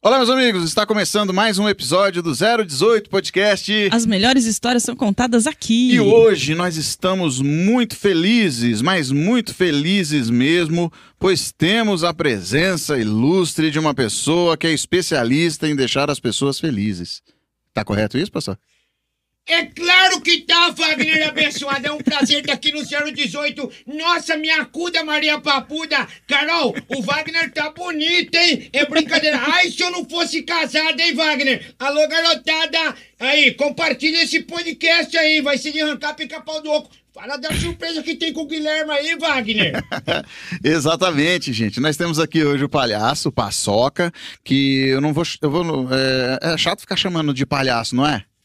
Olá, meus amigos, está começando mais um episódio do 018 Podcast. As melhores histórias são contadas aqui. E hoje nós estamos muito felizes, mas muito felizes mesmo, pois temos a presença ilustre de uma pessoa que é especialista em deixar as pessoas felizes. Tá correto isso, pastor? É claro que tá, Wagner abençoado. É um prazer estar aqui no 018. Nossa, minha acuda Maria Papuda. Carol, o Wagner tá bonito, hein? É brincadeira. Ai, se eu não fosse casado, hein, Wagner? Alô, garotada. Aí, compartilha esse podcast aí. Vai ser de arrancar pica-pau do oco. Fala da surpresa que tem com o Guilherme aí, Wagner. Exatamente, gente. Nós temos aqui hoje o palhaço, o Paçoca, que eu não vou... É chato ficar chamando de palhaço, não é?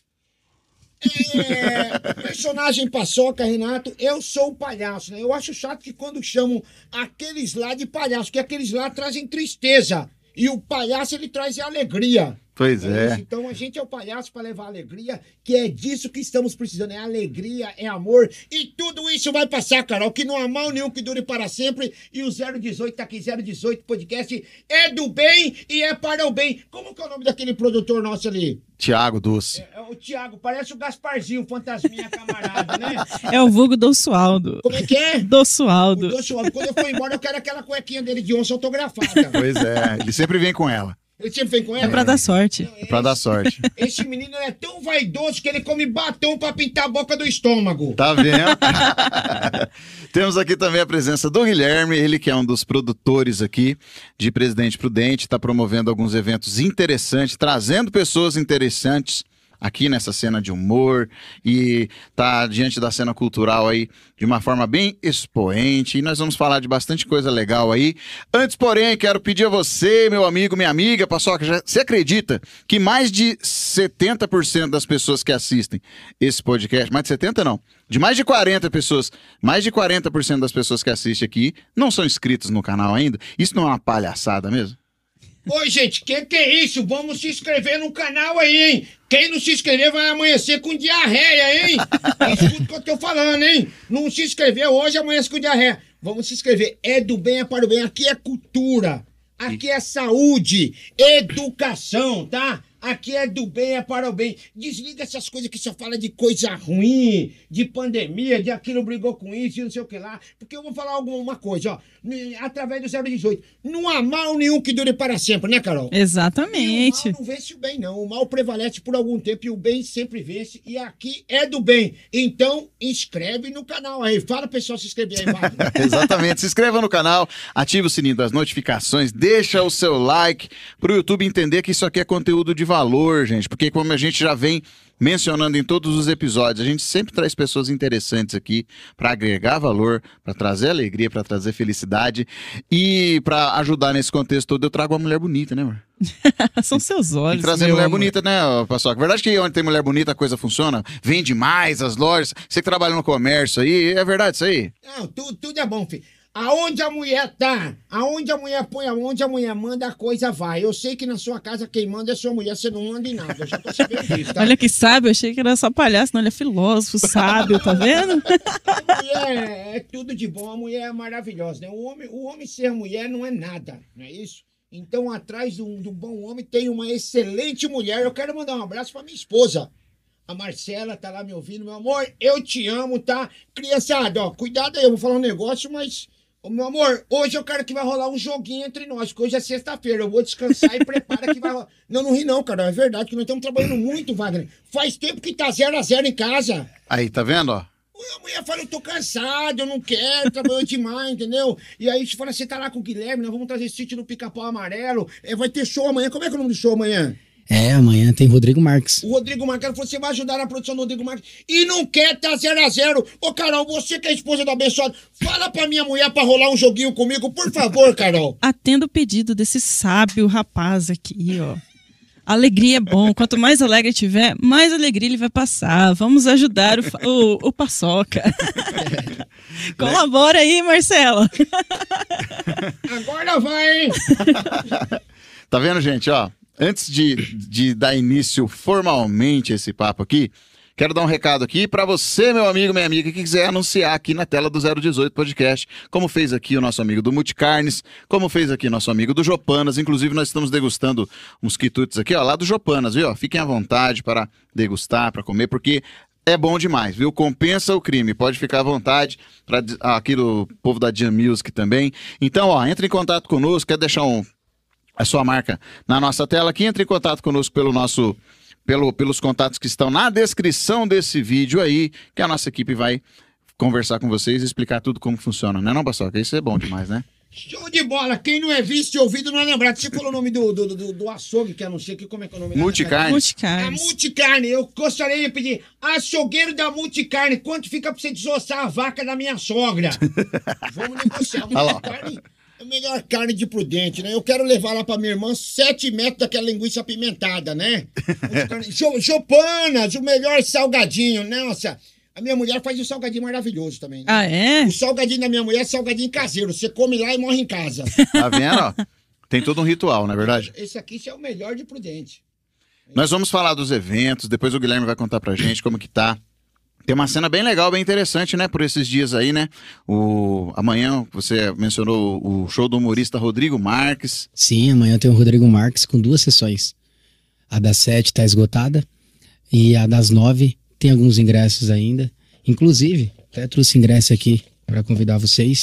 Personagem Paçoca, Renato, eu sou o palhaço, né? Eu acho chato que quando chamam aqueles lá de palhaço, porque aqueles lá trazem tristeza. E o palhaço, ele traz alegria. Pois é. Então a gente é o palhaço para levar alegria, que é disso que estamos precisando. É alegria, é amor. E tudo isso vai passar, Carol, que não há mal nenhum que dure para sempre. E o 018 tá aqui, 018 Podcast é do bem e é para o bem. Como que é o nome daquele produtor nosso ali? Tiago Doce. É o Tiago, parece o Gasparzinho, fantasminha camarada, né? É o vulgo Dossualdo. Como é que é? Dossualdo. O Dossualdo. Quando eu for embora, eu quero aquela cuequinha dele de onça autografada. Pois é, ele sempre vem com ela. Ele sempre vem com ela? É pra dar sorte. É pra dar sorte. Esse menino é tão vaidoso que ele come batom pra pintar a boca do estômago. Tá vendo? Temos aqui também a presença do Guilherme, ele que é um dos produtores aqui de Presidente Prudente, está promovendo alguns eventos interessantes, trazendo pessoas interessantes aqui nessa cena de humor e tá diante da cena cultural aí de uma forma bem expoente, e nós vamos falar de bastante coisa legal aí. Antes, porém, quero pedir a você, meu amigo, minha amiga, Paçoca, você acredita que mais de 70% das pessoas que assistem esse podcast, mais de 70 não, de mais de 40 pessoas, mais de 40% das pessoas que assistem aqui não são inscritos no canal ainda? Isso não é uma palhaçada mesmo? Oi, gente, que é isso? Vamos se inscrever no canal aí, hein? Quem não se inscrever vai amanhecer com diarreia, hein? Escuta o que eu tô falando, hein? Não se inscrever hoje, amanhece com diarreia. Vamos se inscrever. É do bem, é para o bem. Aqui é cultura. Aqui é saúde, educação, tá? Aqui é do bem, é para o bem. Desliga essas coisas que só fala de coisa ruim, de pandemia, de aquilo brigou com isso e não sei o que lá. Porque eu vou falar alguma coisa, ó. Através do 018. Não há mal nenhum que dure para sempre, né, Carol? Exatamente. E o mal não vence o bem, não. O mal prevalece por algum tempo e o bem sempre vence. E aqui é do bem. Então, inscreve no canal aí. Fala, pessoal, se inscrever aí, vai. Exatamente. Se inscreva no canal, ative o sininho das notificações, deixa o seu like pro YouTube entender que isso aqui é conteúdo de valor, gente, porque como a gente já vem mencionando em todos os episódios, a gente sempre traz pessoas interessantes aqui para agregar valor, para trazer alegria, para trazer felicidade e para ajudar nesse contexto todo. Eu trago uma mulher bonita, né, amor? São seus olhos. E trazer mulher bonita, né, Paçoca? Verdade que onde tem mulher bonita a coisa funciona? Vende mais as lojas. Você que trabalha no comércio aí, é verdade isso aí? Não, tudo é bom, filho. Aonde a mulher tá, aonde a mulher põe, aonde a mulher manda, a coisa vai. Eu sei que na sua casa quem manda é sua mulher, você não manda em nada. Eu já tô sabendo disso, tá? Olha que sábio, eu achei que era só palhaço, não, ele é filósofo, sábio, tá vendo? A mulher é tudo de bom, a mulher é maravilhosa, né? O homem ser mulher não é nada, não é isso? Então, atrás do bom homem tem uma excelente mulher. Eu quero mandar um abraço pra minha esposa. A Marcela tá lá me ouvindo, meu amor, eu te amo, tá? Criançada, ó, cuidado aí, eu vou falar um negócio, mas... Ô, meu amor, hoje eu quero que vai rolar um joguinho entre nós, porque hoje é sexta-feira, eu vou descansar e prepara que vai rolar. Não ri não, cara, é verdade que nós estamos trabalhando muito, Wagner. Faz tempo que tá 0-0 em casa. Aí, tá vendo, ó? A mulher fala, eu tô cansado, eu não quero, trabalhou demais, entendeu? E aí você fala, você tá lá com o Guilherme, nós vamos trazer sítio no Pica-Pau Amarelo, vai ter show amanhã, como é que é o nome do show amanhã? Amanhã tem Rodrigo Marques. O Rodrigo Marques, falou, você vai ajudar na produção do Rodrigo Marques e não quer tá 0-0. Ô, Carol, você que é a esposa do abençoado, fala pra minha mulher pra rolar um joguinho comigo, por favor, Carol. Atenda o pedido desse sábio rapaz aqui, ó. Alegria é bom, quanto mais alegre tiver, mais alegria ele vai passar. Vamos ajudar o Paçoca. Colabora aí, Marcela. Agora vai, hein? Tá vendo, gente, ó? Antes de dar início formalmente a esse papo aqui, quero dar um recado aqui para você, meu amigo, minha amiga, que quiser anunciar aqui na tela do 018 Podcast, como fez aqui o nosso amigo do Multicarnes, como fez aqui nosso amigo do Jopanas. Inclusive, nós estamos degustando uns quitutes aqui, ó, lá do Jopanas, viu? Fiquem à vontade para degustar, para comer, porque é bom demais, viu? Compensa o crime. Pode ficar à vontade para aqui do povo da Jam Music também. Então, ó, entre em contato conosco, quer deixar a sua marca na nossa tela aqui, entre em contato conosco pelos contatos que estão na descrição desse vídeo aí, que a nossa equipe vai conversar com vocês e explicar tudo como funciona, né não, Paçoca? Isso é bom demais, né? Show de bola! Quem não é visto e ouvido não é lembrado. Você falou o nome do açougue, que eu não sei aqui, como é que é o nome? Multicarne. A Multicarne. Eu gostaria de pedir, açougueiro da Multicarne, quanto fica pra você desossar a vaca da minha sogra? Vamos negociar. Multicarne é a melhor carne de Prudente, né? Eu quero levar lá pra minha irmã 7 metros daquela linguiça apimentada, né? Jopanas, o melhor salgadinho. Nossa, a minha mulher faz um salgadinho maravilhoso também. Né? Ah, é? O salgadinho da minha mulher é salgadinho caseiro. Você come lá e morre em casa. Tá vendo, ó? Tem todo um ritual, não é verdade? Esse aqui é o melhor de Prudente. Nós vamos falar dos eventos, depois o Guilherme vai contar pra gente como que tá. Tem uma cena bem legal, bem interessante, né? Por esses dias aí, né? Amanhã você mencionou o show do humorista Rodrigo Marques. Sim, amanhã tem o Rodrigo Marques com 2 sessões. A das 7 tá esgotada e a das 9 tem alguns ingressos ainda. Inclusive, até trouxe ingresso aqui para convidar vocês.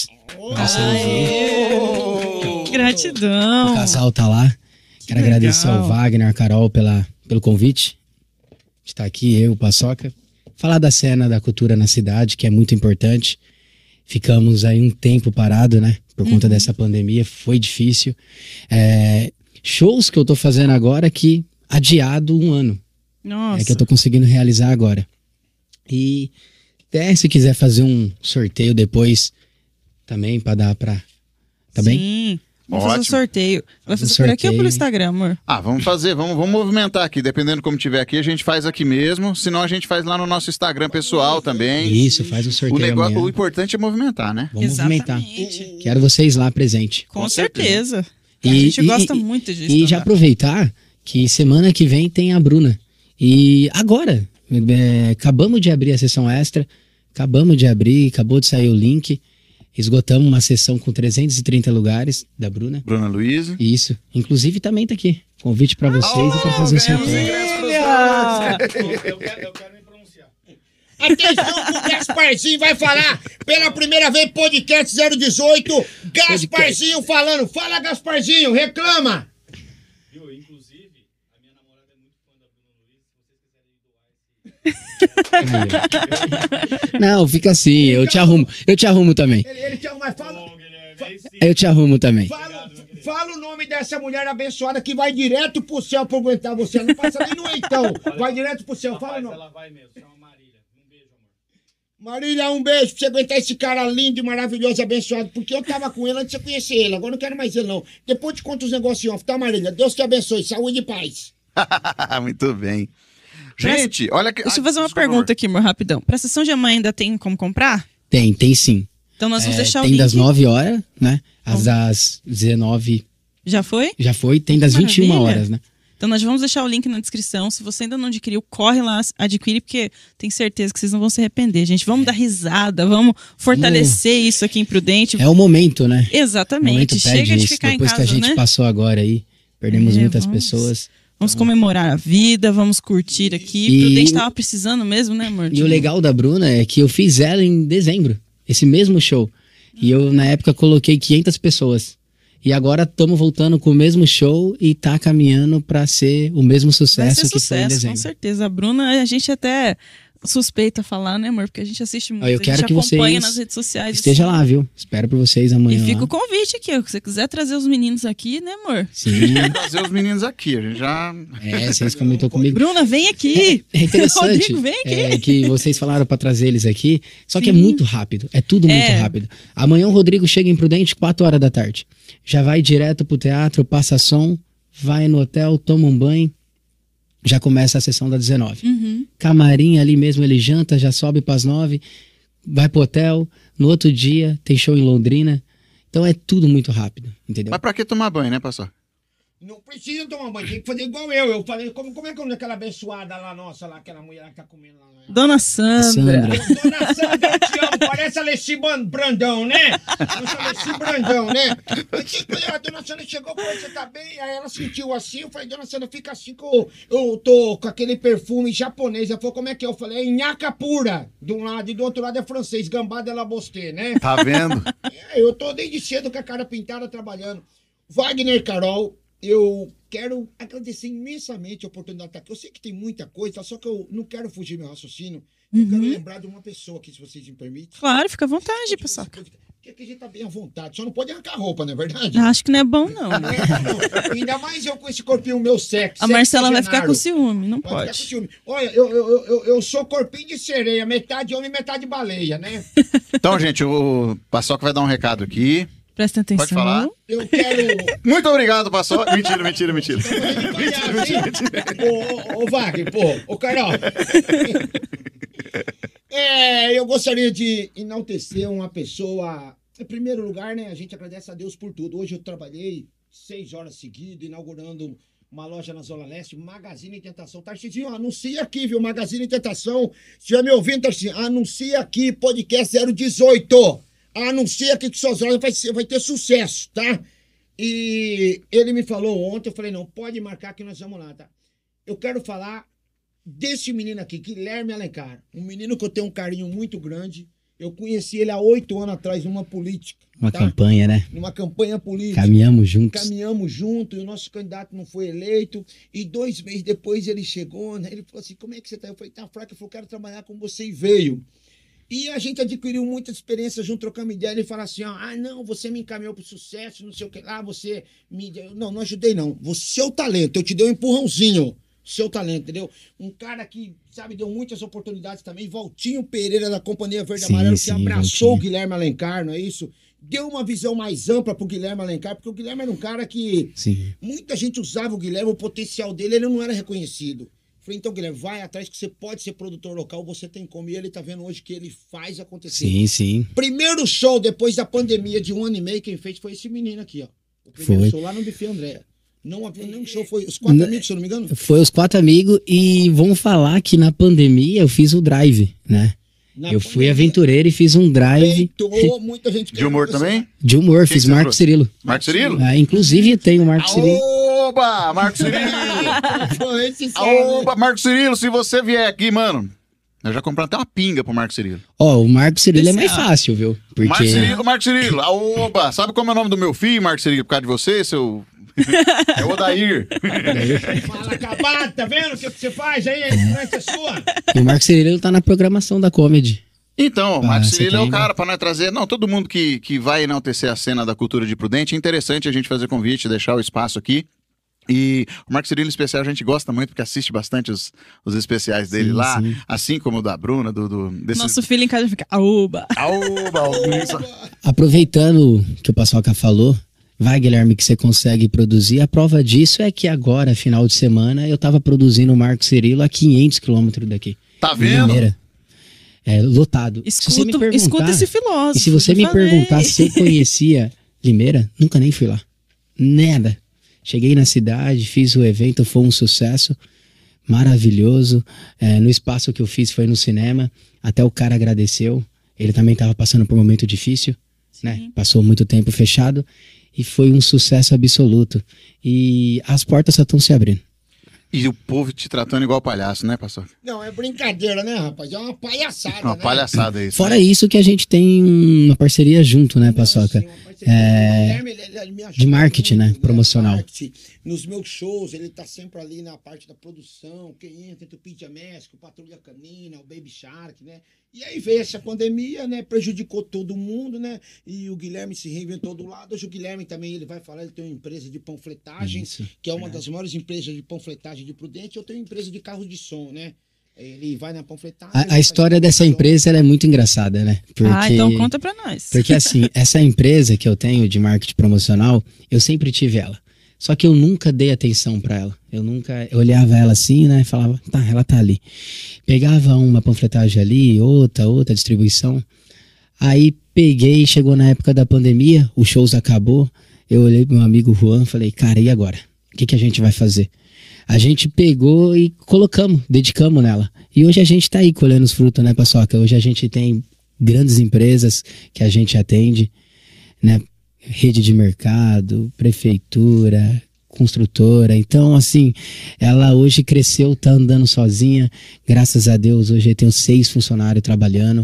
Gratidão. O casal tá lá. Quero agradecer ao Wagner, a Carol pelo convite de estar aqui, eu, o Paçoca. Falar da cena da cultura na cidade, que é muito importante. Ficamos aí um tempo parado, né? Por conta dessa pandemia, foi difícil. Shows que eu tô fazendo agora que adiado 1 ano. Nossa. É que eu tô conseguindo realizar agora. E até se quiser fazer um sorteio depois também pra dar pra... Tá bem? Sim. Vamos fazer um Ótimo. sorteio. Vai fazer Sorteio. por aqui ou pelo Instagram, amor? Vamos fazer, vamos movimentar aqui, dependendo como tiver aqui, a gente faz aqui mesmo, senão a gente faz lá no nosso Instagram pessoal também. Isso, faz um sorteio amanhã. O importante é movimentar, né? Vamos movimentar. Exatamente. Quero vocês lá presente. Com certeza. E- A gente e- gosta e- muito disso. E já aproveitar que semana que vem tem a Bruna. E agora, acabamos de abrir a sessão extra, acabou de sair o link, esgotamos uma sessão com 330 lugares da Bruna. Bruna Luiz. Isso. Inclusive também tá aqui. Convite pra vocês e pra fazer o sorteio. Eu quero me pronunciar. Atenção, o Gasparzinho vai falar pela primeira vez podcast 018. Gasparzinho falando. Fala, Gasparzinho, reclama. Inclusive, a minha namorada é muito fã da Bruna Luiz. Se vocês quiserem doar Não, fica assim, eu te arrumo também. Ele te mas fala, Eu te arrumo também. fala o nome dessa mulher abençoada que vai direto pro céu pra aguentar você. Não passa nem no então. Vai direto pro céu. Fala o nome. ela vai mesmo, chama Marília. Um beijo, amor. Marília, um beijo pra você aguentar esse cara lindo e maravilhoso, abençoado. Porque eu tava com ele antes de você conhecer ele. Agora eu não quero mais ele, não. Depois te conto os negócios off, tá, Marília? Deus te abençoe. Saúde e paz. Muito bem. Gente, olha que... Deixa eu fazer uma desculpa, pergunta aqui, amor, rapidão. Pra sessão de amanhã ainda tem como comprar? Tem sim. Então nós vamos deixar o Tem link. das 9 horas, né? As das 19 Já foi? já foi. Tem das 21 Maravilha. horas, né? Então nós vamos deixar o link na descrição. Se você ainda não adquiriu, corre lá, adquire, porque tenho certeza que vocês não vão se arrepender, gente. Vamos dar risada, vamos fortalecer isso aqui em Prudente. É o momento, né? O momento Exatamente. pede Chega de isso. ficar Depois em que a casa, gente né? passou agora aí, perdemos muitas vamos- pessoas. Vamos comemorar a vida, vamos curtir aqui. E- Prudente tava precisando mesmo, né, amor? E o legal da Bruna é que eu fiz ela em dezembro, esse mesmo show. E eu, na época, coloquei 500 pessoas. E agora estamos voltando com o mesmo show e tá caminhando pra ser o mesmo Vai sucesso ser que foi em sucesso, dezembro. com certeza. A Bruna, a gente até suspeita falar, né, amor? Porque a gente assiste muito, Eu a quero gente que acompanha vocês nas redes sociais. Esteja assim. lá, viu? Espero por vocês amanhã. E fica lá. o convite aqui, ó. Se você quiser trazer os meninos aqui, né, amor? Sim. Trazer os meninos aqui, a gente já... Vocês comentou comigo. Bruna, vem aqui! É interessante Rodrigo, vem aqui! que vocês falaram pra trazer eles aqui, só que é muito rápido, é tudo muito É. rápido. Amanhã o Rodrigo chega em Prudente 4 horas da tarde. Já vai direto pro teatro, passa som, vai no hotel, toma um banho, já começa a sessão das 19. Camarim ali mesmo, ele janta, já sobe pras 9, vai pro hotel, no outro dia tem show em Londrina. Então é tudo muito rápido, entendeu? Mas pra que tomar banho, né, pastor? Não precisa tomar banho, tem que fazer igual eu. Eu falei, como é que é aquela abençoada lá, nossa, lá, aquela mulher lá que tá comendo lá? Dona Sandra. Dona Sandra, eu te amo, parece a Alessi Brandão, né? Nossa, Alessi Brandão, né? A Dona Sandra chegou, falou, você tá bem? Aí ela sentiu assim, eu falei, Dona Sandra, fica assim que eu tô com aquele perfume japonês. Ela falou, como é que é? Eu falei, é nhaca pura, de um lado, e do outro lado é francês, gambá de la Bosté, né? Tá vendo? Eu tô desde cedo com a cara pintada trabalhando. Wagner, Carol, eu quero agradecer imensamente a oportunidade de estar aqui. Eu sei que tem muita coisa, só que eu não quero fugir meu raciocínio. Eu quero lembrar de uma pessoa aqui, se vocês me permitem. Claro, fica à vontade, pessoal. Porque aqui a gente tá bem à vontade. Só não pode arrancar roupa, não é verdade? Acho que não é bom, não. Ainda mais eu com esse corpinho meu sexy. A Marcela vai ficar com ciúme, não Vai ficar com pode. ciúme. Olha, eu sou corpinho de sereia, metade homem, metade baleia, né? Então, gente, o Paçoca vai dar um recado aqui. Presta atenção. Pode falar? Eu quero... Muito obrigado, Paçoca. Mentira. Ô, Wagner, pô, ô, Carol. Eu gostaria de enaltecer uma pessoa. Em primeiro lugar, né, a gente agradece a Deus por tudo. Hoje eu trabalhei 6 horas seguidas, inaugurando uma loja na Zona Leste, Magazine Tentação. Tarcísio, anuncia aqui, viu? Magazine Tentação. Se estiver me ouvindo, Tarcísio, anuncia aqui, podcast 018. Anuncia aqui que suas horas vai ter sucesso, tá? E ele me falou ontem, eu falei, não, pode marcar que nós vamos lá, tá? Eu quero falar desse menino aqui, Guilherme Alencar. Um menino que eu tenho um carinho muito grande. Eu conheci ele há 8 anos atrás numa política. Uma tá? campanha, né? Numa campanha política. Caminhamos juntos. Caminhamos junto e o nosso candidato não foi eleito. E 2 meses depois ele chegou, né? Ele falou assim, como é que você tá? Eu falei, tá fraco. Ele falou, quero trabalhar com você e veio. E a gente adquiriu muita experiência junto, trocando ideia. Ele fala assim, ó, não, você me encaminhou pro sucesso, não sei o que lá, você me... Não ajudei não. O seu talento, eu te dei um empurrãozinho. Seu talento, entendeu? Um cara que, sabe, deu muitas oportunidades também. Valtinho Pereira, da Companhia Verde e Amarelo, que abraçou o Guilherme Alencar, não é isso? Deu uma visão mais ampla pro Guilherme Alencar, porque o Guilherme era um cara que... Sim. Muita gente usava o Guilherme, o potencial dele, ele não era reconhecido. Falei, então, Guilherme, vai atrás que você pode ser produtor local, você tem como. E ele tá vendo hoje que ele faz acontecer. Sim. Primeiro show depois da pandemia de 1 ano e meio, quem fez foi esse menino aqui, ó. O primeiro show lá no Buffet Andréa. Não havia nenhum show, foi os 4 amigos, se eu não me engano? Foi os 4 amigos e vamos falar que na pandemia eu fiz o drive, né? Eu fui aventureiro e fiz um drive. Muita gente de humor também? De humor, fiz Marco Cirilo. Marco Cirilo? Inclusive tem o Marco Cirilo. Oba, Marco Cirilo! Oba, Marco Cirilo, se você vier aqui, mano, eu já comprei até uma pinga pro Marco Cirilo. O Marco Cirilo é mais fácil, viu? Porque... Marco Cirilo, oba, sabe como é o nome do meu filho, Marco Cirilo, por causa de você, seu... É o Odair. Fala, acabado, tá vendo o que você faz aí? A influência é sua. E o Marco Cirilo tá na programação da Comedy. Então, o Marco Cirilo é o cara para nós trazer... Não, todo mundo que vai enaltecer a cena da cultura de Prudente, é interessante a gente fazer convite, deixar o espaço aqui. E o Marco Cirilo em especial a gente gosta muito porque assiste bastante os especiais dele lá, assim como o da Bruna, desse... Nosso filho em casa fica aoba. Aproveitando que o Paçoca falou, vai, Guilherme, que você consegue produzir. A prova disso é que agora, final de semana, eu tava produzindo o Marco Cirilo a 500 quilômetros daqui. Tá vendo? Lotado. Escuta esse filósofo. E se você me perguntar se eu conhecia Limeira, nunca nem fui lá. Nada. Cheguei na cidade, fiz o evento, foi um sucesso maravilhoso. No espaço que eu fiz foi no cinema. Até o cara agradeceu. Ele também estava passando por um momento difícil, né? Passou muito tempo fechado. E foi um sucesso absoluto. E as portas só estão se abrindo. E o povo te tratando igual palhaço, né, pastor? Não, é brincadeira, né, rapaz? É uma palhaçada, uma palhaçada isso. Fora isso que a gente tem uma parceria junto, né, Paçoca? De marketing, né? Promocional. Nos meus shows, ele tá sempre ali na parte da produção, quem entra, o Pinja México, o Patrulha Canina, o Baby Shark, né? E aí veio essa pandemia, né? Prejudicou todo mundo, né? E o Guilherme se reinventou do lado. Hoje o Guilherme também, ele vai falar, ele tem uma empresa de panfletagem, que é uma das maiores empresas de panfletagem de Prudente. Eu tenho uma empresa de carro de som, né? Ele vai na panfletagem. A história dessa empresa ela é muito engraçada, né? Porque, então conta pra nós. Porque assim, essa empresa que eu tenho de marketing promocional, eu sempre tive ela. Só que eu nunca dei atenção pra ela. Eu olhava ela assim, né? Falava, tá, ela tá ali. Pegava uma panfletagem ali, outra distribuição. Aí peguei, chegou na época da pandemia, os shows acabou. Eu olhei pro meu amigo Juan e falei, cara, e agora? O que a gente vai fazer? A gente pegou e colocamos, dedicamos nela. E hoje a gente tá aí colhendo os frutos, né, Paçoca? Hoje a gente tem grandes empresas que a gente atende, né? Rede de mercado, prefeitura, construtora. Então, assim, ela hoje cresceu, tá andando sozinha. Graças a Deus, hoje eu tenho 6 funcionários trabalhando.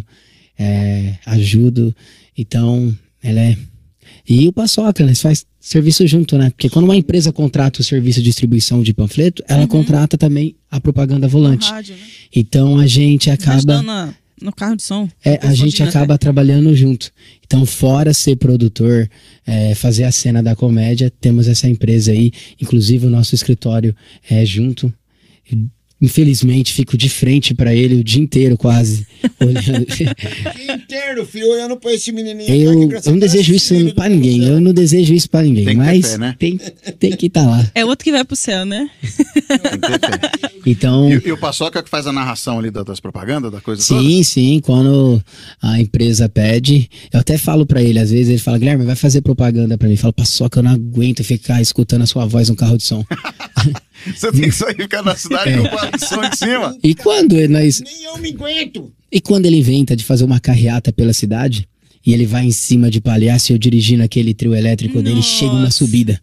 Ajudo. Então, ela é... E o Paçoca, eles faz serviço junto, né? Porque quando uma empresa contrata o serviço de distribuição de panfleto, ela contrata também a propaganda volante. Rádio, né? Então, a gente acaba... Ajudando no carro de som. a gente acaba trabalhando junto. Então, fora ser produtor, fazer a cena da comédia, temos essa empresa aí. Inclusive, o nosso escritório é junto. Infelizmente, fico de frente pra ele o dia inteiro, quase. Olhando. O dia inteiro, filho, olhando pra esse menininho. Eu não desejo isso pra ninguém. Eu não desejo isso pra ninguém. Tem que ter Mas fé, né? tem que estar lá. É outro que vai pro céu, né? Tem que ter fé. Então... E o Paçoca que faz a narração ali das propagandas, da coisa toda? Sim, quando a empresa pede, eu até falo pra ele, às vezes ele fala, Guilherme, vai fazer propaganda pra mim. Eu falo, Paçoca, eu não aguento ficar escutando a sua voz no carro de som. Você tem que sair ficar na cidade com o som em cima. E quando nós... Nem eu me aguento. E quando ele inventa de fazer uma carreata pela cidade, e ele vai em cima de palhaço e eu dirigindo aquele trio elétrico dele, chega uma subida.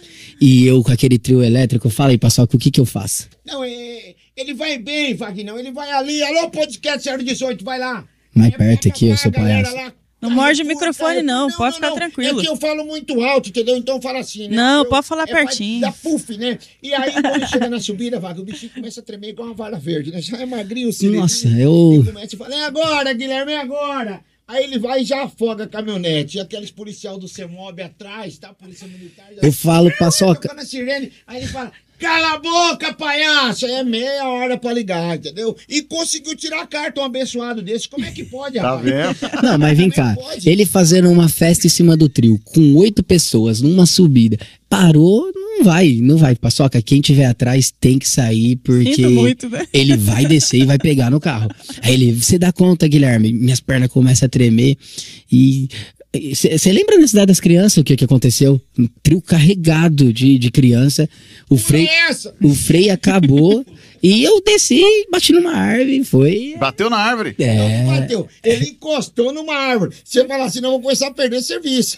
E eu com aquele trio elétrico, fala aí, Paçoca, o que eu faço? Não, ele vai bem, Vagnão. Ele vai ali. Alô, podcast 018, vai lá. Mais perto aqui, eu sou palhaço. Não morde o microfone, não. Pode ficar tranquilo. É que eu falo muito alto, entendeu? Então fala assim, né? Não, pode falar pertinho. Da puff, né? E aí, quando chega na subida, Vaga, o bichinho começa a tremer igual uma vara verde, né? Já é magrinho, cilinho. Nossa, Ele começa a falar, é agora, Guilherme, é agora. Aí ele vai e já afoga a caminhonete. E aqueles policial do CEMOB atrás, tá? Polícia Militar. Já... Eu falo, Paçoca... Tocando a sirene, aí ele fala... Cala a boca, palhaço! É meia hora pra ligar, entendeu? E conseguiu tirar a carta, um abençoado desse. Como é que pode, Tá rapaz? vendo? Não, mas vem cá. Pode. Ele fazendo uma festa em cima do trio, com 8 pessoas, numa subida. Parou, não vai. Paçoca, quem tiver atrás tem que sair, porque Sinto muito, né? ele vai descer e vai pegar no carro. Aí você dá conta, Guilherme, minhas pernas começam a tremer e... Você lembra na Cidade das Crianças o que aconteceu? Um trio carregado de criança, o freio acabou e eu desci, bati numa árvore, foi... Bateu na árvore. Não bateu. Ele encostou numa árvore. Você fala assim, não, vou começar a perder serviço.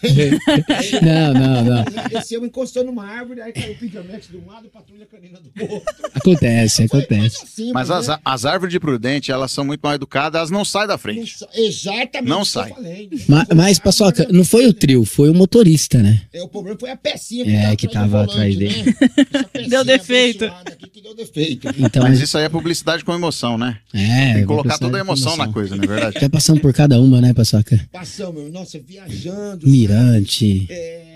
Não. Ele desceu, encostou numa árvore, aí caiu o pijamete de um lado, patrulha canina do outro. Acontece. Assim, Mas né? as árvores de Prudente, elas são muito mal educadas, elas não saem da frente. Exatamente. Não o que sai. eu falei. Mas, Paçoca, não foi o trio, foi o motorista, né? O problema foi a pecinha Que tava atrás do dele. volante, né? Essa pecinha Deu defeito. abençoada aqui que deu defeito. Então, Mas isso aí é publicidade com emoção, né? Tem que colocar toda a emoção na coisa, não é verdade? Já passamos por cada uma, né, Paçoca? Passamos, meu. Nossa, viajando. Mirante.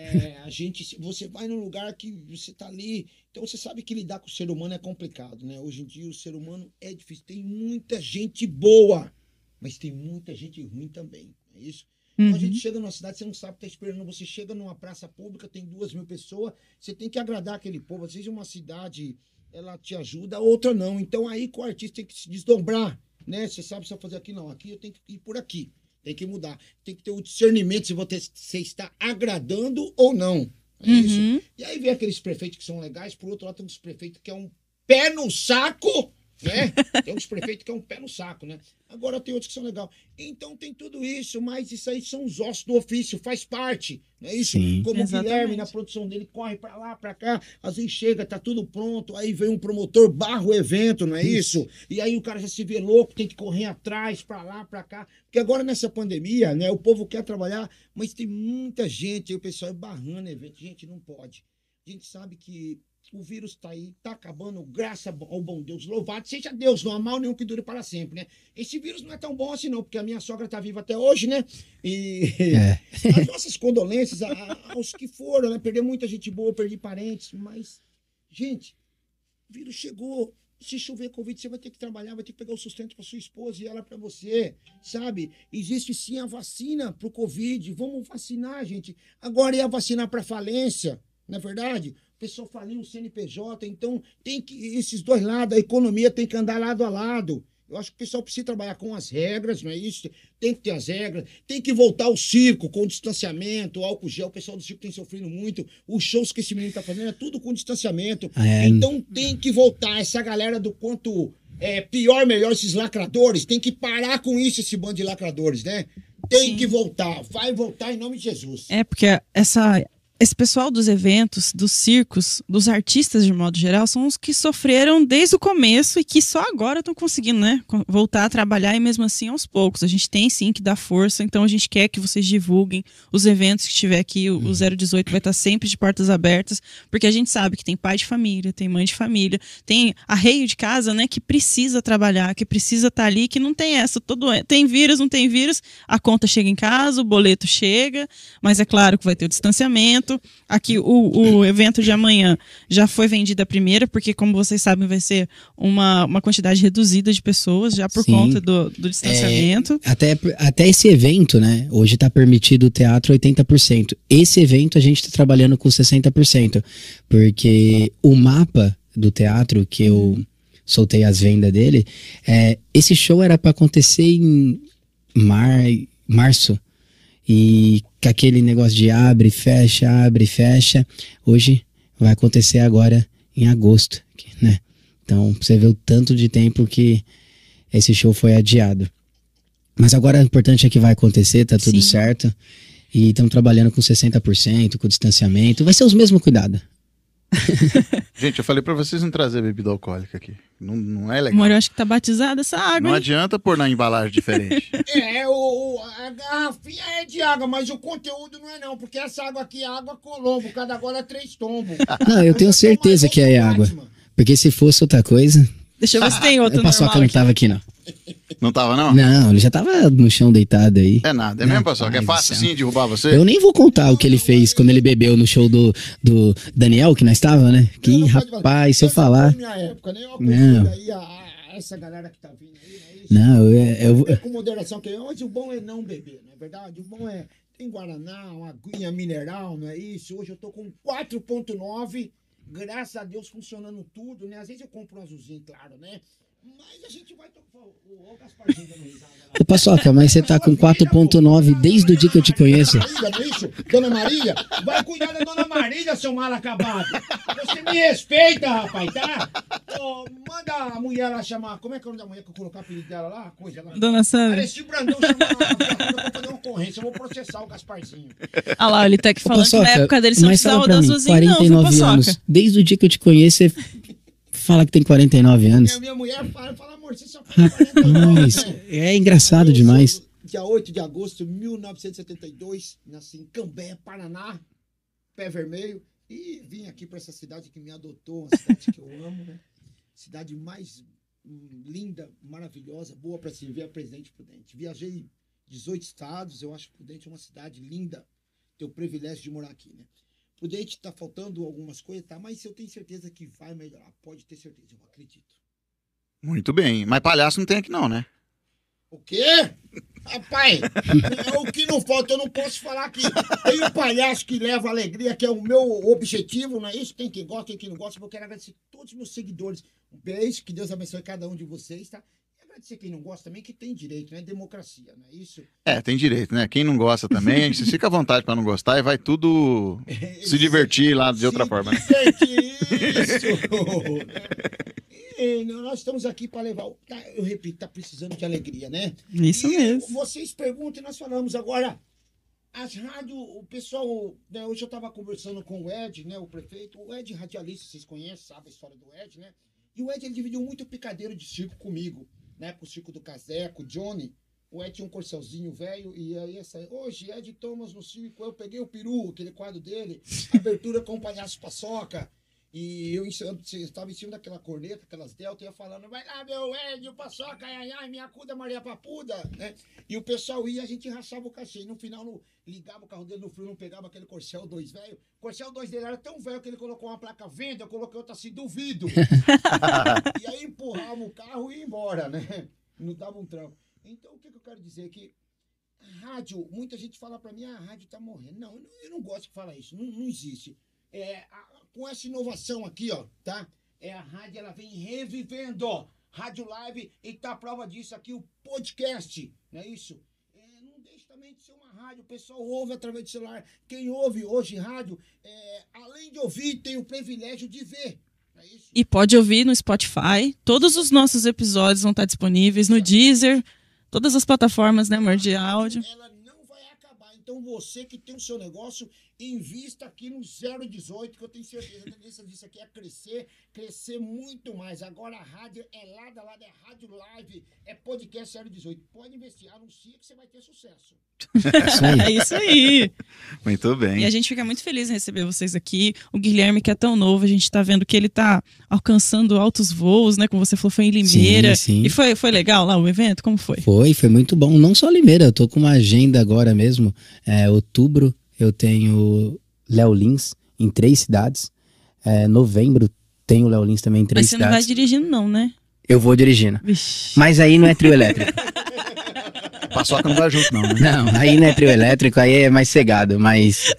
Você vai num lugar que você tá ali, então você sabe que lidar com o ser humano é complicado, né? Hoje em dia o ser humano é difícil. Tem muita gente boa, mas tem muita gente ruim também, não é isso? Então a gente chega numa cidade, você não sabe o que tá esperando. Você chega numa praça pública, tem 2.000 pessoas, você tem que agradar aquele povo. Às vezes uma cidade, ela te ajuda, a outra não. Então aí que o artista tem que se desdobrar, né? Você sabe se eu fazer aqui, não. Aqui eu tenho que ir por aqui. Tem que mudar. Tem que ter o discernimento se você está agradando ou não. É isso. E aí vem aqueles prefeitos que são legais, por outro lado tem uns prefeitos que é um pé no saco, né? Tem uns prefeitos que é um pé no saco, né? Agora tem outros que são legais. Então tem tudo isso, mas isso aí são os ossos do ofício, faz parte, não é isso? Sim. Como Exatamente. o Guilherme, na produção dele, corre pra lá, pra cá, às vezes chega, tá tudo pronto, aí vem um promotor, barra o evento, não é isso? E aí o cara já se vê louco, tem que correr atrás, pra lá, pra cá. Porque agora nessa pandemia, né, o povo quer trabalhar, mas tem muita gente aí, o pessoal é barrando evento. Gente, não pode. A gente sabe que o vírus tá aí, tá acabando, graças ao bom Deus, louvado seja Deus, não há mal nenhum que dure para sempre, né? Esse vírus não é tão bom assim não, porque a minha sogra tá viva até hoje, né? E as nossas condolências aos que foram, né? Perder muita gente boa, perdi parentes, mas, gente, o vírus chegou. Se chover Covid, você vai ter que trabalhar, vai ter que pegar o sustento para sua esposa e ela para você, sabe? Existe sim a vacina pro Covid, vamos vacinar, gente. Agora é a vacina para falência, não é verdade? A pessoa faliu o CNPJ, então tem que esses dois lados, a economia tem que andar lado a lado. Eu acho que o pessoal precisa trabalhar com as regras, não é isso? Tem que ter as regras, tem que voltar ao circo com distanciamento, o álcool gel, o pessoal do circo tem sofrido muito, os shows que esse menino tá fazendo é tudo com distanciamento. Então tem que voltar, essa galera do quanto pior, melhor, esses lacradores, tem que parar com isso, esse bando de lacradores, né? Tem que voltar, vai voltar em nome de Jesus. Porque esse pessoal dos eventos, dos circos, dos artistas de modo geral, são os que sofreram desde o começo e que só agora estão conseguindo, né, voltar a trabalhar e mesmo assim aos poucos. A gente tem sim que dar força, então a gente quer que vocês divulguem os eventos que tiver aqui. O 018 vai estar sempre de portas abertas, porque a gente sabe que tem pai de família, tem mãe de família, tem arreio de casa, né, que precisa trabalhar, que precisa estar ali, que não tem essa, tem vírus, não tem vírus, a conta chega em casa, o boleto chega, mas é claro que vai ter o distanciamento. Aqui, o evento de amanhã já foi vendido a primeira, porque, como vocês sabem, vai ser uma quantidade reduzida de pessoas, já por conta do distanciamento. Até esse evento, né? Hoje está permitido o teatro 80%. Esse evento a gente está trabalhando com 60%, porque o mapa do teatro, que eu soltei as vendas dele, esse show era para acontecer em março. E com aquele negócio de abre, fecha, hoje vai acontecer agora em agosto, né? Então, você vê o tanto de tempo que esse show foi adiado. Mas agora o importante é que vai acontecer, tá tudo certo. E estamos trabalhando com 60%, com distanciamento. Vai ser os mesmos cuidados. Gente, eu falei pra vocês não trazer bebida alcoólica aqui. Não é legal. Amor, eu acho que tá batizada essa água. Não adianta pôr na embalagem diferente. A garrafinha é de água, mas o conteúdo não é não, porque essa água aqui é água Colombo, cada agora é 3 tombos. Não, eu tenho certeza que é água. Porque se fosse outra coisa... Deixa eu ver se tem outra. O Paçoca não tava aqui, não. Não tava, não? Não, ele já tava no chão deitado aí. É nada, é mesmo, Paçoca? É fácil sim derrubar você? Eu nem vou contar o que ele fez quando ele bebeu no show do Daniel, que nós tava, né? Que rapaz, se eu falar... Minha época, né? Não. Essa galera que tá vindo aí, não, eu... Com moderação, que hoje o bom é não beber, não é verdade? O bom é... Tem Guaraná, uma aguinha mineral, não é isso? Hoje eu tô com 4,9, graças a Deus funcionando tudo, né? Às vezes eu compro um azulzinho, claro, né? Mas a gente vai tocar o Gasparzinho dando risada. Ô, Paçoca, mas você tá com 4,9 desde o dia que eu te conheço. Dona Marília, vai cuidar da Dona Marília, seu mal acabado. Você me respeita, rapaz, tá? Oh, manda a mulher lá chamar. Como é que é o nome da mulher que eu colocar o apelido dela lá? Coisa lá. Dona Sandra. Areci Brandão chamar pra fazer uma ocorrência. Eu vou processar o Gasparzinho. Ah lá, ele tá aqui falando Paçoca, que na época dele você não mas precisava fala pra da mim, Zuzinha, não, viu, 49 anos. Paçoca? Desde o dia que eu te conheço, você fala que tem 49 anos. Minha mulher fala, amor, você só fala 49 Mas né? é engraçado demais. Dia 8 de agosto de 1972, nasci em Cambé, Paraná, pé vermelho, e vim aqui para essa cidade que me adotou, uma cidade que eu amo, né? Cidade mais linda, maravilhosa, boa para se viver, a Presidente Prudente. Viajei 18 estados, eu acho que Prudente é uma cidade linda, tenho o privilégio de morar aqui, né? Prudente tá faltando algumas coisas, tá? Mas eu tenho certeza que vai melhorar, pode ter certeza, eu acredito. Muito bem, mas palhaço não tem aqui não, né? O quê? Rapaz, o que não falta eu não posso falar aqui. Tem um palhaço que leva alegria, que é o meu objetivo, não é isso? Tem quem gosta, tem quem não gosta. Eu quero agradecer a todos os meus seguidores. Um beijo, que Deus abençoe cada um de vocês, tá? E agradecer quem não gosta também, que tem direito, né? Democracia, não é isso? Tem direito, né? Quem não gosta também, você fica à vontade pra não gostar e vai tudo se divertir lá de outra forma, né? Nós estamos aqui para levar. Eu repito, tá precisando de alegria, né? Isso mesmo. Vocês perguntam e nós falamos. Agora, as rádios, o pessoal. Né, hoje eu estava conversando com o Ed, né? O prefeito. O Ed radialista, vocês conhecem, sabe a história do Ed, né? E o Ed ele dividiu muito picadeiro de circo comigo. Na época, o circo do Caseco, o Johnny. O Ed tinha um corcelzinho velho. E aí, hoje, Ed Thomas no circo. Eu peguei o peru, aquele quadro dele. Abertura com o palhaço Paçoca. E eu estava em cima daquela corneta, aquelas deltas, ia falando, vai lá, meu Ed, o Paçoca, ai, ai, minha cuda, Maria Papuda, né? E o pessoal ia, a gente rachava o cachê. E no final, ligava o carro dele no frio, não pegava aquele Corcel 2 velho. O Corcel 2 dele era tão velho que ele colocou uma placa venda, eu coloquei outra assim, duvido. E aí empurrava o carro e ia embora, né? Não dava um trampo. Então, o que eu quero dizer? Que rádio, muita gente fala pra mim, a rádio tá morrendo. Não, eu não gosto de falar isso, não existe. Com essa inovação aqui, ó, tá? A rádio, ela vem revivendo, ó. rádio live, e tá a prova disso aqui, o podcast, não é isso? Não deixe também de ser uma rádio, o pessoal ouve através do celular. Quem ouve hoje rádio, além de ouvir, tem o privilégio de ver. É isso? E pode ouvir no Spotify. Todos os nossos episódios vão estar disponíveis no Deezer, todas as plataformas, né, amor, de áudio. Ela não vai acabar. Então você que tem o seu negócio, invista aqui no 018, que eu tenho certeza. A tendência disso aqui é crescer muito mais. Agora a rádio é lado a lado, é rádio live, é podcast 018. Pode investir, anuncia que você vai ter sucesso. É isso aí. Muito bem. E a gente fica muito feliz em receber vocês aqui. O Guilherme, que é tão novo, a gente tá vendo que ele tá alcançando altos voos, né? Como você falou, foi em Limeira. Sim. E foi legal lá o evento? Como foi? Foi muito bom. Não só Limeira, eu tô com uma agenda agora mesmo. Outubro eu tenho Léo Lins em 3 cidades. Novembro tenho Léo Lins também em 3 Mas você cidades. não vai dirigindo não, né? Eu vou dirigindo. Vixe. Mas aí não é trio elétrico. Paçoca não vai junto, não, né? Não, aí não é trio elétrico, aí é mais cegado, mas...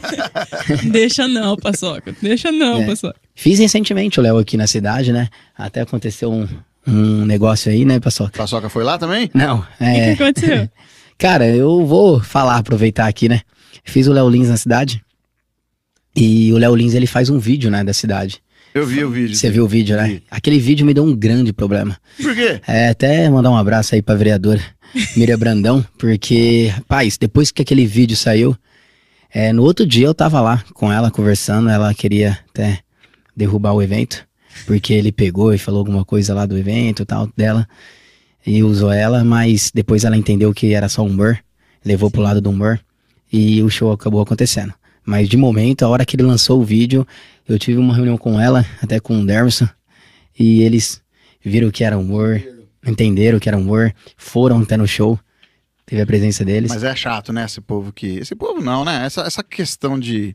Deixa não, Paçoca. Deixa não, Paçoca. Fiz recentemente o Léo aqui na cidade, né? Até aconteceu um negócio aí, né, Paçoca? Paçoca foi lá também? Não, O que aconteceu? Cara, eu vou aproveitar aqui, né? Fiz o Léo Lins na cidade. E o Léo Lins, ele faz um vídeo, né, da cidade. Eu vi o vídeo. Você viu o vídeo, né? Vi. Aquele vídeo me deu um grande problema. Por quê? Até mandar um abraço aí pra vereadora Miriam Brandão, porque, rapaz, depois que aquele vídeo saiu, no outro dia eu tava lá com ela conversando, ela queria até derrubar o evento, porque ele pegou e falou alguma coisa lá do evento e tal dela, e usou ela, mas depois ela entendeu que era só humor, levou pro lado do humor, e o show acabou acontecendo. Mas de momento, a hora que ele lançou o vídeo, eu tive uma reunião com ela, até com o Dermerson, e eles viram que era humor, entenderam que era humor, foram até no show, teve a presença deles. Mas é chato, né, esse povo que... Esse povo não, né? Essa questão de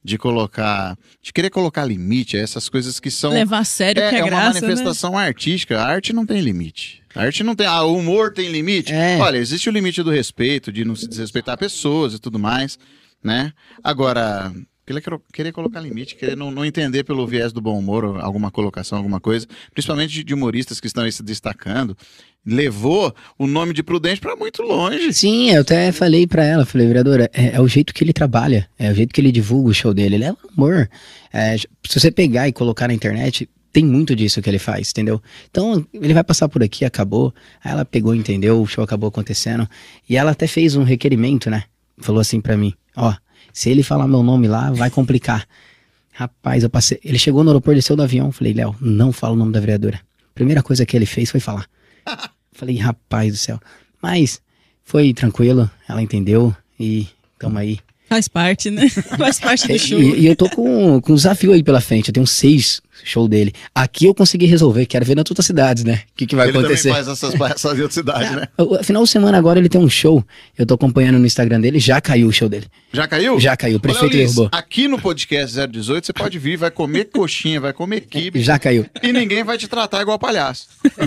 querer colocar limite, essas coisas que são... Levar a sério que é uma graça, manifestação artística. A arte não tem limite. A arte não tem... o humor tem limite. Olha, existe o limite do respeito, de não se desrespeitar pessoas e tudo mais, né? Agora... Querer colocar limite, querer não entender pelo viés do bom humor, alguma colocação, alguma coisa, principalmente de humoristas que estão aí se destacando, levou o nome de Prudente para muito longe. Sim, eu até falei pra ela, falei, vereadora, é o jeito que ele trabalha, é o jeito que ele divulga o show dele, ele é humor. Se você pegar e colocar na internet, tem muito disso que ele faz, entendeu? Então, ele vai passar por aqui, acabou, aí ela pegou, entendeu, o show acabou acontecendo, e ela até fez um requerimento, né, falou assim pra mim, se ele falar meu nome lá, vai complicar. Rapaz, ele chegou no aeroporto, desceu do avião, falei, Léo, não fala o nome da vereadora. Primeira coisa que ele fez foi falar. Falei, rapaz do céu. Mas foi tranquilo, ela entendeu e tamo aí. Faz parte, né? Faz parte do show. E eu tô com um desafio aí pela frente, eu tenho 6 shows dele. Aqui eu consegui resolver, quero ver nas outras cidades, né? O que vai acontecer. Ele também faz essas outras cidades, né? Final de semana agora ele tem um show, eu tô acompanhando no Instagram dele, já caiu o show dele. Já caiu? Já caiu, o prefeito derrubou. Aqui no podcast 018 você pode vir, vai comer coxinha, vai comer quibe. Já caiu. E ninguém vai te tratar igual palhaço.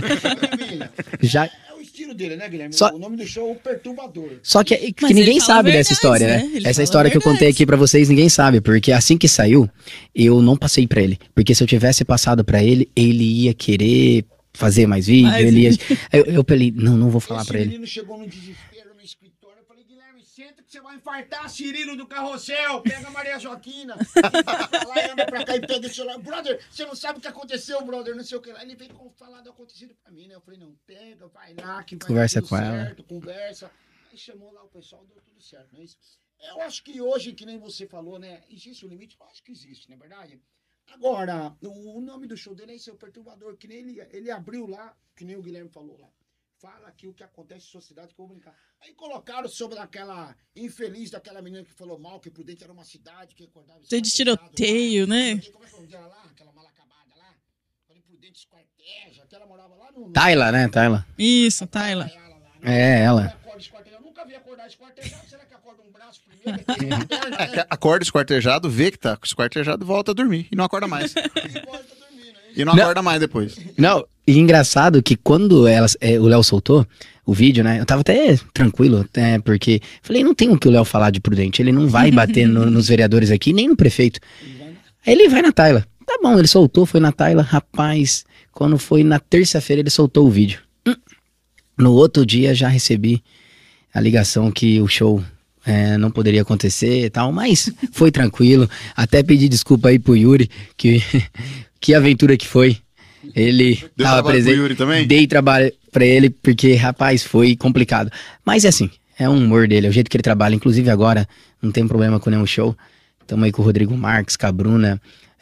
Já... estilo dele, né, Guilherme? Só... O nome do show é O Perturbador. Só que Mas ninguém sabe verdades, dessa história, né? Ele Essa fala história que eu contei verdades. aqui pra vocês, ninguém sabe. Porque assim que saiu, eu não passei pra ele. Porque se eu tivesse passado pra ele, ele ia querer fazer mais vídeo. Ele ia... eu falei, não vou falar pra ele. Esse menino chegou no desespero no escritório. Eu falei, Guilherme, senta que você vai infartar Cirilo do Carrossel. Pega a Maria Joaquina. Lá e anda pra cá e pega o celular. Brother, você não sabe o que aconteceu, brother, não sei o que lá. Ele veio falar do acontecido pra mim, né? Eu falei, não, pega, vai lá, que vai Conversa dar tudo com certo, ela. conversa. Aí chamou lá o pessoal, deu tudo certo, não é isso? Eu acho que hoje, que nem você falou, né? Existe um limite? Eu acho que existe, não é verdade? Agora, o nome do show dele é esse, O Perturbador, que nem ele abriu lá, que nem o Guilherme falou lá. Fala aqui o que acontece em sua cidade que eu vou brincar. Aí colocaram sobre aquela infeliz daquela menina que falou mal, que Prudente era uma cidade, que acordava... Cheio de tiroteio, né? Como é que era lá? Aquela mal acabada lá? Falei, Prudente esquarteja, que ela morava lá no... Tayla, né? Tayla. Isso, Tayla. Ela. Eu nunca vi acordar esquartejado. Será que acorda um braço primeiro? Depois uma perna, né? Acorda esquartejado, vê que tá esquartejado, volta a dormir. E não acorda mais. Depois tá dormindo, é isso? E não acorda mais depois. Não, e engraçado que quando o Léo soltou o vídeo, né? Eu tava até tranquilo, porque falei, não tem o que o Léo falar de Prudente. Ele não vai bater nos vereadores aqui, nem no prefeito. Aí ele vai na Tayla. Tá bom, ele soltou, foi na Taila, rapaz, quando foi na terça-feira ele soltou o vídeo. No outro dia já recebi a ligação que o show não poderia acontecer e tal, mas foi tranquilo. Até pedi desculpa aí pro Yuri, que aventura que foi. Ele Deu tava trabalho presente. pro Yuri também? Dei trabalho pra ele, porque, rapaz, foi complicado. Mas é assim, é um humor dele, é o jeito que ele trabalha. Inclusive agora, não tem problema com nenhum show. Tamo aí com o Rodrigo Marques, com a Bruna.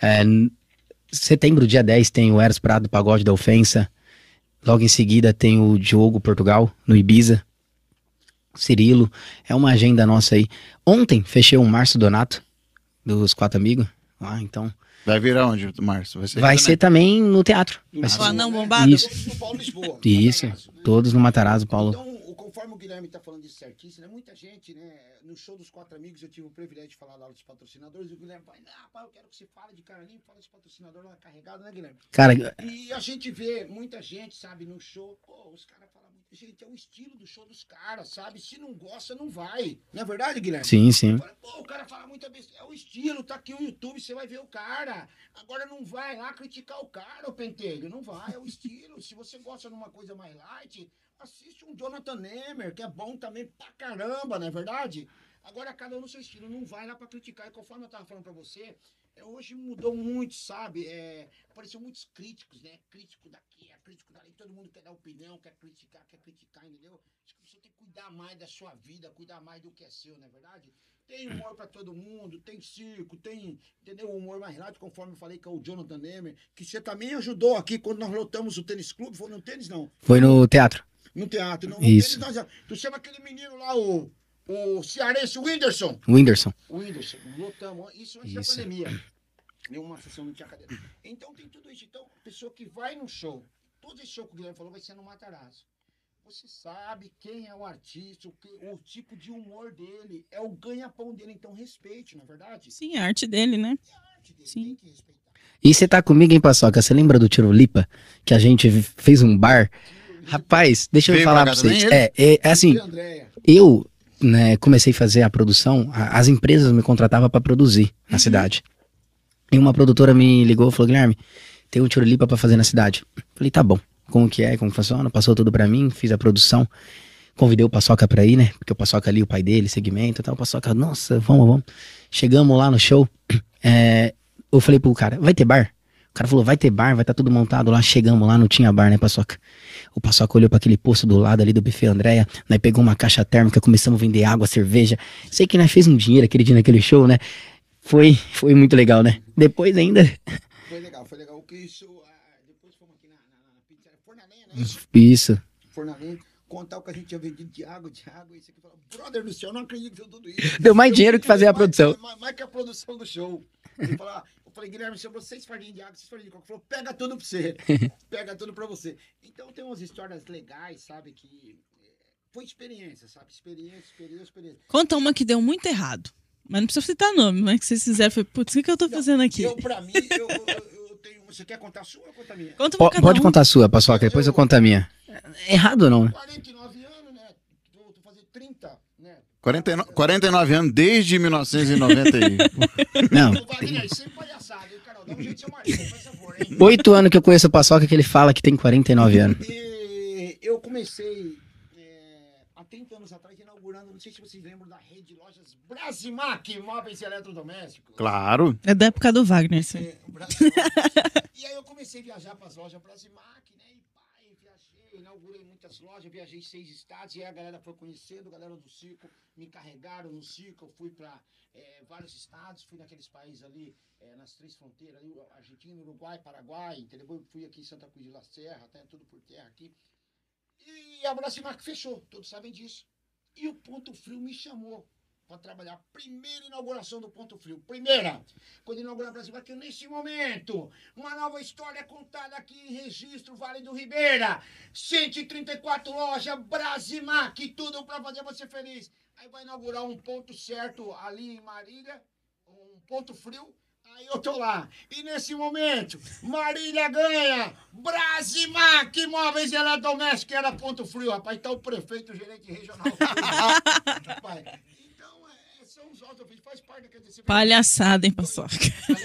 Setembro, dia 10, tem o Eros Prado, Pagode da Ofensa. Logo em seguida tem o Diogo Portugal, no Ibiza. Cirilo, é uma agenda nossa aí. Ontem fechei o Márcio Donato, dos Quatro Amigos. Então... Vai virar onde, Márcio? Vai ser também no teatro. Vai ser... O Anão Bombado? Isso. Todos no Paulo Lisboa. Isso, Matarazzo, né? todos no Matarazzo, Paulo. Então, conforme o Guilherme tá falando disso certíssimo, né? Muita gente, né? No show dos Quatro Amigos, eu tive o privilégio de falar lá dos patrocinadores, e o Guilherme vai, rapaz, eu quero que você fale de cara limpa, fala dos patrocinadores lá carregado, né, Guilherme? Cara, E a gente vê muita gente, sabe, no show, pô, os caras falam muito, gente, é o estilo do show dos caras, sabe? Se não gosta, não vai. Não é verdade, Guilherme? sim, sim. Pô, o cara fala muita besteira, é o estilo, tá aqui o YouTube, você vai ver o cara. Agora não vai lá criticar o cara, o pentelho, não vai, é o estilo. Se você gosta de uma coisa mais light, assiste um Jonathan Nemer, que é bom também pra caramba, não é verdade? Agora cada um no seu estilo, não vai lá pra criticar. E conforme eu tava falando pra você, hoje mudou muito, sabe? Apareceu muitos críticos, né? Crítico daqui, crítico dali, todo mundo quer dar opinião, quer criticar, entendeu? Acho que você tem que cuidar mais da sua vida, cuidar mais do que é seu, não é verdade? Tem humor pra todo mundo, tem circo, tem, entendeu? O humor mais light, conforme eu falei, que é o Jonathan Nemer, que você também ajudou aqui quando nós lotamos o tênis clube. Foi no tênis, não? Foi no teatro. No teatro, não. Isso. No tênis, tu chama aquele menino lá, o cearense, o Whindersson. Whindersson. O Whindersson, lotamos. Isso antes da Isso. pandemia. Nenhuma sessão não tinha cadeira. Então tem tudo isso. Então, a pessoa que vai no show, todo esse show que o Guilherme falou vai ser no Matarazzo. Você sabe quem é o artista, o tipo de humor dele, é o ganha-pão dele, então respeite, não é verdade? Sim, a arte dele, né? É a arte dele, Sim. tem que respeitar. E você tá comigo, hein, Paçoca? Você lembra do Tirolipa? Que a gente fez um bar? Rapaz, deixa eu Veio falar pra pra casa vocês. nem É assim, E a Andréia? eu comecei a fazer a produção, as empresas me contratavam pra produzir na cidade. E uma produtora me ligou e falou, Guilherme, tem um Tirolipa pra fazer na cidade. Falei, tá bom. Como que é, como funciona? Passou tudo pra mim, fiz a produção. Convidei o Paçoca pra ir, né? Porque o Paçoca ali, o pai dele, segmento e tal. O Paçoca, nossa, vamos. Chegamos lá no show. Eu falei pro cara, vai ter bar? O cara falou, vai ter bar, vai estar tudo montado lá. Chegamos lá, não tinha bar, né, Paçoca? O Paçoca olhou pra aquele posto do lado ali do buffet Andréia. Nós pegou uma caixa térmica, começamos a vender água, cerveja. Sei que nós fez um dinheiro aquele dia naquele show, né? Foi muito legal, né? Depois ainda... Foi legal. O que isso... depois fomos aqui na pizzaria Fornalenha, né? Isso. Fornalenha, contar o que a gente tinha vendido de água, e isso aqui. Falou, brother do céu, eu não acredito que tudo isso. Deu mais dinheiro que fazer a produção. Mais que a produção do show. Eu falei, Guilherme, sobrou 6 fardinhas de água, 6 fardinhas de coca. Ele falou, pega tudo pra você. Pega tudo pra você. Então tem umas histórias legais, sabe, que... Foi experiência, sabe? Experiência. Conta uma que deu muito errado. Mas não precisa citar nome, mas que vocês fizeram. Foi, putz, o que eu tô fazendo aqui? Pra mim, eu tenho... Você quer contar a sua ou contar a minha? Conta pra cada Pode um. contar a sua, Paçoca, depois eu conto a minha. Errado ou não, né? 49 anos, né? Tô fazendo 30, né? 49 anos, desde 1990 aí. Não. Ô, Wagner, sem palhaçada, hein, Carol? Dá um jeito de seu marido, faz favor, hein? 8 anos que eu conheço o Paçoca que ele fala que tem 49 anos. E eu comecei há 30 anos atrás inaugurando, não sei se vocês lembram da rede de lojas Brasimac, móveis e eletrodomésticos. Claro. É da época do Wagner, isso aí. Brasimac. E aí eu comecei a viajar para as lojas Brasimac, né? E pai, viajei, inaugurei muitas lojas, viajei 6 estados, e aí a galera foi conhecendo, a galera do circo me carregaram no circo, eu fui para vários estados, fui naqueles países ali, nas 3 fronteiras, ali, Argentina, Uruguai, Paraguai, entendeu? Eu fui aqui em Santa Cruz de La Serra, tá, tudo por terra aqui. E a Brasimac fechou, todos sabem disso. E o Ponto Frio me chamou para trabalhar. Primeira inauguração do Ponto Frio. Primeira. Quando inaugurar a Brasimac, nesse momento, uma nova história contada aqui em Registro, Vale do Ribeira. 134 lojas, Brasimac, tudo para fazer você feliz. Aí vai inaugurar um ponto certo ali em Marília, um Ponto Frio. Aí eu tô lá. E nesse momento, Marília ganha Brasimac Móveis e Eletrodomésticos, que era Ponto Frio, rapaz. Então o prefeito, o gerente regional. Rapaz. Então, faz parte daquele desse... Palhaçada, hein, Paçoca?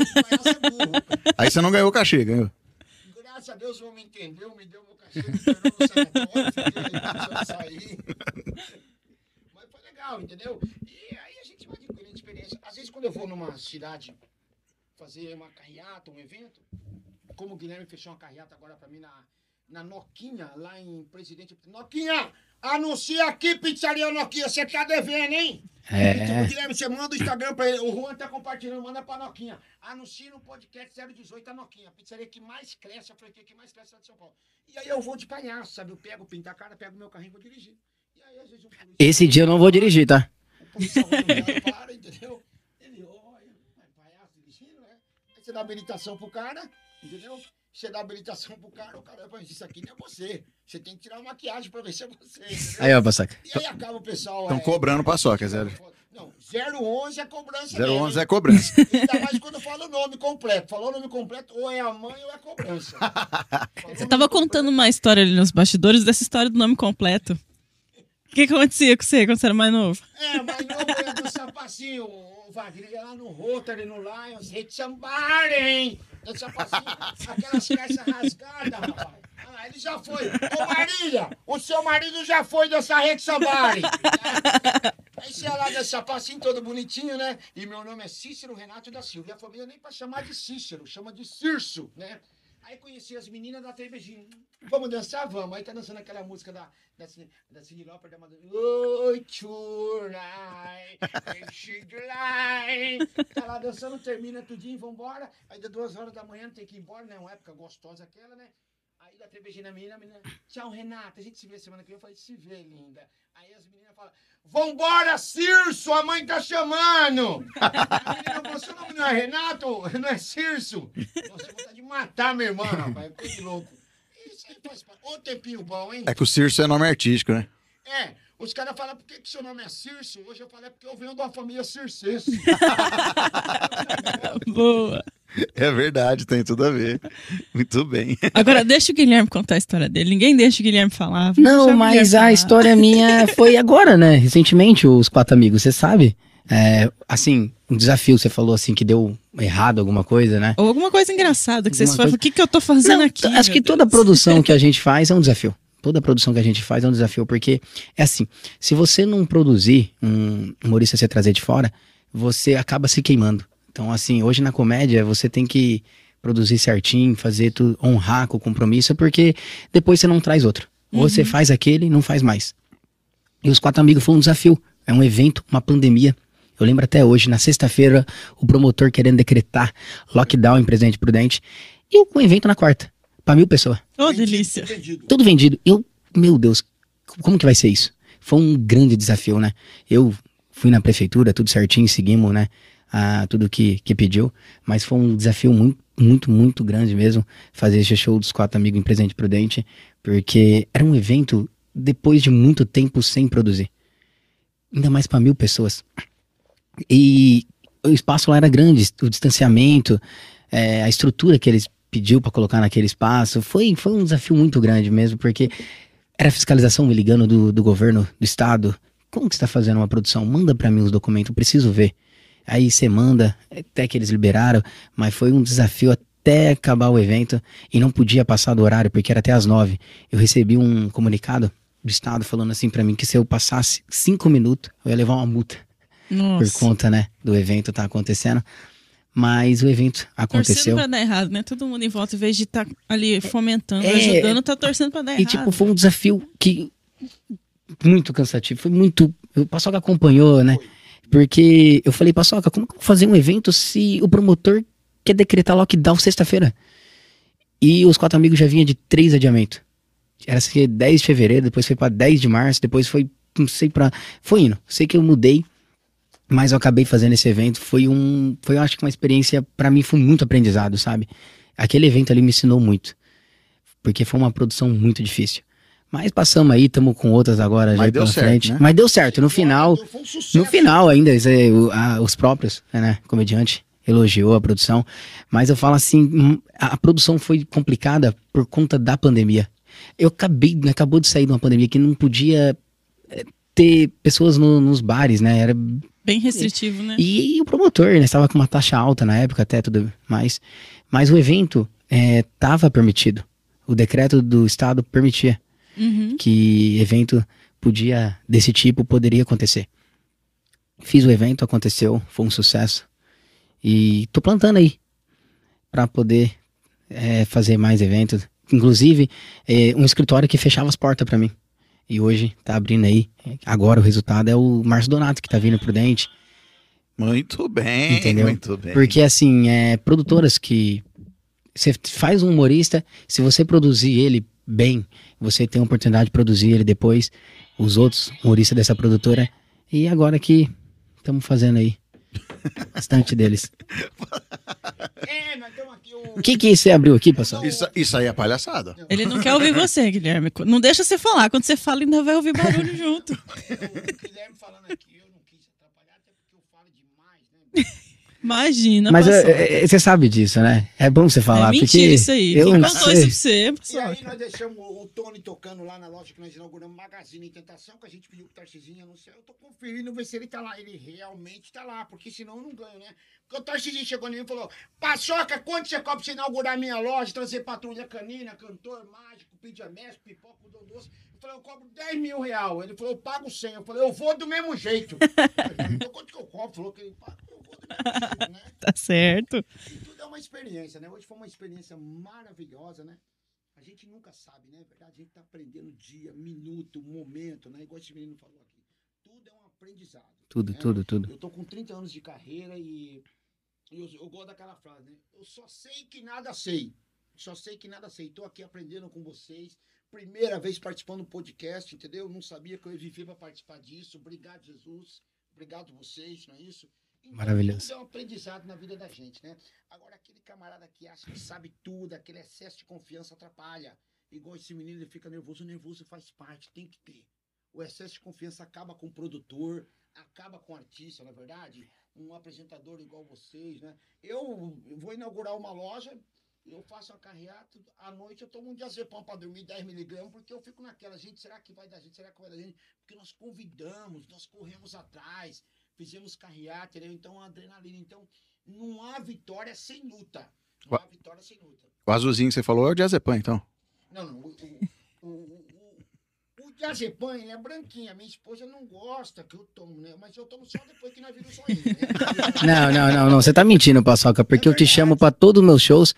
Aí você não ganhou o cachê, ganhou. Graças a Deus, o homem entendeu, me deu meu cachê, me internou no sanatório, fiquei sair. Mas foi legal, entendeu? E aí a gente vai adquirindo experiência. Às vezes, quando eu vou numa cidade fazer uma carreata, um evento, como o Guilherme fechou uma carreata agora pra mim na Noquinha, lá em Presidente... Noquinha, anuncia aqui, Pizzaria Noquinha, você tá devendo, hein? Então, Guilherme, você manda o Instagram pra ele, o Juan tá compartilhando, manda pra Noquinha. Anuncia no podcast 018 a Noquinha, a pizzaria que mais cresce, a franquia que mais cresce lá de São Paulo. E aí eu vou de palhaço, sabe? Eu pego, pinto a cara, pego meu carrinho e vou dirigir. E aí, às vezes, o policial... Esse dia eu não vou dirigir, tá? O policial rodoviário para, entendeu? Ele olha, palhaço dirigindo, né? Aí você dá habilitação pro cara, entendeu? Você dá habilitação pro cara, o cara fala, isso aqui não é você. Você tem que tirar a maquiagem pra ver se é você, entendeu? Aí, ó, Paçoca. E aí acaba o pessoal... Estão cobrando paçoca, zero. Não, 011 é cobrança. 011 é cobrança. Ainda mais quando fala o nome completo. Falou o nome completo, ou é a mãe ou é cobrança. Você tava contando uma história ali nos bastidores dessa história do nome completo. O que acontecia com você quando você era mais novo? Mas novo é do sapacinho. O Wagner ia lá no Rotary, no Lions, Rede Sambar, hein? Do sapacinho, aquelas calças rasgadas, rapaz. Ele já foi. Ô Marília, o seu marido já foi dessa Rede Sambar. Aí você ia lá desse sapacinho todo bonitinho, né? E meu nome é Cícero Renato da Silva. E a família nem pra chamar de Cícero, chama de Cirso, né? Aí conheci as meninas da Trevejinha. Vamos dançar? Vamos. Aí tá dançando aquela música da Cyndi Lauper, da Madonna. Oi, tonight, tá lá dançando, termina tudinho, vambora. Aí dá 2 horas da manhã, tem que ir embora, né? Uma época gostosa aquela, né? Aí da Trevejinha, a menina, tchau, Renata, a gente se vê semana que vem. Eu falei, se vê, linda. Aí as meninas falam, vambora, Cirso, a mãe tá chamando. A menina falou, seu nome não é Renato? Não é Cirso? Nossa, vontade de matar minha irmã, rapaz, que louco. Isso aí faz parte. Ô tempinho bom, hein? É que o Cirso é nome artístico, né? Os caras falam, por que seu nome é Cirso? Hoje eu falei, porque eu venho de uma família circense. Boa. É verdade, tem tudo a ver. Muito bem. Agora, deixa o Guilherme contar a história dele. Ninguém deixa o Guilherme falar. Não, mas a história minha foi agora, né? Recentemente, os 4 amigos, você sabe? Assim, um desafio, você falou assim, que deu errado alguma coisa, né? Ou alguma coisa engraçada, que vocês Alguma falam, o que eu tô fazendo aqui? Acho que toda produção que a gente faz é um desafio. Toda produção que a gente faz é um desafio, porque é assim, se você não produzir um humorista você trazer de fora, você acaba se queimando. Então, assim, hoje na comédia você tem que produzir certinho, fazer tudo, honrar com o compromisso, porque depois você não traz outro. Ou você faz aquele e não faz mais. E os 4 amigos foi um desafio, é um evento, uma pandemia. Eu lembro até hoje, na sexta-feira, o promotor querendo decretar lockdown em Presidente Prudente, e o evento na quarta, pra 1.000 pessoas. Ô, delícia. Tudo vendido. Meu Deus, como que vai ser isso? Foi um grande desafio, né? Eu fui na prefeitura, tudo certinho, seguimos, né? Tudo que pediu, mas foi um desafio muito grande mesmo, fazer esse show dos 4 amigos em Presidente Prudente, porque era um evento depois de muito tempo sem produzir. Ainda mais para 1.000 pessoas. E o espaço lá era grande, o distanciamento, a estrutura que eles pediu para colocar naquele espaço, foi um desafio muito grande mesmo, porque era fiscalização me ligando do governo do estado. Como que você está fazendo uma produção? Manda para mim os documentos, eu preciso ver. Aí você manda, até que eles liberaram, mas foi um desafio até acabar o evento e não podia passar do horário, porque era até às 9. Eu recebi um comunicado do estado falando assim para mim que se eu passasse 5 minutos, eu ia levar uma multa. Nossa. Por conta, né, do evento tá acontecendo. Mas o evento aconteceu. Torcendo pra dar errado, né? Todo mundo em volta, em vez de estar ali fomentando, ajudando, tá torcendo pra dar errado. E tipo, foi um desafio que muito cansativo, foi muito... O Paçoca acompanhou, né? Porque eu falei, Paçoca, como que eu vou fazer um evento se o promotor quer decretar lockdown sexta-feira? E os 4 amigos já vinham de 3 adiamentos. Era assim, 10 de fevereiro, depois foi pra 10 de março, depois foi, não sei pra... Foi indo. Sei que eu mudei, mas eu acabei fazendo esse evento. Foi eu acho que uma experiência, pra mim, foi muito aprendizado, sabe? Aquele evento ali me ensinou muito. Porque foi uma produção muito difícil. Mas passamos aí, estamos com outras agora já pela frente. Né? Mas deu certo, no final ainda, os próprios, né, comediante elogiou a produção. Mas eu falo assim, a produção foi complicada por conta da pandemia. Acabou de sair de uma pandemia que não podia ter pessoas nos bares, né, era Bem restritivo, né? E o promotor, né? Estava com uma taxa alta na época, até tudo mais. Mas o evento estava permitido. O decreto do estado permitia que evento desse tipo poderia acontecer. Fiz o evento, aconteceu, foi um sucesso. E tô plantando aí para poder fazer mais eventos. Inclusive, um escritório que fechava as portas para mim. E hoje tá abrindo aí. Agora o resultado é o Márcio Donato que tá vindo pro Dente. Muito bem, Entendeu? muito bem. Porque assim, produtoras que você faz um humorista, se você produzir ele bem, você tem a oportunidade de produzir ele depois, os outros humoristas dessa produtora. E agora que estamos fazendo aí bastante deles. Nós temos aqui O que você abriu aqui, pessoal? Isso aí é palhaçada. Ele não quer ouvir você, Guilherme. Não deixa você falar. Quando você fala, ainda vai ouvir barulho junto. o Guilherme falando aqui, eu não quis atrapalhar, até porque eu falo demais, né? Imagina, Mas Paçoca. você sabe disso, né? É bom você falar, mentira porque isso aí. eu Quem não contou sei. isso pra você, E Paçoca? aí nós deixamos o Tony tocando lá na loja que nós inauguramos Magazine em Tentação, que a gente pediu pro Tarcisinho anunciar. Eu tô conferindo ver se ele tá lá. Ele realmente tá lá, porque senão eu não ganho, né? Porque o Tarcisinho chegou em mim e falou: Paçoca, quanto você cobra pra você inaugurar a minha loja, trazer patrulha canina, cantor, mágico, pijamesco, pipoca, dom doce? Eu falei: eu cobro 10 mil reais. Ele falou: eu pago 100. Eu falei: eu vou do mesmo jeito. Então quanto que eu cobro? Falou que ele paga. Eu vou do mesmo jeito, né? Tá certo. E tudo é uma experiência, né? Hoje foi uma experiência maravilhosa, né? A gente nunca sabe, né? É verdade, a gente tá aprendendo dia, minuto, momento, né? Igual esse menino falou aqui. Tudo é um aprendizado. Tudo, né? tudo. Eu tô com 30 anos de carreira e eu gosto daquela frase, né? Eu só sei que nada sei. Só sei que nada sei. Tô aqui aprendendo com vocês. Primeira vez participando do podcast, entendeu? Não sabia que eu ia viver para participar disso. Obrigado, Jesus. Obrigado vocês, não é isso? Então, Maravilhoso. tudo é um aprendizado na vida da gente, né? Agora, aquele camarada que acha que sabe tudo, aquele excesso de confiança atrapalha. Igual esse menino, ele fica nervoso. O nervoso faz parte, tem que ter. O excesso de confiança acaba com o produtor, acaba com o artista, na verdade. Um apresentador igual vocês, né? Eu vou inaugurar uma loja, eu faço uma carreata, à noite eu tomo um diazepam para dormir 10 miligramas, porque eu fico naquela, gente, será que vai dar gente? Será que vai dar gente? Porque nós convidamos, nós corremos atrás, fizemos carreata, entendeu? Então adrenalina. Então não há vitória sem luta. Não há vitória sem luta. O azulzinho que você falou é o diazepam, então. Não. O diazepam, ele é branquinho. A minha esposa não gosta que eu tomo, né? Mas eu tomo só depois que nós viramos soninho, né? Não. Você tá mentindo, Paçoca, porque eu te chamo pra todos os meus shows.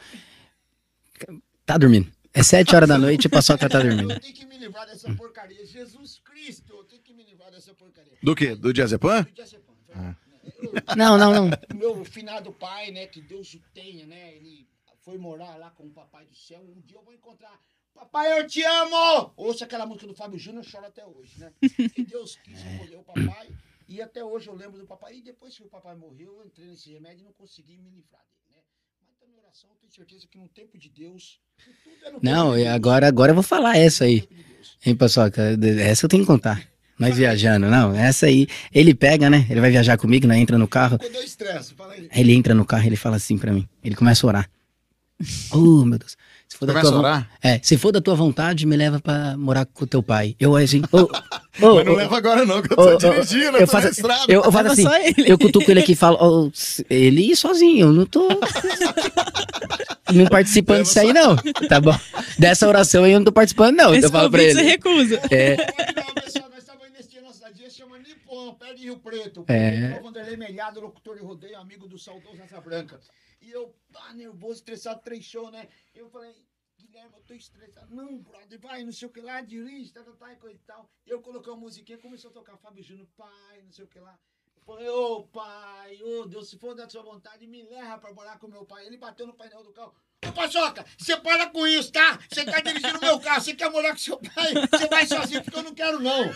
Tá dormindo. É 7 horas da noite e o Paçoca tá dormindo. Eu tenho que me livrar dessa porcaria. Jesus Cristo, eu tenho que me livrar dessa porcaria. Do quê? Do diazepam? Do diazepam, verdade, né? Não. Meu finado pai, né, que Deus o tenha, né, ele foi morar lá com o papai do céu. Um dia eu vou encontrar. Papai, eu te amo! Ouça aquela música do Fábio Júnior, chora até hoje, né? E Deus quis escolher o papai. E até hoje eu lembro do papai. E depois que o papai morreu, eu entrei nesse remédio e não consegui me livrar dele, né? Mas da minha oração, eu tenho certeza que no tempo de Deus, tudo é no tempo Não, de Deus. agora eu vou falar essa aí. No tempo de Deus. Hein, Paçoca? Essa eu tenho que contar. Nós viajando, não, essa aí. Ele pega, né? Ele vai viajar comigo, nós entra no carro. Quando eu estresso, fala aí. Aí ele entra no carro e ele fala assim pra mim. Ele começa a orar. Oh, meu Deus. Se for da Começa tua a orar? se for da tua vontade, me leva pra morar com o teu pai. Eu assim, Mas não leva agora não, que eu tô dirigindo, eu tô na estrada. eu faço Tava assim, só ele. eu cutuco ele aqui e falo, ele ir sozinho, eu não tô não participando disso aí não, tá bom? Dessa oração aí eu não tô participando não, Esse eu falo pra convite você ele. recusa. Não, pessoal, nós estávamos nesse dia na cidade, chama Nippon, pé de Rio Preto. O Vanderlei Melhado, locutor de rodeio, amigo do saudoso Asa Branca. E eu, nervoso, estressado, 3 shows, né? Eu falei, Guilherme, eu tô estressado. Não, brother, vai, não sei o que lá, dirige, e coisa e tal. Eu coloquei uma musiquinha, começou a tocar Fábio Júnior, pai, não sei o que lá. Eu falei, ô pai, ô Deus, se for da sua vontade, me leva pra morar com meu pai. Ele bateu no painel do carro. Ô, Paçoca, você para com isso, tá? Você tá dirigindo o meu carro, você quer morar com seu pai? Você vai sozinho, porque eu não quero, não.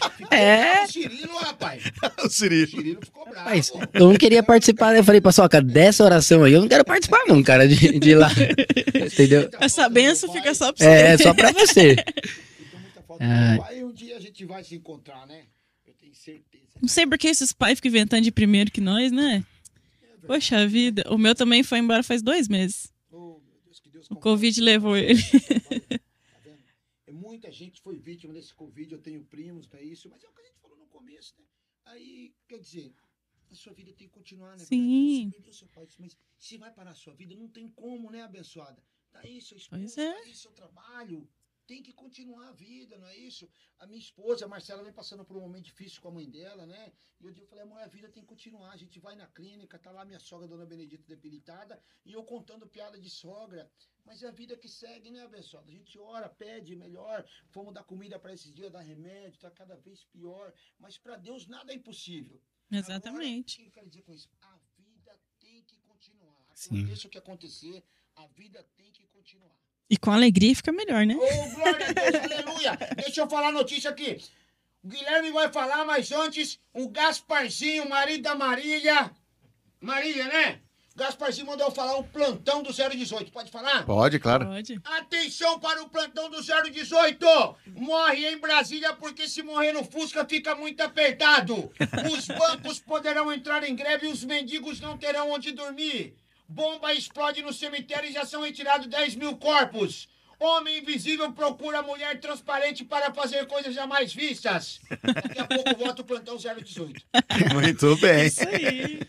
O Cirilo, rapaz. O Cirilo. O Cirilo ficou bravo. Rapaz, eu não queria participar, eu falei, Paçoca, dessa oração aí, eu não quero participar não, cara, de ir lá, entendeu? Essa benção fica só pra você. É, só pra você. Então, muita falta do meu pai, e um dia a gente vai se encontrar, né? Eu tenho certeza. Não sei por que esses pais ficam inventando de primeiro que nós, né? Poxa vida. O meu também foi embora faz 2 meses. Oh, meu Deus, que Deus O Covid levou ele. Tá vendo? Muita gente foi vítima desse Covid, eu tenho primos, não é isso, mas é o que a gente falou no começo, né? Aí, quer dizer, a sua vida tem que continuar, né? Sim. Você perdeu seu pai, mas se vai parar a sua vida, não tem como, né, abençoada? Tá aí seu esposo, Pois é. tá aí seu trabalho. Tem que continuar a vida, não é isso? A minha esposa, a Marcela, vem passando por um momento difícil com a mãe dela, né? E eu falei, amor, a vida tem que continuar. A gente vai na clínica, tá lá minha sogra, Dona Benedita, debilitada, e eu contando piada de sogra. Mas é a vida que segue, né, abençoada? A gente ora, pede melhor, vamos dar comida para esses dias, dar remédio, tá cada vez pior. Mas para Deus nada é impossível. Exatamente. Agora, o que eu quero dizer com isso? A vida tem que continuar. Sim. Aconteça o que acontecer, a vida tem que continuar. E com alegria fica melhor, né? Ô, glória a Deus, aleluia! Deixa eu falar a notícia aqui. O Guilherme vai falar, mas antes, o Gasparzinho, marido da Marília. Marília, né? O Gasparzinho mandou eu falar o plantão do 018. Pode falar? Pode, claro. Pode. Atenção para o plantão do 018! Morre em Brasília porque se morrer no Fusca fica muito apertado. Os bancos poderão entrar em greve e os mendigos não terão onde dormir. Bomba explode no cemitério e já são retirados 10 mil corpos. Homem invisível procura mulher transparente para fazer coisas jamais vistas. Daqui a pouco volta o plantão 018. Muito bem. Isso aí.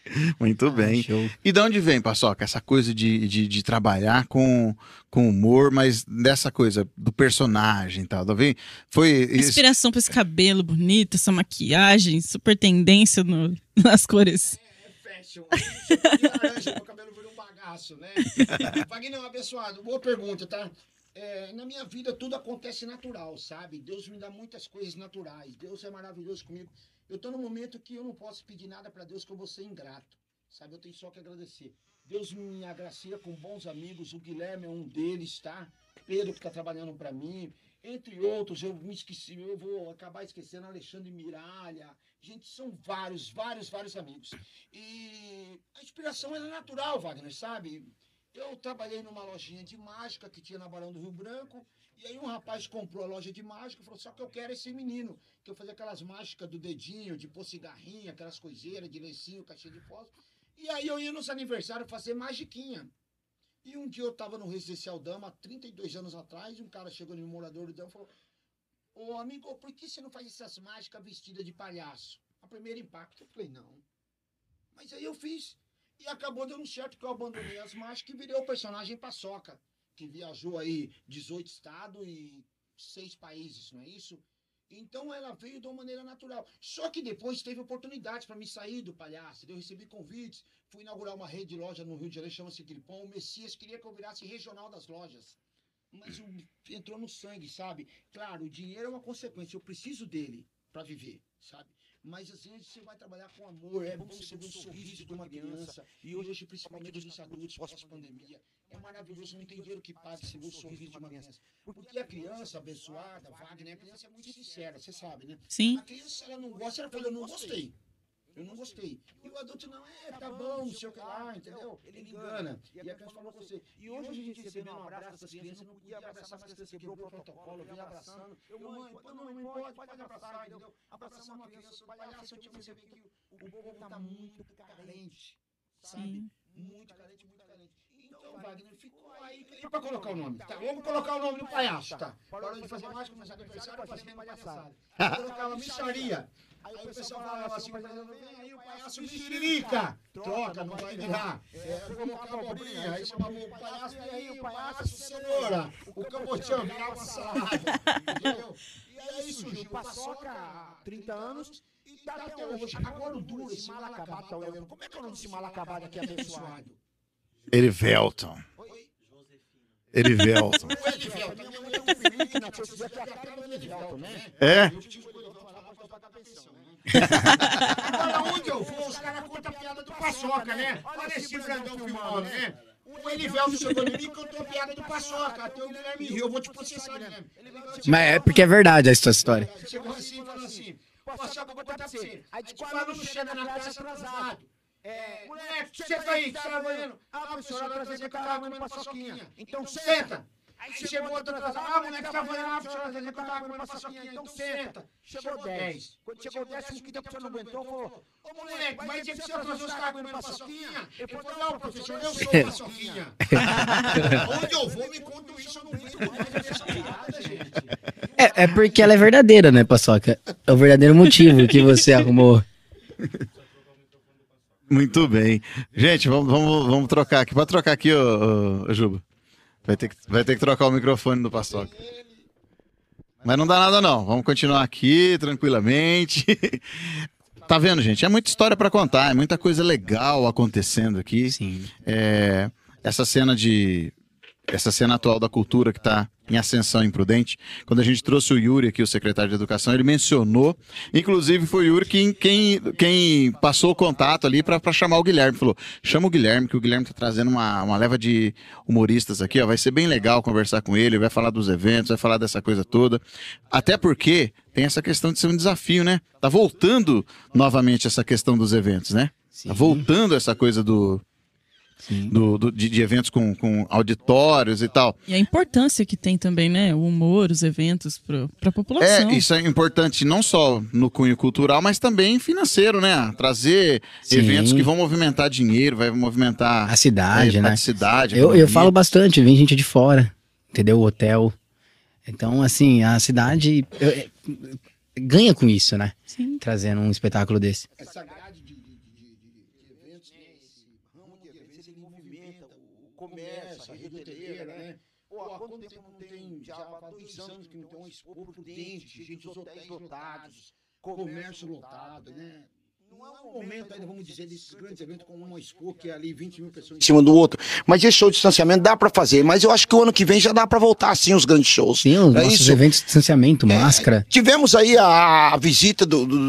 Muito bem. Show. E de onde vem, Paçoca, essa coisa de trabalhar com humor, mas dessa coisa do personagem e tal? Foi Inspiração pra esse cabelo bonito, essa maquiagem, super tendência nas cores. Fashion. De laranja, meu cabelo virou um bagaço, né? Vagnão, abençoado, boa pergunta, tá? Na minha vida tudo acontece natural, sabe? Deus me dá muitas coisas naturais. Deus é maravilhoso comigo. Eu tô num momento que eu não posso pedir nada pra Deus, que eu vou ser ingrato, sabe? Eu tenho só que agradecer. Deus me agracia com bons amigos, o Guilherme é um deles, tá? Pedro que tá trabalhando pra mim, entre outros, eu me esqueci, eu vou acabar esquecendo Alexandre Miralha. Gente, são vários amigos. E a inspiração é natural, Wagner, sabe? Eu trabalhei numa lojinha de mágica que tinha na Barão do Rio Branco, e aí um rapaz comprou a loja de mágica e falou, só que eu quero esse menino, que eu fazia aquelas mágicas do dedinho, de pôr cigarrinha, aquelas coiseiras, de lencinho, caixinha de fósforo. E aí eu ia nos aniversários fazer magiquinha. E um dia eu tava no Residencial Dama, há 32 anos atrás, e um cara chegou no morador do Dama e falou, ô amigo, por que você não faz essas mágicas vestidas de palhaço? A primeiro impacto, eu falei, não. Mas aí eu fiz. E acabou dando certo que eu abandonei as mágicas e virei o personagem Paçoca, que viajou aí 18 estados e 6 países, não é isso? Então ela veio de uma maneira natural. Só que depois teve oportunidades para me sair do palhaço. Eu recebi convites, fui inaugurar uma rede de loja no Rio de Janeiro, chama-se Gripão. O Messias queria que eu virasse regional das lojas. Mas entrou no sangue, sabe? Claro, o dinheiro é uma consequência, eu preciso dele para viver, sabe? Mas às vezes você vai trabalhar com amor, é bom você ver um sorriso de uma criança. E hoje, principalmente dos adultos, pós-pandemia, é maravilhoso, não tem dinheiro que pague você ver o sorriso de uma criança. Porque a criança abençoada, Wagner, a criança é muito sincera, você sabe, né? Sim. A criança, ela não gosta, ela fala, eu não gostei. Eu não gostei. E o adulto não tá bom, não sei o que lá, entendeu? Ele engana. E a criança falou com você. E hoje a gente recebendo um abraço das crianças, não podia abraçar mais criança, quebrou o protocolo, eu vim abraçando. Mãe, pode abraçar, entendeu? Abraçar uma criança, palhaço, eu tive que ver que o povo tá muito carente, sabe? Sim. Muito carente, muito carente. Então, Wagner, ficou aí. Pra colocar o nome, tá? Vamos colocar o nome do palhaço, tá? Parou de fazer mágica, mas aniversário, fazendo palhaçada. Colocava micharia. Aí o pessoal falava assim, vem aí o palhaço mexerica. Troca, não vai virar. Colocar abobrinha, aí chamava o palhaço, vem aí o palhaço cenoura. O cambotiano virava uma salada. Entendeu? E aí surgiu o Paçoca há 30 anos e tá até hoje. Agora o duro, esse mal acabado, tá olhando. Como é que é o nome desse mal acabado aqui abençoado? Erivelton. Erivelton. O Elivelton, minha mulher é muito menina, tinha que a cara do Elivelton, né? É? Eu tive que falar pra pagar pensão, né? Agora, onde eu vou, os caras contam a piada do Paçoca, né? Olha esse Brandão filmando, né? O Elivelton chegou em mim e contou a piada do Paçoca. Até o Guilherme riu, eu vou te processar, Guilherme. Mas é porque é verdade a sua história. Chegou assim e falou assim, Paçoca, eu vou contar pra você. Aí de quando não chega na casa atrasado. Moleque, senta aí, que você tá banhando. Professor, eu trazer que eu tava comendo paçoquinha. Então senta. Aí chegou outro atrasado. Moleque, tá banhando. Professor, eu trazer que eu tava comendo paçoquinha. Então senta. Chegou 10. Quando chegou 10, o que o professor não aguentou, falou, ô moleque, vai dizer que você atrasou, você tava comendo paçoquinha? Ele falou, não, professor, eu sou paçoquinha. Onde eu vou, me conto isso, eu não aguento mais essa piada, gente. É porque ela é verdadeira, né, Paçoca? É o verdadeiro motivo que você arrumou. Muito bem. Gente, vamos trocar aqui. Pode trocar aqui, ô Juba. Vai ter que trocar o microfone do Paçoca. Mas não dá nada não. Vamos continuar aqui tranquilamente. Tá vendo, gente? É muita história para contar, é muita coisa legal acontecendo aqui. Sim. Essa cena atual da cultura que está em ascensão imprudente. Quando a gente trouxe o Yuri aqui, o secretário de Educação, ele mencionou, inclusive foi o Yuri quem passou o contato ali para chamar o Guilherme. Falou, chama o Guilherme, que o Guilherme está trazendo uma leva de humoristas aqui, ó, vai ser bem legal conversar com ele, vai falar dos eventos, vai falar dessa coisa toda. Até porque tem essa questão de ser um desafio, né? Tá voltando novamente essa questão dos eventos, né? Sim. Tá voltando essa coisa de eventos com auditórios e tal. E a importância que tem também, né? O humor, os eventos para a população. Isso é importante não só no cunho cultural, mas também financeiro, né? Trazer eventos que vão movimentar dinheiro, vai movimentar a cidade, né? A cidade. Eu falo bastante, vem gente de fora, entendeu? O hotel. Então, assim, a cidade ganha com isso, né? Sim. Trazendo um espetáculo desse. Essa grade de eventos, né? Esse ramo de eventos, ele movimenta o comércio, a rede hoteleira, né? Pô, há quanto tempo não tem, já há 2 anos que não tem uma Expo Prudente, gente, os hotéis lotados, comércio lotado, né? Não é um momento ainda, vamos dizer, desses grandes eventos como uma Expo, que é ali 20 mil pessoas em cima do outro. Mas esse show de distanciamento dá pra fazer. Mas eu acho que o ano que vem já dá pra voltar, sim, os grandes shows. Sim, os nossos eventos de distanciamento, máscara. Tivemos aí a visita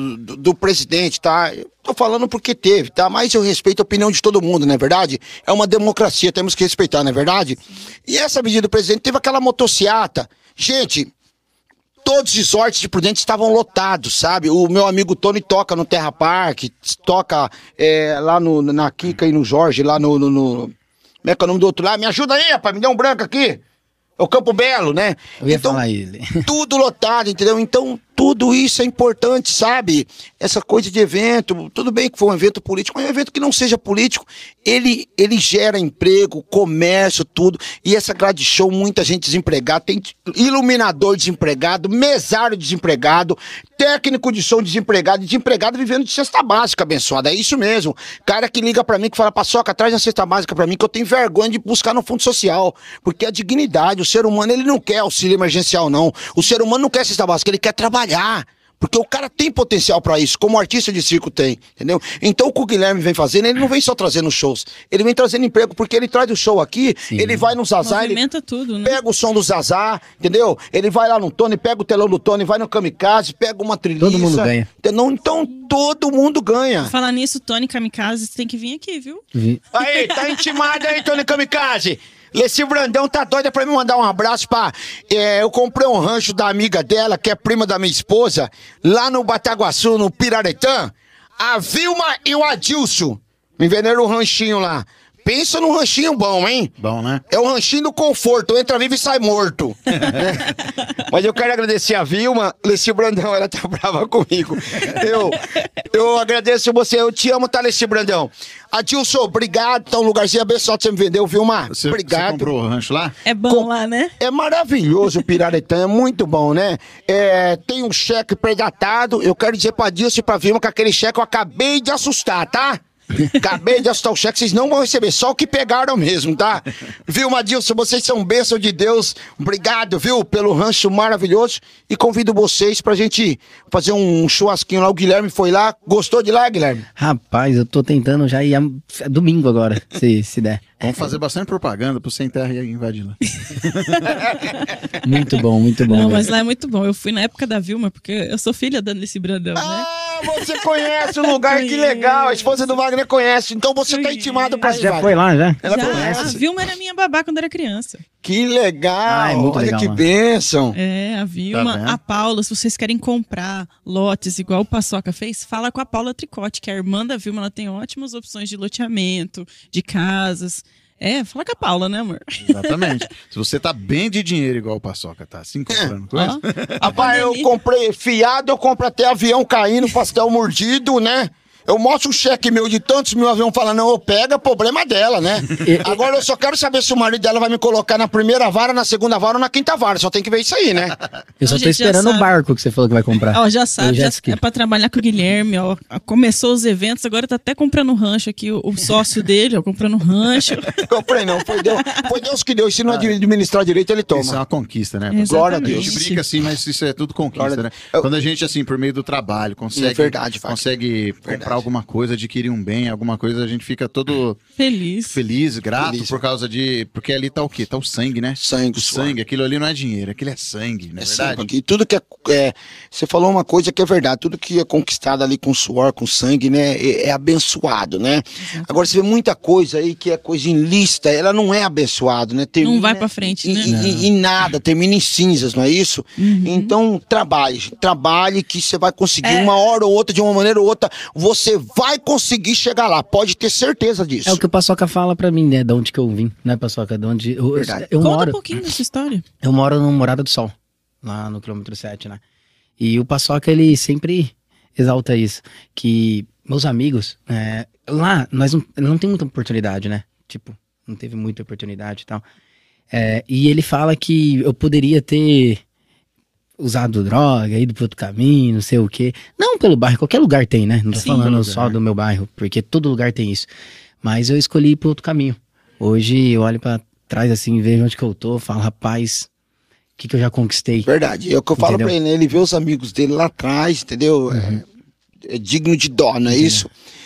do presidente, tá? Eu tô falando porque teve, tá? Mas eu respeito a opinião de todo mundo, não é verdade? É uma democracia, temos que respeitar, não é verdade? E essa visita do presidente teve aquela motociata. Gente, todos os resorts de Prudente estavam lotados, sabe? O meu amigo Tony toca no Terra Park, toca lá na Kika e no Jorge, lá no... Como é que é o nome do outro lá? Me ajuda aí, rapaz, me dá um branco aqui. É o Campo Belo, né? Eu ia falar ele. Tudo lotado, entendeu? Então, tudo isso é importante, sabe? Essa coisa de evento, tudo bem que for um evento político, mas um evento que não seja político, ele gera emprego, comércio, tudo. E essa grade de show, muita gente desempregada, tem iluminador desempregado, mesário desempregado, técnico de som desempregado vivendo de cesta básica, abençoada. É isso mesmo. Cara que liga pra mim, que fala, Paçoca, traz a cesta básica pra mim, que eu tenho vergonha de buscar no fundo social. Porque a dignidade, o ser humano, ele não quer auxílio emergencial, não. O ser humano não quer cesta básica, ele quer trabalhar. Porque o cara tem potencial pra isso, como o artista de circo tem, entendeu? Então o que o Guilherme vem fazendo, ele não vem só trazendo shows, ele vem trazendo emprego, porque ele traz o show aqui, sim, ele vai no Zazá, ele tudo, né? Pega o som do Zazá, entendeu? Ele vai lá no Tony, pega o telão do Tony, vai no Kamikaze, pega uma trilhiça. Todo mundo ganha. Entendeu? Então todo mundo ganha. Falar nisso, Tony Kamikaze, você tem que vir aqui, viu? Aí, tá intimado aí, Tony Kamikaze. Leci Brandão tá doida pra me mandar um abraço pra... eu comprei um rancho da amiga dela, que é prima da minha esposa, lá no Bataguaçu, no Piraretã. A Vilma e o Adilson me venderam um ranchinho lá. Pensa num ranchinho bom, hein? Bom, né? É o ranchinho do conforto, entra vivo e sai morto. Mas eu quero agradecer a Vilma, Leci Brandão, ela tá brava comigo. Eu agradeço você, eu te amo, tá, Leci Brandão? Adilson, obrigado, tá um lugarzinho abençoado que você me vendeu, Vilma. Obrigado. Você comprou o rancho lá? É bom lá, né? É maravilhoso o Piraretã, é muito bom, né? Tem um cheque predatado, eu quero dizer pra Adilson e pra Vilma que aquele cheque eu acabei de assustar, tá? Acabei de assustar o cheque, vocês não vão receber, só o que pegaram mesmo, tá? Viu, Adilson, vocês são bênção de Deus. Obrigado, viu, pelo rancho maravilhoso. E convido vocês pra gente fazer um churrasquinho lá. O Guilherme foi lá. Gostou de lá, Guilherme? Rapaz, eu tô tentando já ir domingo agora, se der. Vamos fazer bastante propaganda pro Sem Terra e invadir lá. Muito bom, muito bom. Não, mas lá é muito bom. Eu fui na época da Vilma, porque eu sou filha da Nesse Brandão, né? Ah, você conhece o lugar, que legal. A esposa do Wagner conhece, então você tá intimado pra ir. Já foi lá, já? Ela Já, conhece. a Vilma era minha babá quando era criança. Que legal. É muito olha legal, que mano. bênção. A Vilma, vendo? a Paula, se vocês querem comprar lotes igual o Paçoca fez, fala com a Paula Tricote, que é a irmã da Vilma, ela tem ótimas opções de loteamento, de casas. Fala com a Paula, né, amor? Exatamente. Se você tá bem de dinheiro igual o Paçoca, tá assim comprando coisa. Rapaz, eu comprei fiado, eu compro até avião caindo, pastel mordido, né? Eu mostro um cheque meu de tantos mil, avião fala, não, eu pego, é problema dela, né? Agora eu só quero saber se o marido dela vai me colocar na primeira vara, na segunda vara ou na quinta vara. Só tem que ver isso aí, né? Eu só A tô gente já esperando o sabe. barco que você falou que vai comprar. Ó, já sabe, O jet já ski. é pra trabalhar com o Guilherme, ó. Começou os eventos, agora tá até comprando rancho aqui, o sócio dele, ó, comprando rancho. Comprei não, foi Deus que deu. E se não administrar direito, ele Isso é toma. uma conquista, né? Exatamente. Glória a A Deus. gente brinca assim, mas isso é tudo conquista, Glória a né? Deus. Quando a gente, assim, por meio do trabalho, consegue, É verdade, Wagner. consegue comprar alguma coisa, adquirir um bem, alguma coisa, a gente fica todo Feliz. grato Feliz. por causa de... Porque ali tá o quê? Tá o sangue, né? Sangue, O suor. sangue, aquilo ali não é dinheiro, aquilo é sangue, não é verdade? Sempre aqui. Tudo que você falou uma coisa que é verdade, tudo que é conquistado ali com suor, com sangue, né, é abençoado, né? Agora você vê muita coisa aí que é coisa ilícita, ela não é abençoado, né? Não vai pra frente, né? Em nada, termina em cinzas, não é isso? Então trabalhe que você vai conseguir uma hora ou outra, de uma maneira ou outra, você vai conseguir chegar lá, pode ter certeza disso. É o que o Paçoca fala pra mim, né? De onde que eu vim, né, Paçoca? De onde Verdade. eu Conta moro. um pouquinho dessa história. Eu moro no Morada do Sol, lá no quilômetro 7, né? E o Paçoca, ele sempre exalta isso, que meus amigos, lá, nós não tem muita oportunidade, né? Tipo, não teve muita oportunidade e tal. E ele fala que eu poderia ter usado droga, ido pro outro caminho, não sei o quê. Não pelo bairro, qualquer lugar tem, né? Não tô Sim. falando Todo só lugar. do meu bairro, porque todo lugar tem isso. Mas eu escolhi ir pro outro caminho. Hoje eu olho pra trás assim, vejo onde que eu tô, falo, rapaz, o que eu já conquistei? Verdade, é o que eu falo Entendeu? pra ele, né? Ele vê os amigos dele lá atrás, entendeu? É digno de dó, não é isso?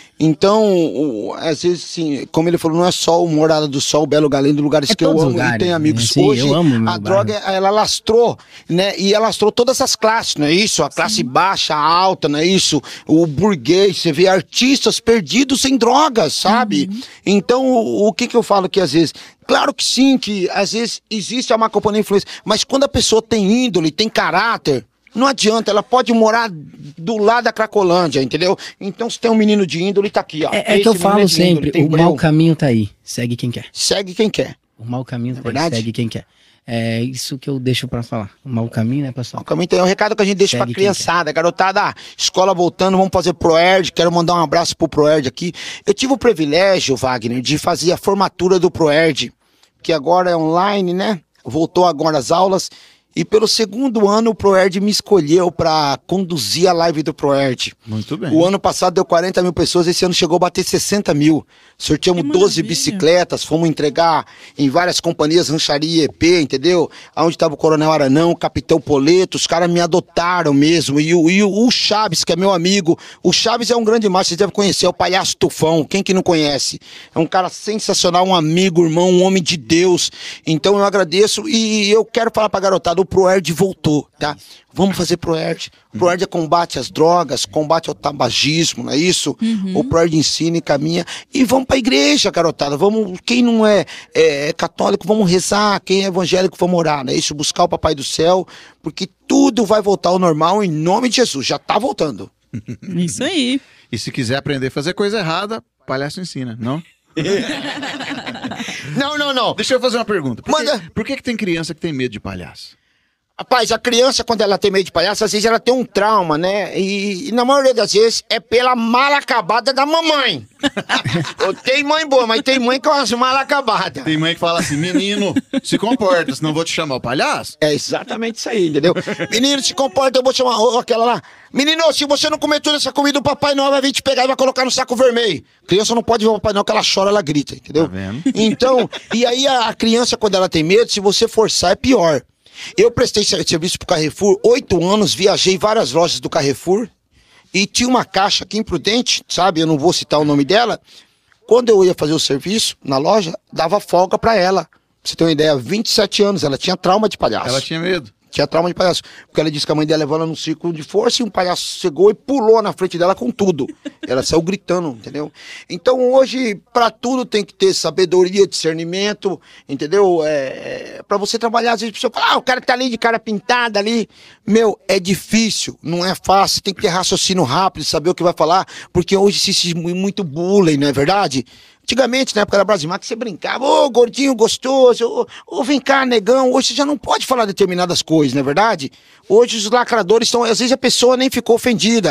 Então, às vezes, assim, como ele falou, não é só o Morada do Sol, o Belo Galeno, lugares que eu todos os amo e lugares, tem amigos. né? Sim, Hoje, eu amo meu a droga, ela lastrou, né? E ela lastrou todas as classes, não é isso? A classe baixa, a alta, não é isso? O burguês, você vê artistas perdidos em drogas, sabe? Então, o que eu falo que às vezes... Claro que sim, que às vezes existe a má companhia influência, mas quando a pessoa tem índole, tem caráter... Não adianta, ela pode morar do lado da Cracolândia, entendeu? Então, se tem um menino de índole, tá aqui, ó. É Esse que eu menino falo é de índole, sempre, tem o breu. mau caminho tá aí, segue quem quer. Segue quem quer. O mau caminho tá aí, verdade? segue quem quer. É isso que eu deixo pra falar. O mau caminho, né, O pessoal? caminho tem um recado que a gente deixa Segue pra quem criançada, garotada, escola voltando, vamos fazer Proerd, quero mandar um abraço pro Proerd aqui. Eu tive o privilégio, Wagner, de fazer a formatura do Proerd, que agora é online, né? Voltou agora as aulas. E pelo segundo ano o Proerd me escolheu para conduzir a live do Proerd. Muito bem. O ano passado deu 40 mil pessoas, esse ano chegou a bater 60 mil. Sorteamos Que 12 maravilha. bicicletas, fomos entregar em várias companhias, Rancharia EP, entendeu? Onde estava o Coronel Aranão, o Capitão Poleto, os caras me adotaram mesmo. E o Chaves, que é meu amigo, o Chaves é um grande macho, vocês devem conhecer, é o Palhaço Tufão, quem que não conhece? É um cara sensacional, um amigo, irmão, um homem de Deus. Então eu agradeço e eu quero falar pra garotada, o Proerd voltou, tá? Vamos fazer Proerd. O Proerd é combate às drogas, combate ao tabagismo, não é isso? O Proerd ensina e caminha. E vamos pra igreja, garotada. Vamos, quem não é católico, vamos rezar. Quem é evangélico, vamos orar, não é isso? Buscar o Papai do Céu, porque tudo vai voltar ao normal em nome de Jesus. Já tá voltando. Isso aí. E se quiser aprender a fazer coisa errada, palhaço ensina, não? Não. Deixa eu fazer uma pergunta. Manda. Por que tem criança que tem medo de palhaço? Rapaz, a criança, quando ela tem medo de palhaço, às vezes ela tem um trauma, né? E na maioria das vezes é pela mala acabada da mamãe. Tem mãe boa, mas tem mãe com as malas acabadas. Tem mãe que fala assim, menino, se comporta, senão eu vou te chamar o palhaço. É exatamente isso aí, entendeu? Menino, se comporta, eu vou chamar aquela lá. Menino, se você não comer toda essa comida, o Papai Noel vai vir te pegar e vai colocar no saco vermelho. Criança não pode ver o Papai Noel, que ela chora, ela grita, entendeu? Tá vendo? Então, e aí a criança, quando ela tem medo, se você forçar, é pior. Eu prestei serviço pro Carrefour, 8 anos, viajei várias lojas do Carrefour e tinha uma caixa aqui imprudente, sabe? Eu não vou citar o nome dela. Quando eu ia fazer o serviço na loja, dava folga pra ela. Pra você ter uma ideia, 27 anos, ela tinha trauma de palhaço. Ela tinha medo. Tinha trauma de palhaço. Porque ela disse que a mãe dela levou ela num círculo de força e um palhaço chegou e pulou na frente dela com tudo. Ela saiu gritando, entendeu? Então hoje, pra tudo tem que ter sabedoria, discernimento, entendeu? Pra você trabalhar, às vezes a pessoa fala, o cara tá ali de cara pintada ali. Meu, é difícil, não é fácil, tem que ter raciocínio rápido, saber o que vai falar, porque hoje se existe muito bullying, não é verdade? Antigamente, na época da Brasimac, você brincava, ô gordinho gostoso, ô vem cá, negão. Hoje você já não pode falar determinadas coisas, não é verdade? Hoje os lacradores estão, às vezes a pessoa nem ficou ofendida.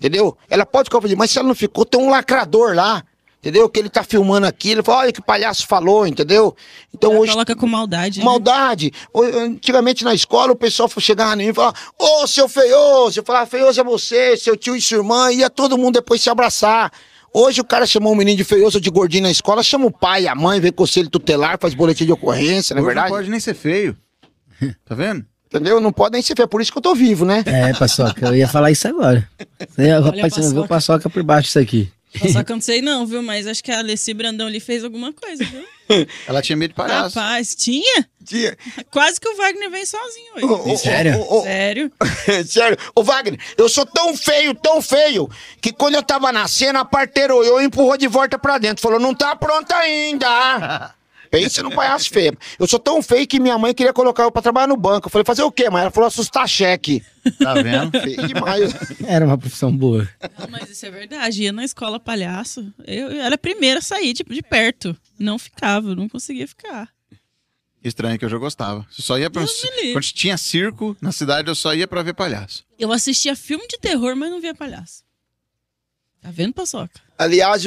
entendeu? Ela pode ficar ofendida, mas se ela não ficou, tem um lacrador lá, entendeu? Que ele tá filmando aqui, ele fala, olha que o palhaço falou, entendeu? Então Ela hoje... coloca com maldade. Né? Maldade. Antigamente na escola o pessoal chegava em mim e falava, ô, seu feioso. Eu falava, feioso é você, seu tio e sua irmã. Ia todo mundo depois se abraçar. Hoje o cara chamou um menino de feioso ou de gordinho na escola, chama o pai, a mãe, vem conselho tutelar, faz boletim de ocorrência, não é verdade? Não pode nem ser feio. Tá vendo? Entendeu? Não pode nem ser feio, por isso que eu tô vivo, né? Paçoca, eu ia falar isso agora. Rapaz, você não viu Paçoca por baixo disso aqui. Só que eu não sei não, viu? Mas acho que a Alessi Brandão ali fez alguma coisa, viu? Ela tinha medo de palhaço. Rapaz, tinha? Tinha. Quase que o Wagner vem sozinho hoje. Sério? Sério? Sério. Ô, Wagner, eu sou tão feio, que quando eu tava nascendo, a parteira olhou e empurrou de volta pra dentro. Falou, não tá pronta ainda. Pensa num palhaço feio. Eu sou tão feio que minha mãe queria colocar eu pra trabalhar no banco. Eu falei, fazer o quê, mãe? Ela falou, assustar cheque. Tá vendo? Feio demais. Era uma profissão boa. Não, mas isso é verdade. Ia na escola palhaço. Eu era a primeira a sair, tipo, de perto. Não ficava, não conseguia ficar. Estranho que eu já gostava. Eu só ia pra... Deus me livre. Quando tinha circo na cidade, eu só ia pra ver palhaço. Eu assistia filme de terror, mas não via palhaço. Tá vendo, Paçoca? Aliás,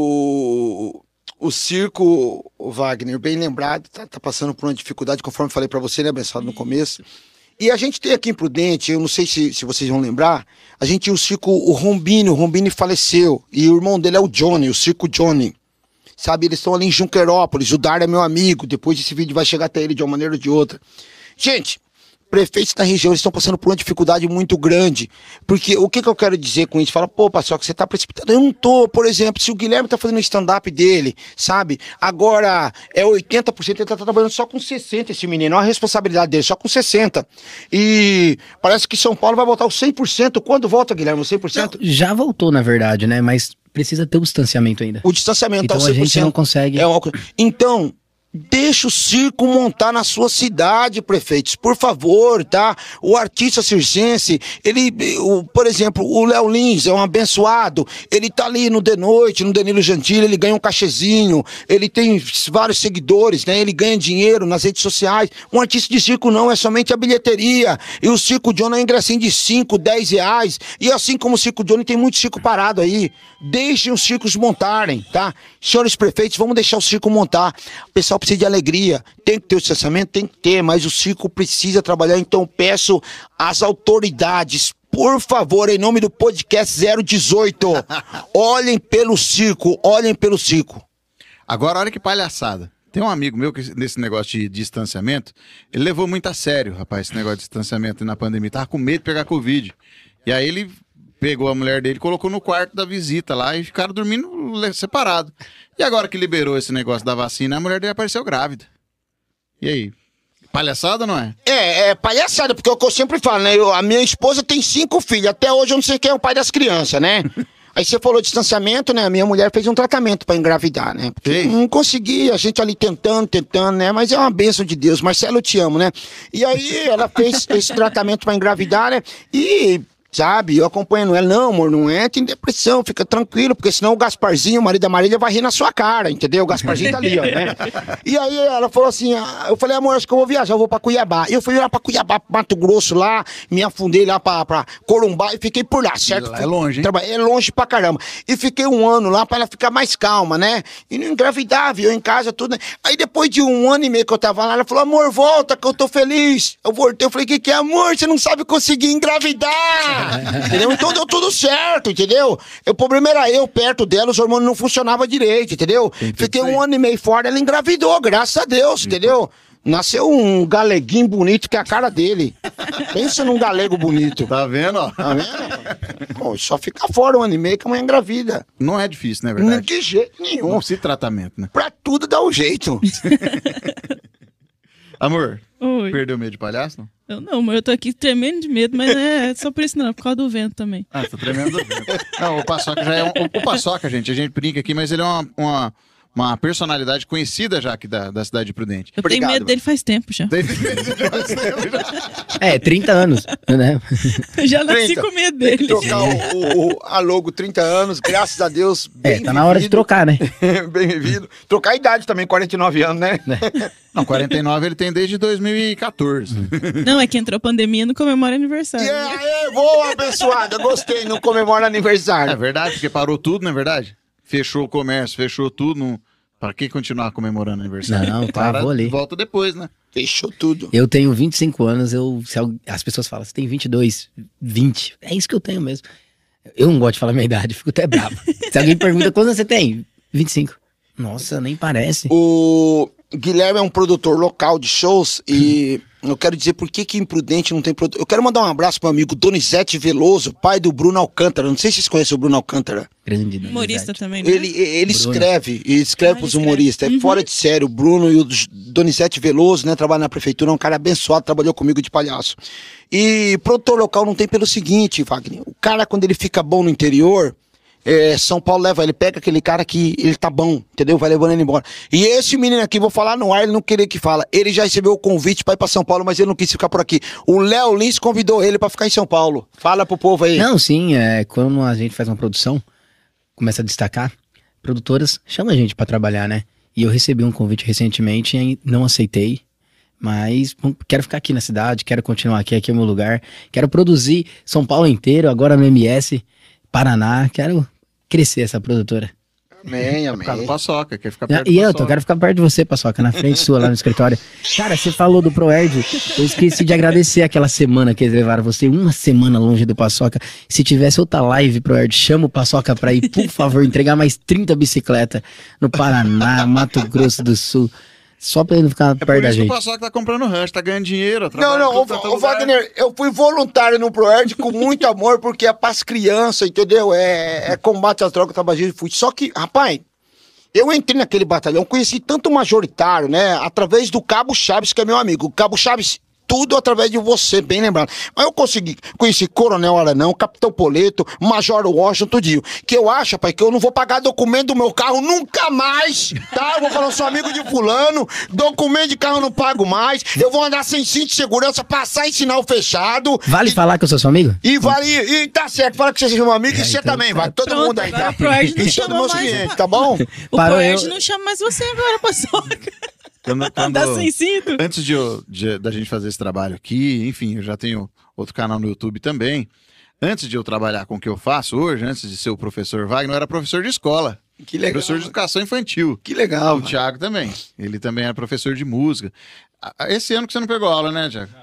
o circo, o Wagner, bem lembrado, tá passando por uma dificuldade, conforme falei pra você, né, abençoado, no começo. E a gente tem aqui em Prudente, eu não sei se vocês vão lembrar, a gente tinha o circo, o Rombini faleceu, e o irmão dele é o Johnny, o circo Johnny. Sabe, eles estão ali em Junquerópolis, o Dário é meu amigo, depois desse vídeo vai chegar até ele de uma maneira ou de outra. Gente, prefeitos da região estão passando por uma dificuldade muito grande, porque o que eu quero dizer com isso? Fala, pô, Paçoca, você tá precipitado. Eu não tô, por exemplo, se o Guilherme tá fazendo o stand-up dele, sabe, agora é 80%, ele tá trabalhando só com 60%, esse menino, olha a responsabilidade dele, só com 60%. E parece que São Paulo vai voltar os 100%, quando volta, Guilherme, os 100%? Já voltou, na verdade, né? Mas precisa ter o distanciamento ainda. O distanciamento Então tá 100%. a gente não consegue. Então, deixa o circo montar na sua cidade, prefeitos, por favor, tá? O artista circense, por exemplo, o Léo Lins é um abençoado, ele tá ali no The Noite, no Danilo Gentili, ele ganha um cachezinho, ele tem vários seguidores, né? Ele ganha dinheiro nas redes sociais. Um artista de circo não, é somente a bilheteria. E o Circo Johnny é um ingressinho de 5, 10 reais. E assim como o Circo Johnny, tem muito circo parado aí. Deixem os circos montarem, tá? Senhores prefeitos, vamos deixar o circo montar. O pessoal precisa de alegria. Tem que ter o distanciamento? Tem que ter, mas o circo precisa trabalhar. Então peço às autoridades, por favor, em nome do podcast 018, olhem pelo circo, olhem pelo circo. Agora, olha que palhaçada. Tem um amigo meu que nesse negócio de distanciamento, ele levou muito a sério, rapaz, esse negócio de distanciamento na pandemia. Tava com medo de pegar Covid. E aí ele pegou a mulher dele, colocou no quarto da visita lá e ficaram dormindo separado. E agora que liberou esse negócio da vacina, a mulher dele apareceu grávida. E aí? Palhaçada, não é? É palhaçada, porque é o que eu sempre falo, né? A minha esposa tem 5 filhos, até hoje eu não sei quem é o pai das crianças, né? Aí você falou de distanciamento, né? A minha mulher fez um tratamento pra engravidar, né? Porque não consegui, a gente ali tentando, né? Mas é uma bênção de Deus. Marcelo, eu te amo, né? E aí ela fez esse tratamento pra engravidar, né? E... sabe, eu acompanhando ela, não, amor, não entra em depressão, fica tranquilo, porque senão o Gasparzinho, o marido da Marília, vai rir na sua cara, entendeu? O Gasparzinho tá ali, ó, né? E aí ela falou assim, eu falei, amor, acho que eu vou viajar, eu vou pra Cuiabá. E eu fui lá pra Cuiabá, pro Mato Grosso lá, me afundei lá pra Corumbá e fiquei por lá, certo? Lá é longe, hein? É longe pra caramba. E fiquei 1 ano lá pra ela ficar mais calma, né? E não engravidava, eu em casa, tudo, né? Aí depois de 1 ano e meio que eu tava lá, ela falou, amor, volta que eu tô feliz. Eu voltei, eu falei, que é, amor? Você não sabe conseguir engravidar. Entendeu? Então deu tudo certo, entendeu? O problema era eu perto dela, os hormônios não funcionavam direito, entendeu? Fiquei 1 ano e meio fora, ela engravidou, graças a Deus, entendeu? Nasceu um galeguinho bonito que é a cara dele. Pensa num galego bonito. Tá vendo, ó? Tá vendo? Pô, só fica fora 1 ano e meio que a mulher engravida. Não é difícil, não é verdade? De jeito nenhum. Não precisa de tratamento, né? Pra tudo dá um jeito. Amor, Oi. perdeu medo de palhaço, não? Eu não, mas eu tô aqui tremendo de medo, mas é só por isso não, por causa do vento também. Ah, tô tremendo do vento. Não, o Paçoca já é o Paçoca, gente, a gente brinca aqui, mas ele é uma uma personalidade conhecida já aqui da cidade de Prudente. Eu Obrigado, tenho medo dele faz tempo já. 30 anos, né? Eu já nasci 30. com medo Tem que dele. trocar a logo 30 anos, graças a Deus. Tá na hora de trocar, né? Bem vivido. Trocar a idade também, 49 anos, né? Não, 49 ele tem desde 2014. Não, é que entrou a pandemia e não comemora aniversário. E aí, boa, abençoada. Gostei, não comemora É aniversário. verdade, porque parou tudo, não é verdade? Fechou o comércio, fechou tudo. Não... Para que continuar comemorando aniversário? Não, Para, vou ali. volta depois, né? Fechou tudo. Eu tenho 25 anos, as pessoas falam, você tem 22, 20. É isso que eu tenho mesmo. Eu não gosto de falar minha idade, fico até bravo. Se alguém pergunta, quantos você tem? 25. Nossa, nem parece. O Guilherme é um produtor local de shows e eu quero dizer por que em Prudente não tem produtor. Eu quero mandar um abraço pro meu amigo Donizete Veloso, pai do Bruno Alcântara. Não sei se vocês conhecem o Bruno Alcântara. Grande, né? Humorista também, né? Ele Bruno. escreve pros humoristas. É fora de sério. O Bruno e o Donizete Veloso, né? Trabalha na prefeitura, é um cara abençoado, trabalhou comigo de palhaço. E produtor local não tem pelo seguinte, Wagner. O cara, quando ele fica bom no interior, São Paulo leva, ele pega aquele cara que ele tá bom, entendeu? Vai levando ele embora. E esse menino aqui, vou falar no ar, ele não queria que fala. Ele já recebeu o convite pra ir pra São Paulo, mas ele não quis ficar por aqui. O Léo Lins convidou ele pra ficar em São Paulo. Fala pro povo aí. Não, sim, quando a gente faz uma produção, começa a destacar, produtoras chamam a gente pra trabalhar, né? E eu recebi um convite recentemente e não aceitei, mas quero ficar aqui na cidade, quero continuar aqui é o meu lugar, quero produzir São Paulo inteiro, agora no MS, Paraná, quero crescer essa produtora. Amém, Por causa do amém. Paçoca, quer ficar perto E do eu Paçoca. quero ficar perto de você, Paçoca, na frente sua lá no escritório. Cara, você falou do ProErd, eu esqueci de agradecer aquela semana que eles levaram você, uma semana longe do Paçoca. Se tivesse outra live, ProErd, chama o Paçoca pra ir, por favor, entregar mais 30 bicicletas no Paraná, Mato Grosso do Sul, só pra ele não ficar É por perto da isso que o gente. Paçoca tá comprando rancho, tá ganhando dinheiro. Não, ô Wagner, eu fui voluntário no ProErd com muito amor, porque é pras crianças, entendeu? É combate às drogas, tabagismo e fui. Só que, rapaz, eu entrei naquele batalhão, conheci tanto majoritário, né? Através do Cabo Chaves, que é meu amigo. O Cabo Chaves, tudo através de você, bem lembrado. Mas eu conheci Coronel Aranão, Capitão Poleto, Major Washington, tudinho. Que eu acho, pai, que eu não vou pagar documento do meu carro nunca mais, tá? Eu vou falar, eu sou amigo de fulano, documento de carro eu não pago mais, eu vou andar sem cinto de segurança, passar em sinal fechado. Vale falar que eu sou seu amigo? E vale, e tá certo, fala que você seja meu amigo e você então também, vai. Todo Pronto, mundo aí, agora tá? o ProErd não E todos chama meus mais clientes, tá bom? O Parou, ProErd eu- não chama mais você agora, Paçoca. Quando, Andar sem cinto. antes da gente fazer esse trabalho aqui, enfim, eu já tenho outro canal no YouTube também. Antes de eu trabalhar com o que eu faço hoje, antes de ser o professor Wagner, eu era professor de escola. Que legal. Professor de educação infantil. Que legal. O Thiago também. Ele também era professor de música. Esse ano que você não pegou aula, né, Thiago?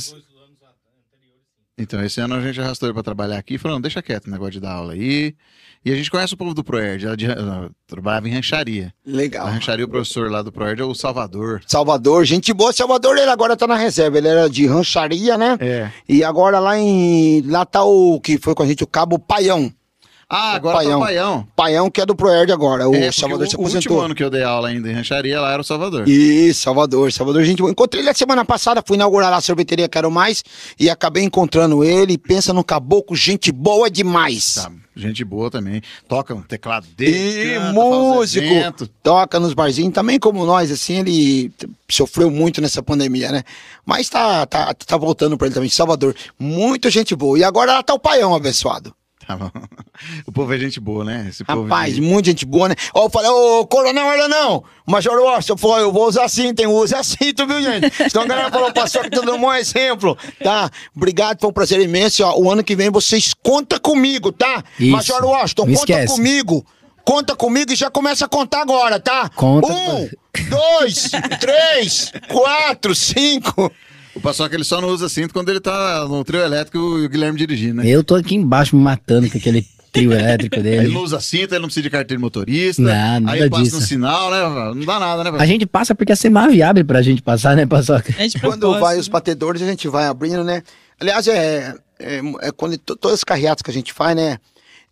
Então, esse ano a gente arrastou ele pra trabalhar aqui e falou, não, deixa quieto o negócio de dar aula aí. E a gente conhece o povo do ProErd, ela trabalhava em rancharia. Legal. A rancharia, o professor lá do ProErd é o Salvador. Salvador, gente boa. Salvador, ele agora tá na reserva. Ele era de rancharia, né? E agora lá tá o que foi com a gente, o Cabo Paião. Ah, agora tá o Paião. Paião, que é do ProErd agora. O Porque Salvador se o último aposentou. ano que eu dei aula ainda em rancharia, lá era o Salvador. Isso, Salvador, gente boa. Encontrei ele a semana passada, fui inaugurar lá a sorveteria Quero Mais e acabei encontrando ele. Pensa no caboclo, gente boa demais. Tá, gente boa também. Toca um teclado dele. E canta, faz músico, evento. toca nos barzinhos, também como nós, assim, ele sofreu muito nessa pandemia, né? Mas tá voltando pra ele também, Salvador, muita gente boa. E agora lá tá o Paião abençoado. Tá bom. O povo é gente boa, né? Esse povo Rapaz, de... muita gente boa, né? Ó, eu falei, ô, Coronel Aranão, Major Washington, eu vou usar cinto, hein? Usa cinto, viu, gente? Então a galera falou, passou aqui todo mundo exemplo, tá? Obrigado, foi um prazer imenso. Ó, o ano que vem vocês contam comigo, tá? Isso. Major Washington, Não conta esquece. comigo. Conta comigo e já começa a contar agora, tá? Conta. 1, 2, 3, 4, 5. O Paçoca, ele só não usa cinto quando ele tá no trio elétrico e o Guilherme dirigindo, né? Eu tô aqui embaixo me matando com aquele trio elétrico Aí dele. ele não usa cinto, ele não precisa de carteira de motorista. Não, nada aí ele passa disso. no sinal, né? Não dá nada, né? A gente passa porque a Semave abre pra gente passar, né, Paçoca? É de Quando propósito. vai os batedores, a gente vai abrindo, né? Aliás, quando todas as carreatas que a gente faz, né?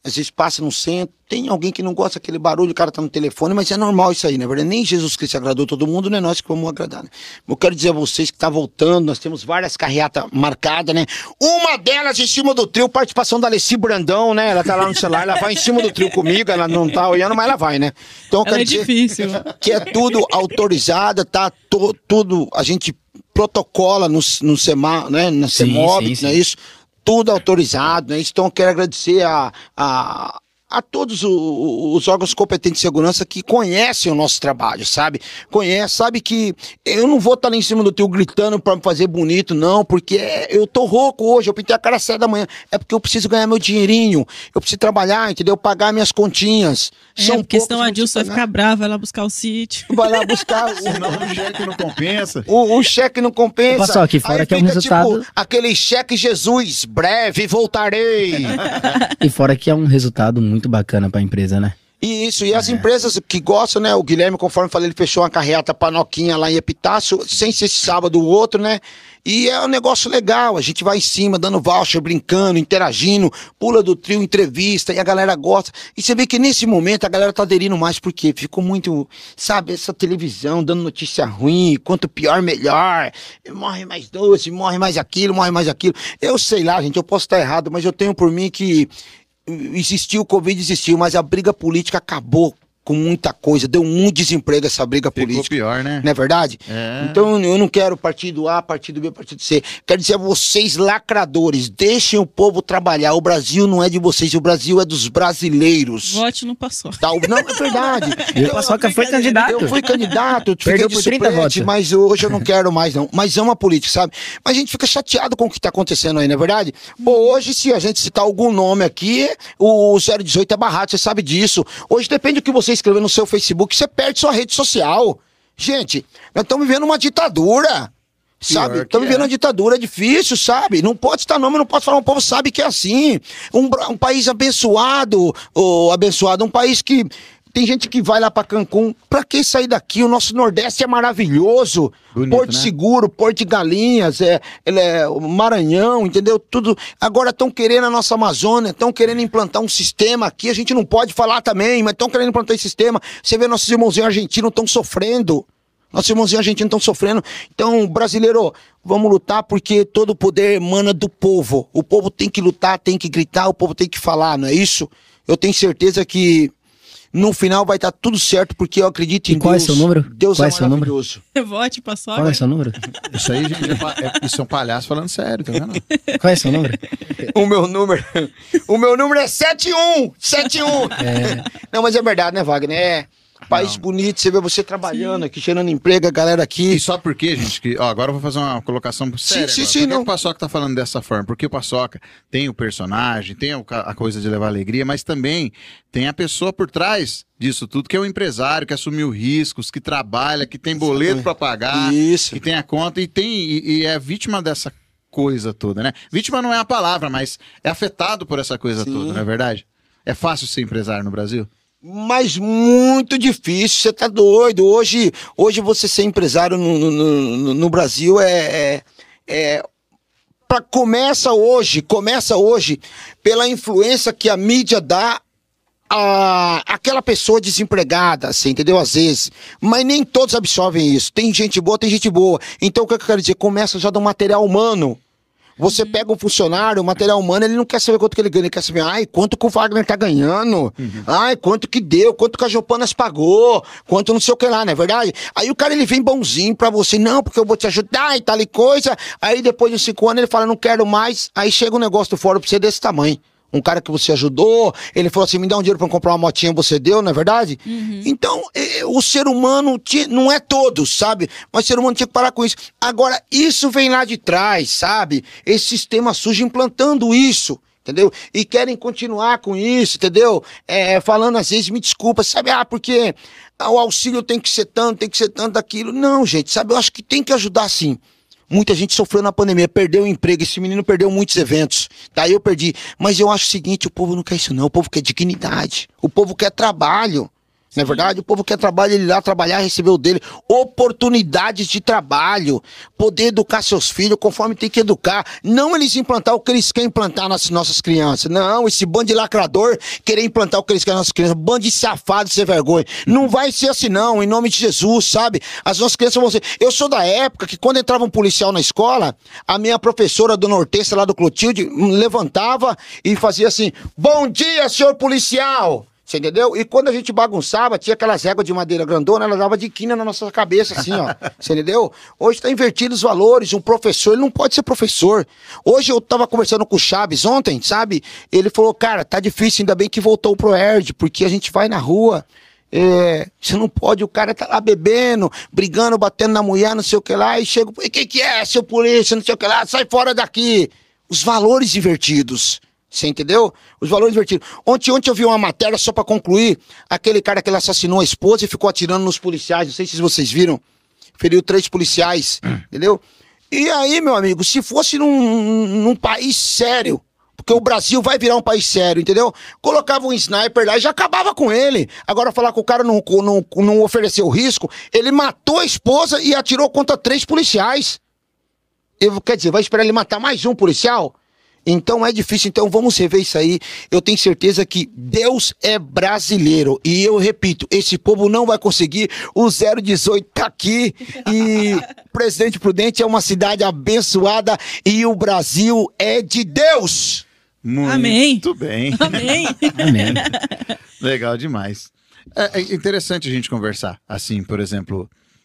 às vezes passa no centro, tem alguém que não gosta daquele barulho, o cara tá no telefone, mas é normal isso aí, na verdade. Nem Jesus Cristo agradou todo mundo, não é nós que vamos agradar, né? Eu quero dizer a vocês que tá voltando, nós temos várias carreatas marcadas, né? Uma delas em cima do trio, participação da Alessi Brandão, né? Ela tá lá no celular, ela vai em cima do trio comigo, ela não tá olhando, mas ela vai, né? Então eu quero dizer difícil. que é tudo autorizado, tá tudo, a gente protocola no SEMA, né? Na CEMOB, não é isso? Tudo autorizado, né? Então eu quero agradecer a todos os órgãos competentes de segurança que conhecem o nosso trabalho, sabe? Sabe que eu não vou estar lá em cima do teu gritando pra me fazer bonito, não, porque eu tô rouco hoje, eu pintei a cara às 7 da manhã, é porque eu preciso ganhar meu dinheirinho, eu preciso trabalhar, entendeu? Pagar minhas continhas. Porque senão a Dilson vai ficar brava, vai lá buscar o sítio. Vai lá buscar. Senão o cheque não compensa. O cheque não compensa. Passou aqui fora que é um resultado... Tipo, aquele cheque Jesus, breve voltarei. E fora que é um resultado muito bacana pra empresa, né? Isso, e as empresas que gostam, né? O Guilherme, conforme eu falei, ele fechou uma carreata panoquinha lá em Epitácio, sem ser esse sábado o outro, né? E é um negócio legal, a gente vai em cima, dando voucher, brincando, interagindo, pula do trio, entrevista, e a galera gosta. E você vê que nesse momento a galera tá aderindo mais, porque ficou muito, sabe, essa televisão dando notícia ruim, quanto pior, melhor. Morre mais 12, morre mais aquilo, morre mais aquilo. Eu sei lá, gente, eu posso estar errado, mas eu tenho por mim que existiu, o Covid existiu, mas a briga política acabou com muita coisa, deu muito desemprego essa briga política. Ficou pior, né? Não é verdade? É. Então eu não quero partido A, partido B, partido C. Quero dizer a vocês, lacradores, deixem o povo trabalhar. O Brasil não é de vocês, o Brasil é dos brasileiros. Vote no Paçoca. Tá, não, é verdade. E o Paçoca foi candidato. Eu fui candidato, Perdeu fiquei de por 30 suplente, votos. mas hoje eu não quero mais não. Mas é uma política, sabe? Mas a gente fica chateado com o que tá acontecendo aí, não é verdade? Pô, hoje se a gente citar algum nome aqui, o 018 é barrado, você sabe disso. Hoje depende do que você escrever no seu Facebook, você perde sua rede social. Gente, nós estamos vivendo uma ditadura. Sabe? Estamos vivendo uma ditadura, é difícil, sabe? Não pode citar nome, não pode falar, o povo sabe que é assim. Um país abençoado, um país que tem gente que vai lá pra Cancún. Pra que sair daqui? O nosso Nordeste é maravilhoso. Bonito, Porto né? Seguro, Porto de Galinhas, o Maranhão, entendeu? Tudo. Agora estão querendo a nossa Amazônia, estão querendo implantar um sistema aqui. A gente não pode falar também, mas estão querendo implantar esse sistema. Você vê nossos irmãozinhos argentinos estão sofrendo. Nossos irmãozinhos argentinos estão sofrendo. Então, brasileiro, vamos lutar porque todo o poder emana do povo. O povo tem que lutar, tem que gritar, o povo tem que falar, não é isso? Eu tenho certeza que no final vai estar tudo certo, porque eu acredito em Deus. Qual é seu número? Deus Qual é é seu número? maravilhoso. Vote Paçoca. Qual é seu número? Isso aí, gente, isso é um palhaço falando sério, tá vendo? Qual é seu número? O meu número é 71. 71. Não, mas é verdade, né, Wagner? País bonito, você vê você trabalhando aqui, gerando emprego, a galera aqui. E só porque, gente, que agora eu vou fazer uma colocação séria. sim, agora. sim, Por que não. o Paçoca tá falando dessa forma? Porque o Paçoca tem o personagem, tem a coisa de levar alegria, mas também tem a pessoa por trás disso tudo, que é o empresário, que assumiu riscos, que trabalha, que tem boleto para pagar, Isso. que tem a conta e é vítima dessa coisa toda, né? Vítima não é a palavra, mas é afetado por essa coisa toda, não é verdade? É fácil ser empresário no Brasil? Mas muito difícil, você tá doido. Hoje você ser empresário no Brasil começa hoje pela influência que a mídia dá aquela pessoa desempregada, assim, entendeu? Às vezes. Mas nem todos absorvem isso. Tem gente boa, tem gente boa. Então o que eu quero dizer? Começa já do material humano. Você pega um funcionário, o material humano, ele não quer saber quanto que ele ganha, ele quer saber, quanto que o Wagner tá ganhando, quanto que deu, quanto que a Jopanas pagou, quanto não sei o que lá, não é verdade? Aí o cara, ele vem bonzinho pra você, não, porque eu vou te ajudar e tal e coisa, aí depois de 5 anos ele fala, não quero mais, aí chega um negócio do fórum pra você desse tamanho. Um cara que você ajudou, ele falou assim, me dá um dinheiro pra eu comprar uma motinha, você deu, não é verdade? Então, o ser humano não é todos, sabe? Mas o ser humano tinha que parar com isso. Agora, isso vem lá de trás, sabe? Esse sistema sujo implantando isso, entendeu? E querem continuar com isso, entendeu? Falando às vezes, me desculpa, sabe? Porque o auxílio tem que ser tanto aquilo. Não, gente, sabe? Eu acho que tem que ajudar sim. Muita gente sofreu na pandemia, perdeu o emprego, esse menino perdeu muitos eventos, daí eu perdi. Mas eu acho o seguinte, o povo não quer isso não, o povo quer dignidade, o povo quer trabalho, Não é verdade? O povo quer trabalho, ele ir lá trabalhar, receber o dele. Oportunidades de trabalho. Poder educar seus filhos conforme tem que educar. Não eles implantar o que eles querem implantar nas nossas crianças. Não, esse bando de lacrador querer implantar o que eles querem nas nossas crianças. Bando de safado, sem vergonha. Não vai ser assim não, em nome de Jesus, sabe? As nossas crianças vão ser... Eu sou da época que quando entrava um policial na escola, a minha professora, dona Hortência, lá do Clotilde, levantava e fazia assim, bom dia, senhor policial! Você entendeu? E quando a gente bagunçava, tinha aquelas réguas de madeira grandona, ela dava de quina na nossa cabeça, assim, ó. Você entendeu? Hoje tá invertido os valores, um professor, ele não pode ser professor. Hoje eu tava conversando com o Chaves ontem, sabe? Ele falou, cara, tá difícil, ainda bem que voltou pro ERD, porque a gente vai na rua, você não pode, o cara tá lá bebendo, brigando, batendo na mulher, não sei o que lá, e chega, e que é, seu polícia, não sei o que lá, sai fora daqui. Os valores invertidos. Você entendeu? Os valores invertidos. Ontem eu vi uma matéria, só pra concluir, aquele cara que ele assassinou a esposa e ficou atirando nos policiais, não sei se vocês viram, feriu 3 policiais, entendeu? E aí, meu amigo, se fosse num país sério, porque o Brasil vai virar um país sério, entendeu? Colocava um sniper lá e já acabava com ele. Agora falar que o cara não ofereceu risco, ele matou a esposa e atirou contra 3 policiais. Quer dizer, vai esperar ele matar mais um policial? Então é difícil, então vamos rever isso aí. Eu tenho certeza que Deus é brasileiro. E eu repito, esse povo não vai conseguir. O 018 tá aqui. E Presidente Prudente é uma cidade abençoada. E o Brasil é de Deus. Muito bem. Amém. Amém. Legal demais. É interessante a gente conversar. Assim, por exemplo,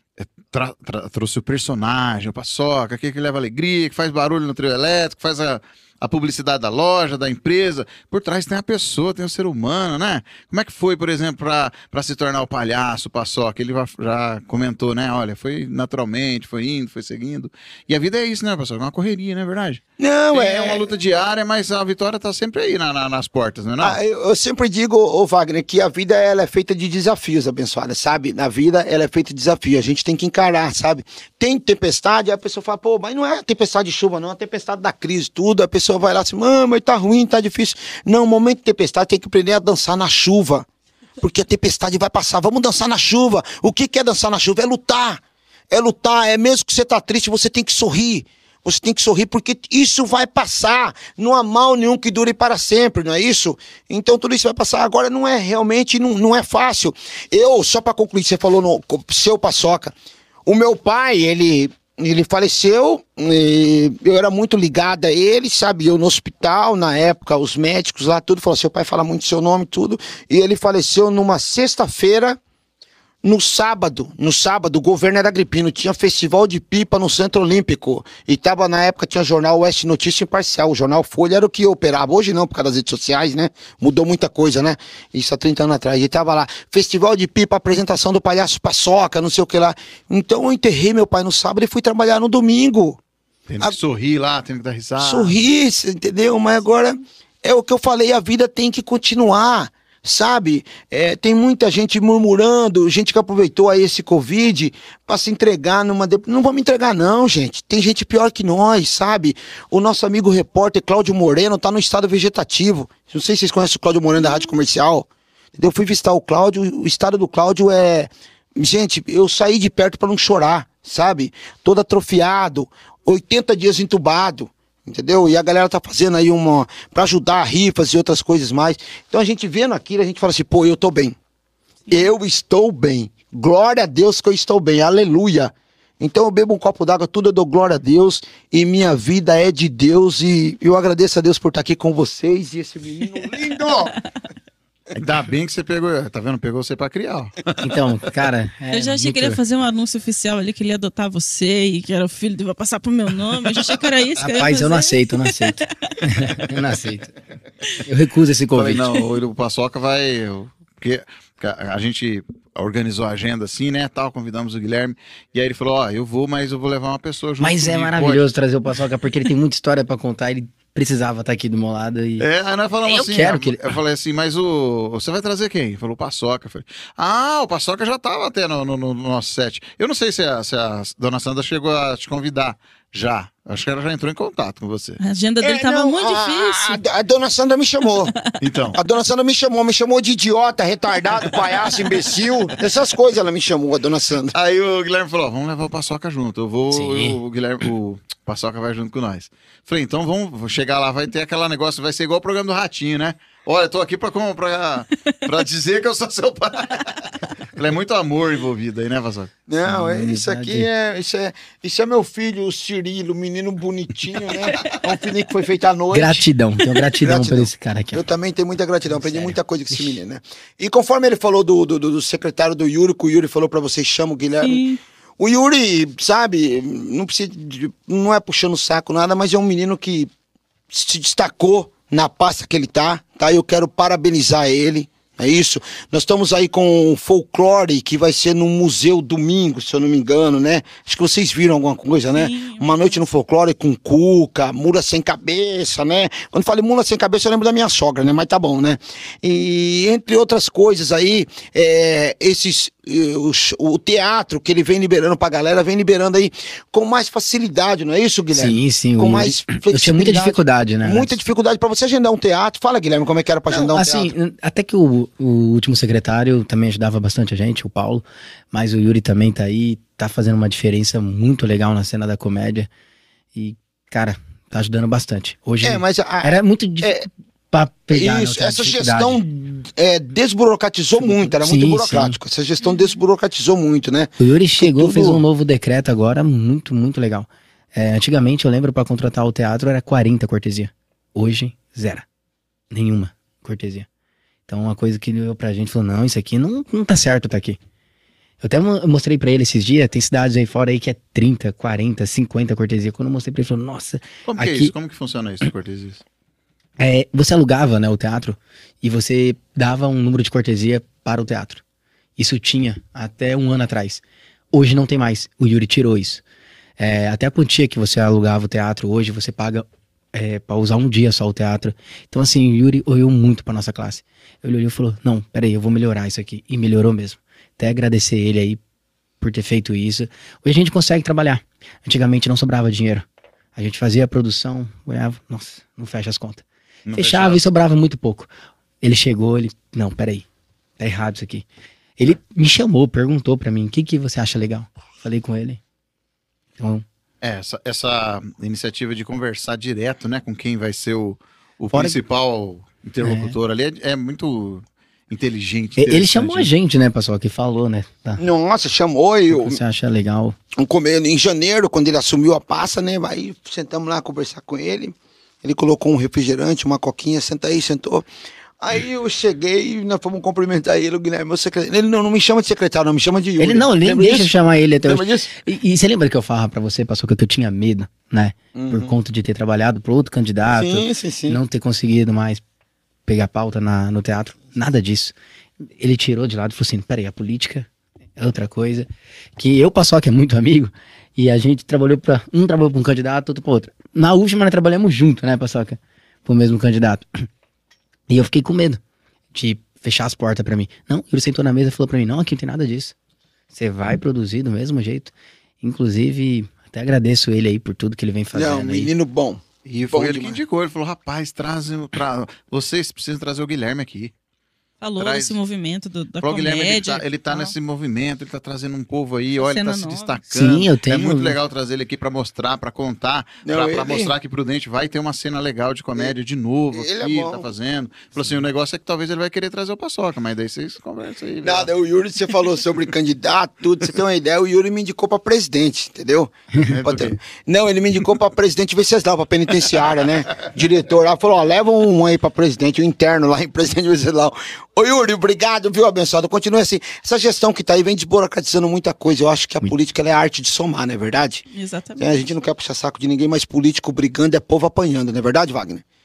trouxe o personagem, o Paçoca, que leva alegria, que faz barulho no trio elétrico, faz a publicidade da loja, da empresa. Por trás tem a pessoa, tem o ser humano, né? Como é que foi, por exemplo, para se tornar o palhaço, o Paçoca? Ele já comentou, né? Olha, foi naturalmente, foi indo, foi seguindo. E a vida é isso, né, Paçoca? É uma correria, não é verdade? Não, é uma luta diária, mas a vitória tá sempre aí nas portas, não é não? Eu sempre digo, ô Wagner, que a vida ela é feita de desafios, abençoada, sabe? Na vida ela é feita de desafio, a gente tem que encarar, sabe? Tem tempestade, aí a pessoa fala, pô, mas não é tempestade de chuva, não, é tempestade da crise, tudo. A pessoa vai lá assim, mas tá ruim, tá difícil. Não, momento de tempestade tem que aprender a dançar na chuva, porque a tempestade vai passar, vamos dançar na chuva. O que é dançar na chuva? É lutar, mesmo que você tá triste, você tem que sorrir. Você tem que sorrir porque isso vai passar. Não há mal nenhum que dure para sempre, não é isso? Então tudo isso vai passar. Agora não é realmente, não é fácil. Só para concluir, você falou no seu Paçoca. O meu pai, ele faleceu, eu era muito ligado a ele, sabe? Eu no hospital, na época, os médicos lá, tudo, falaram, seu pai fala muito seu nome, tudo. E ele faleceu numa sexta-feira. No sábado, o governo era agripino, tinha festival de pipa no Centro Olímpico. E tava, na época, tinha jornal Oeste Notícia Imparcial. O jornal Folha era o que eu operava. Hoje não, por causa das redes sociais, né? Mudou muita coisa, né? Isso há 30 anos atrás. E tava lá, festival de pipa, apresentação do palhaço Paçoca, não sei o que lá. Então eu enterrei meu pai no sábado e fui trabalhar no domingo. Tendo que sorrir lá, tendo que dar risada. Sorrir, entendeu? Mas agora, é o que eu falei, a vida tem que continuar. Sabe, tem muita gente murmurando, gente que aproveitou aí esse Covid para se entregar numa... Não vamos entregar não, gente, tem gente pior que nós, sabe? O nosso amigo repórter Cláudio Moreno tá no estado vegetativo. Não sei se vocês conhecem o Cláudio Moreno da Rádio Comercial. Eu fui visitar o Cláudio, o estado do Cláudio é... Gente, eu saí de perto para não chorar, sabe? Todo atrofiado, 80 dias entubado. Entendeu? E a galera tá fazendo aí pra ajudar rifas e outras coisas mais. Então a gente vendo aquilo, a gente fala assim, pô, eu tô bem. Eu estou bem. Glória a Deus que eu estou bem. Aleluia. Então eu bebo um copo d'água, tudo eu dou glória a Deus. E minha vida é de Deus. E eu agradeço a Deus por estar aqui com vocês. E esse menino lindo! Ainda bem que você pegou, tá vendo? Pegou você pra criar, ó. Então, cara... eu já achei que ele ia fazer um anúncio oficial ali, que ele ia adotar você e que era o filho, ia passar pro meu nome. Eu já achei que era isso. Rapaz, eu não aceito. Eu não aceito. Eu recuso esse convite. Falei, não, o Paçoca vai... Porque a gente organizou a agenda assim, né, tal, convidamos o Guilherme, e aí ele falou, eu vou, mas eu vou levar uma pessoa junto Mas comigo, é maravilhoso trazer o Paçoca, porque ele tem muita história pra contar, ele precisava estar aqui do meu lado. E... Aí nós falamos Eu assim, quero que ele- eu falei assim, mas você vai trazer quem? Ele falou, o Paçoca. Eu falei, o Paçoca já tava até no nosso set. Eu não sei se a dona Sandra chegou a te convidar já. Acho que ela já entrou em contato com você. A agenda dele tava não, muito difícil. A dona Sandra me chamou. Então, A dona Sandra me chamou de idiota, retardado, palhaço, imbecil. Essas coisas ela me chamou, a dona Sandra. aí o Guilherme falou, vamos levar o Paçoca junto. Sim. O Paçoca vai junto com nós. Falei, então vamos chegar lá, vai ter aquele negócio, vai ser igual o programa do Ratinho, né? Olha, tô aqui pra dizer que eu sou seu pai. Falei, é muito amor envolvido aí, né, Paçoca? Não, Sim, isso aqui isso é meu filho, o Cirilo, menino bonitinho, né? É um filhinho que foi feito à noite. Gratidão, tenho gratidão por Gratidão. esse cara aqui. ó. Eu também tenho muita gratidão, aprendi Sério. muita coisa com esse menino, né? E conforme ele falou do secretário do Yuri, que o Yuri falou pra vocês, chama o Guilherme. Sim. O Yuri, sabe, não é puxando o saco nada, mas é um menino que se destacou na pasta que ele tá? Eu quero parabenizar ele. É isso. Nós estamos aí com o folclore que vai ser no museu domingo, se eu não me engano, né? Acho que vocês viram alguma coisa, né? Sim. Uma noite no folclore com cuca, mula sem cabeça, né? Quando falei mula sem cabeça, eu lembro da minha sogra, né? Mas tá bom, né? E entre outras coisas aí, o teatro que ele vem liberando pra galera, vem liberando aí com mais facilidade, não é isso, Guilherme? Sim, Com o mais Yuri- eu tinha muita dificuldade, né? Muita dificuldade pra você agendar um teatro. Fala, Guilherme, como é que era pra agendar Não, um assim, teatro? até que o último secretário também ajudava bastante a gente, o Paulo, mas o Yuri também tá aí, tá fazendo uma diferença muito legal na cena da comédia e, cara, tá ajudando bastante. Hoje Mas era muito difícil pra pegar, né, isso, outra essa dificuldade. gestão desburocratizou muito, era muito Sim, burocrático. Essa gestão desburocratizou muito, né? O Yuri chegou, tudo- fez um novo decreto agora, muito, muito legal. Antigamente, eu lembro, pra contratar o teatro era 40 cortesia. Hoje, 0. Nenhuma cortesia. Então, uma coisa que ele olhou pra gente e falou, não, isso aqui não tá certo, tá aqui. Eu até mostrei pra ele esses dias, tem cidades aí fora aí que é 30, 40, 50 cortesia. Quando eu mostrei pra ele, ele falou, nossa, Como que é aqui- isso? Como que funciona isso, cortesia? você alugava, né, o teatro e você dava um número de cortesia para o teatro. Isso tinha até um ano atrás. Hoje não tem mais. O Yuri tirou isso. Até a quantia que você alugava o teatro, hoje você paga para usar um dia só o teatro. Então, assim, o Yuri olhou muito para nossa classe. Ele olhou e falou, não, peraí, eu vou melhorar isso aqui. E melhorou mesmo. Até agradecer ele aí por ter feito isso. Hoje a gente consegue trabalhar. Antigamente não sobrava dinheiro. A gente fazia a produção, olhava, nossa, não fecha as contas. Não Fechava e sobrava muito pouco. Ele chegou, não, peraí, tá errado isso aqui. Ele me chamou, perguntou pra mim, o que você acha legal? Falei com ele. Então, Essa iniciativa de conversar direto, né, com quem vai ser o Fora- principal interlocutor ali é muito inteligente. ele interessante, chamou a né? gente, né, pessoal, que falou, né? Tá. Nossa, chamou e O que você acha legal? em janeiro, quando ele assumiu a pasta, né? Aí sentamos lá conversar com ele. Ele colocou um refrigerante, uma coquinha, senta aí, sentou. Aí eu cheguei e nós fomos cumprimentar ele, o Guilherme, meu secretário. Ele não me chama de secretário, não, me chama de Yuri. Ele nem Lembra deixa eu disso? chamar ele até Lembra hoje. disso? E você lembra que eu falava pra você, passou que eu tinha medo, né? Por conta de ter trabalhado pro outro candidato, Sim. não ter conseguido mais pegar pauta no teatro, nada disso. Ele tirou de lado e falou assim, peraí, a política é outra coisa, que eu, Paçoca, é muito amigo, e a gente trabalhou um trabalhou pra um candidato, outro pra outro. Na última nós trabalhamos junto, né, Paçoca? Pro mesmo candidato. E eu fiquei com medo de fechar as portas pra mim. Não, ele sentou na mesa e falou pra mim, não, aqui não tem nada disso. Você vai produzir do mesmo jeito. Inclusive, até agradeço ele aí por tudo que ele vem fazendo Não, aí. menino bom. E Bom foi ele que demais. indicou. Ele falou, rapaz, vocês precisam trazer o Guilherme aqui. Falou Traz- desse movimento da Falou, Guilherme, comédia. ele tá tal. nesse movimento, ele tá trazendo um povo aí, olha, ele tá Cena se nova. destacando. Sim, eu tenho- É muito legal trazer ele aqui pra mostrar, pra contar, Não, pra ele- mostrar que Prudente vai ter uma cena legal de comédia de novo Ele é aqui, bom. tá fazendo. Falou assim, o negócio é que talvez ele vai querer trazer o Paçoca, mas daí vocês conversam aí. Nada, o Yuri, você falou sobre candidato, tudo, você tem uma ideia, o Yuri me indicou pra presidente, entendeu? por quê? Não, ele me indicou pra presidente Venceslau, pra penitenciária, né? Diretor lá, falou, ó, leva um aí pra presidente, o interno lá em presidente Venceslau. Ô Yuri, obrigado, viu, abençoado? Continue assim. Essa gestão que tá aí vem desburocratizando muita coisa. Eu acho que a política ela é a arte de somar, não é verdade? Exatamente. A gente não quer puxar saco de ninguém, mas político brigando é povo apanhando, não é verdade, Wagner?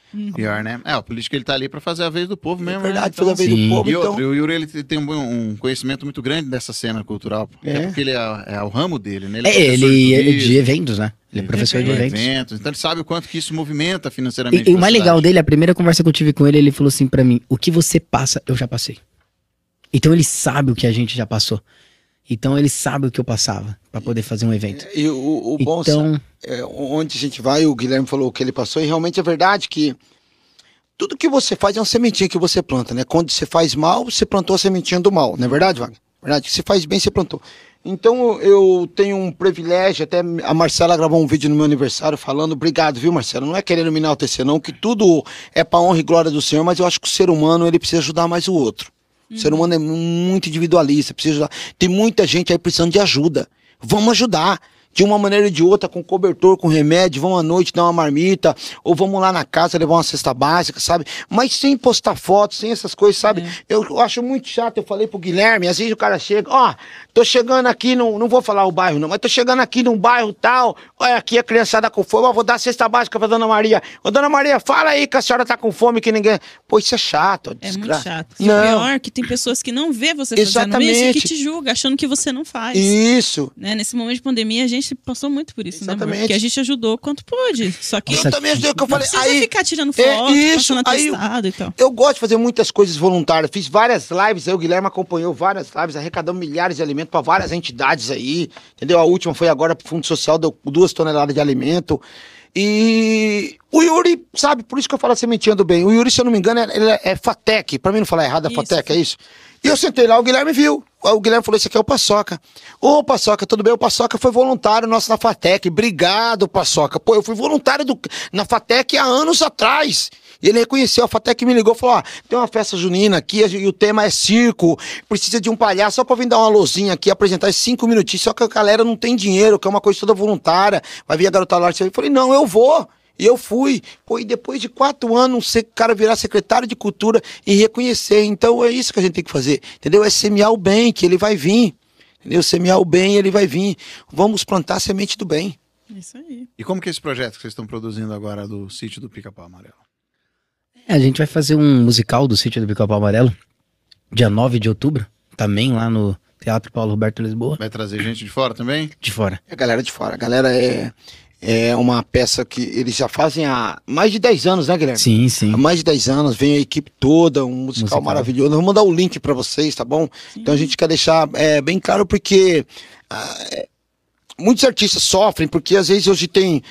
Pior, né? O político ele tá ali pra fazer a vez do povo mesmo, verdade, né? Então, fazer a vez sim. do povo, E então... outro, o Yuri ele tem um conhecimento muito grande dessa cena cultural. É porque ele é o ramo dele, né? Ele professor é de turismo, eventos, né? Ele é professor de eventos. Então ele sabe o quanto que isso movimenta financeiramente. E o pra mais cidade. legal dele, a primeira conversa que eu tive com ele, ele falou assim pra mim: o que você passa, eu já passei. Então ele sabe o que a gente já passou. Então ele sabe o que eu passava pra poder fazer um evento. E o bom, Então, onde a gente vai, o Guilherme falou o que ele passou, e realmente é verdade que tudo que você faz é uma sementinha que você planta, né? Quando você faz mal, você plantou a sementinha do mal, não é verdade, Wagner? Verdade, se faz bem, você plantou. Então eu tenho um privilégio, até a Marcela gravou um vídeo no meu aniversário falando, obrigado, viu, Marcela? Não é querendo me enaltecer, não, que tudo é pra honra e glória do Senhor, mas eu acho que o ser humano, ele precisa ajudar mais o outro. O ser humano é muito individualista, precisa ajudar. Tem muita gente aí precisando de ajuda. Vamos ajudar. De uma maneira ou de outra, com cobertor, com remédio, vamos à noite dar uma marmita, ou vamos lá na casa levar uma cesta básica, sabe? Mas sem postar fotos, sem essas coisas, sabe? Eu acho muito chato, eu falei pro Guilherme, às vezes o cara chega, tô chegando aqui, não vou falar o bairro não, mas tô chegando aqui num bairro tal, olha aqui a criançada com fome, vou dar cesta básica pra Dona Maria. Ô, Dona Maria, fala aí que a senhora tá com fome, que ninguém... Pô, isso é chato. É muito chato. E Não. o pior é que tem pessoas que não vê você fazendo isso e que te julgam, achando que você não faz. Isso. Né? Nesse momento de pandemia, a gente passou muito por isso, né, amor? Exatamente. Porque a gente ajudou quanto pôde. Só que Eu também ajudei o que eu não falei. precisa Aí, ficar tirando foto, isso, passando aí atestado e tal. eu gosto de fazer muitas coisas voluntárias. Fiz várias lives aí, o Guilherme acompanhou várias lives, arrecadamos milhares de alimentos para várias entidades aí, entendeu? A última foi agora pro Fundo Social, deu 2 toneladas de alimento. E o Yuri, sabe, por isso que eu falo a sementinha do bem. O Yuri, se eu não me engano, ele é FATEC, pra mim não falar errado, é FATEC, é isso? E eu sentei lá, o Guilherme viu. O Guilherme falou, esse aqui é o Paçoca. Ô, Paçoca, tudo bem? O Paçoca foi voluntário nosso na FATEC. Obrigado, Paçoca. Pô, eu fui voluntário na FATEC há anos atrás. E ele reconheceu, a FATEC me ligou e falou, tem uma festa junina aqui e o tema é circo, precisa de um palhaço só pra vir dar uma luzinha aqui, apresentar 5 minutinhos, só que a galera não tem dinheiro, que é uma coisa toda voluntária, vai vir a garota lá. Eu falei, não, eu vou. E eu fui. Pô, e depois de 4 anos, o cara virar secretário de cultura e reconhecer. Então é isso que a gente tem que fazer, entendeu? É semear o bem, que ele vai vir. Entendeu? Semear o bem, ele vai vir. Vamos plantar a semente do bem. Isso aí. E como que é esse projeto que vocês estão produzindo agora do Sítio do Pica-Pau Amarelo? a gente vai fazer um musical do Sítio do Pica-Pau Amarelo, dia 9 de outubro, também lá no Teatro Paulo Roberto Lisboa. Vai trazer gente de fora também? De fora. A galera de fora. A galera é uma peça que eles já fazem há mais de 10 anos, né, Guilherme? Sim, sim. Há mais de 10 anos, vem a equipe toda, um musical maravilhoso. Vou mandar o link pra vocês, tá bom? Sim. Então a gente quer deixar bem claro porque muitos artistas sofrem, porque às vezes hoje tem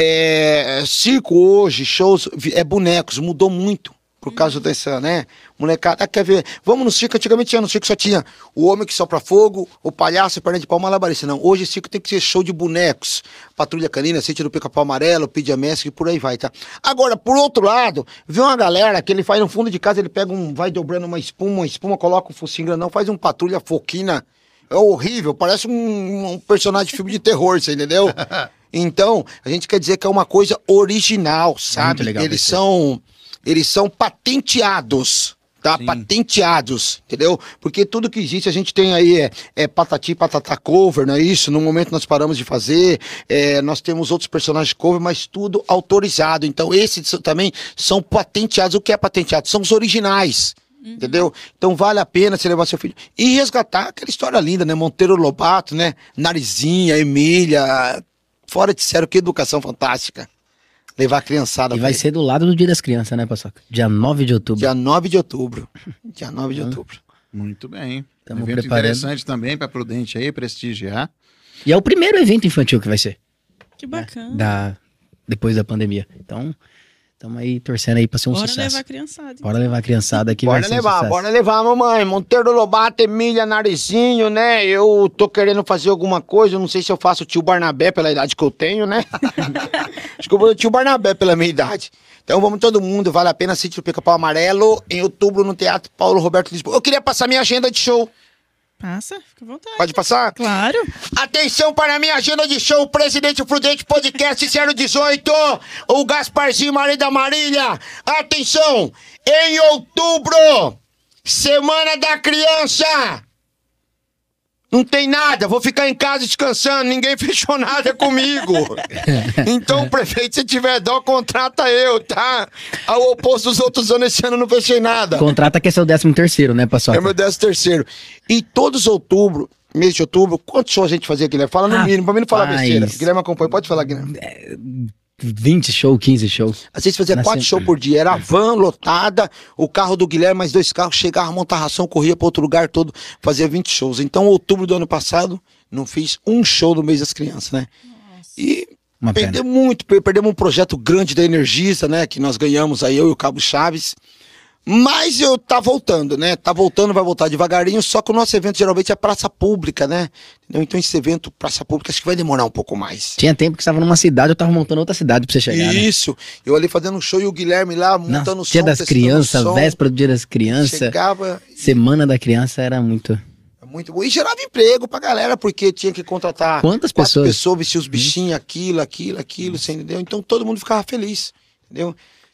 circo hoje, shows, bonecos, mudou muito. Por causa dessa, né? Molecada, quer ver? Vamos no circo, antigamente no circo só tinha o homem que sopra fogo, o palhaço, perna de pau, malabarista. Não, hoje o circo tem que ser show de bonecos. Patrulha Canina, Sítio do Pica-Pau Amarelo, Pide a Mestre e por aí vai, tá? Agora, por outro lado, vê uma galera que ele faz no fundo de casa, ele pega vai dobrando uma espuma, coloca um focinho grandão, faz um Patrulha Foquina. É horrível, parece um personagem de filme de terror, você entendeu? Então, a gente quer dizer que é uma coisa original, sabe? Legal, Eles são patenteados, tá? Sim. Patenteados, entendeu? Porque tudo que existe, a gente tem aí Patati Patatá cover, não é isso? No momento nós paramos de fazer, nós temos outros personagens cover, mas tudo autorizado. Então esses também são patenteados. O que é patenteado? São os originais. Entendeu? Então vale a pena você levar seu filho e resgatar aquela história linda, né? Monteiro Lobato, né? Narizinha, Emília, fora de sério, que educação fantástica. Levar a criançada. E vai ser do lado do Dia das Crianças, né, Paçoca? Dia 9 de outubro. Dia 9 de outubro. Dia 9 de outubro. Muito bem. Estamos evento preparando. Interessante também para Prudente aí, prestigiar. E é o primeiro evento infantil que vai ser. Que bacana. Depois da pandemia. Então, estamos aí torcendo aí para ser um sucesso. Bora levar a criançada. Bora levar a criançada aqui. Bora levar, mamãe. Monteiro Lobato, Emília, Narizinho, né? Eu tô querendo fazer alguma coisa, eu não sei se eu faço o tio Barnabé pela idade que eu tenho, né? Acho que eu vou o tio Barnabé pela minha idade. Então vamos todo mundo, vale a pena. Sítio do Pica-Pau Amarelo, em outubro no Teatro Paulo Roberto Lisboa. Eu queria passar minha agenda de show. Passa, fica à vontade. Pode passar? Claro. Atenção para a minha agenda de show, Presidente Prudente Podcast 018, o Gasparzinho Marido da Marília. Atenção, em outubro, Semana da Criança. Não tem nada, vou ficar em casa descansando, ninguém fechou nada comigo. Então, o prefeito, se tiver dó, contrata eu, tá? Ao oposto dos outros anos, esse ano eu não fechei nada. Contrata que é seu 13º, né, Paçoca? É meu 13º. E todos outubro, mês de outubro, quantos shows a gente fazia, Guilherme? Fala no mínimo, pra mim não falar besteira. Guilherme acompanha, pode falar, Guilherme. 20 shows, 15 shows. Às vezes fazia 4 shows por dia, era a van lotada, o carro do Guilherme, mais 2 carros, chegava, montava ração, corria para outro lugar todo, fazia 20 shows. Então, outubro do ano passado, não fiz um show no mês das crianças, né? Nossa. E perdemos um projeto grande da Energisa, né? Que nós ganhamos aí, eu e o Cabo Chaves. Mas tá voltando, né? Tá voltando, vai voltar devagarinho, só que o nosso evento geralmente é praça pública, né? Entendeu? Então esse evento, praça pública, acho que vai demorar um pouco mais. Tinha tempo que você estava numa cidade, eu tava montando outra cidade pra você chegar, Isso, né? Eu ali fazendo um show e o Guilherme lá montando o som. Dia das crianças, véspera do dia das crianças. Chegava... Semana da criança era muito... Muito bom. E gerava emprego pra galera, porque tinha que contratar... Quantas pessoas? Vestir os bichinhos, aquilo, você entendeu? Então todo mundo ficava feliz, entendeu?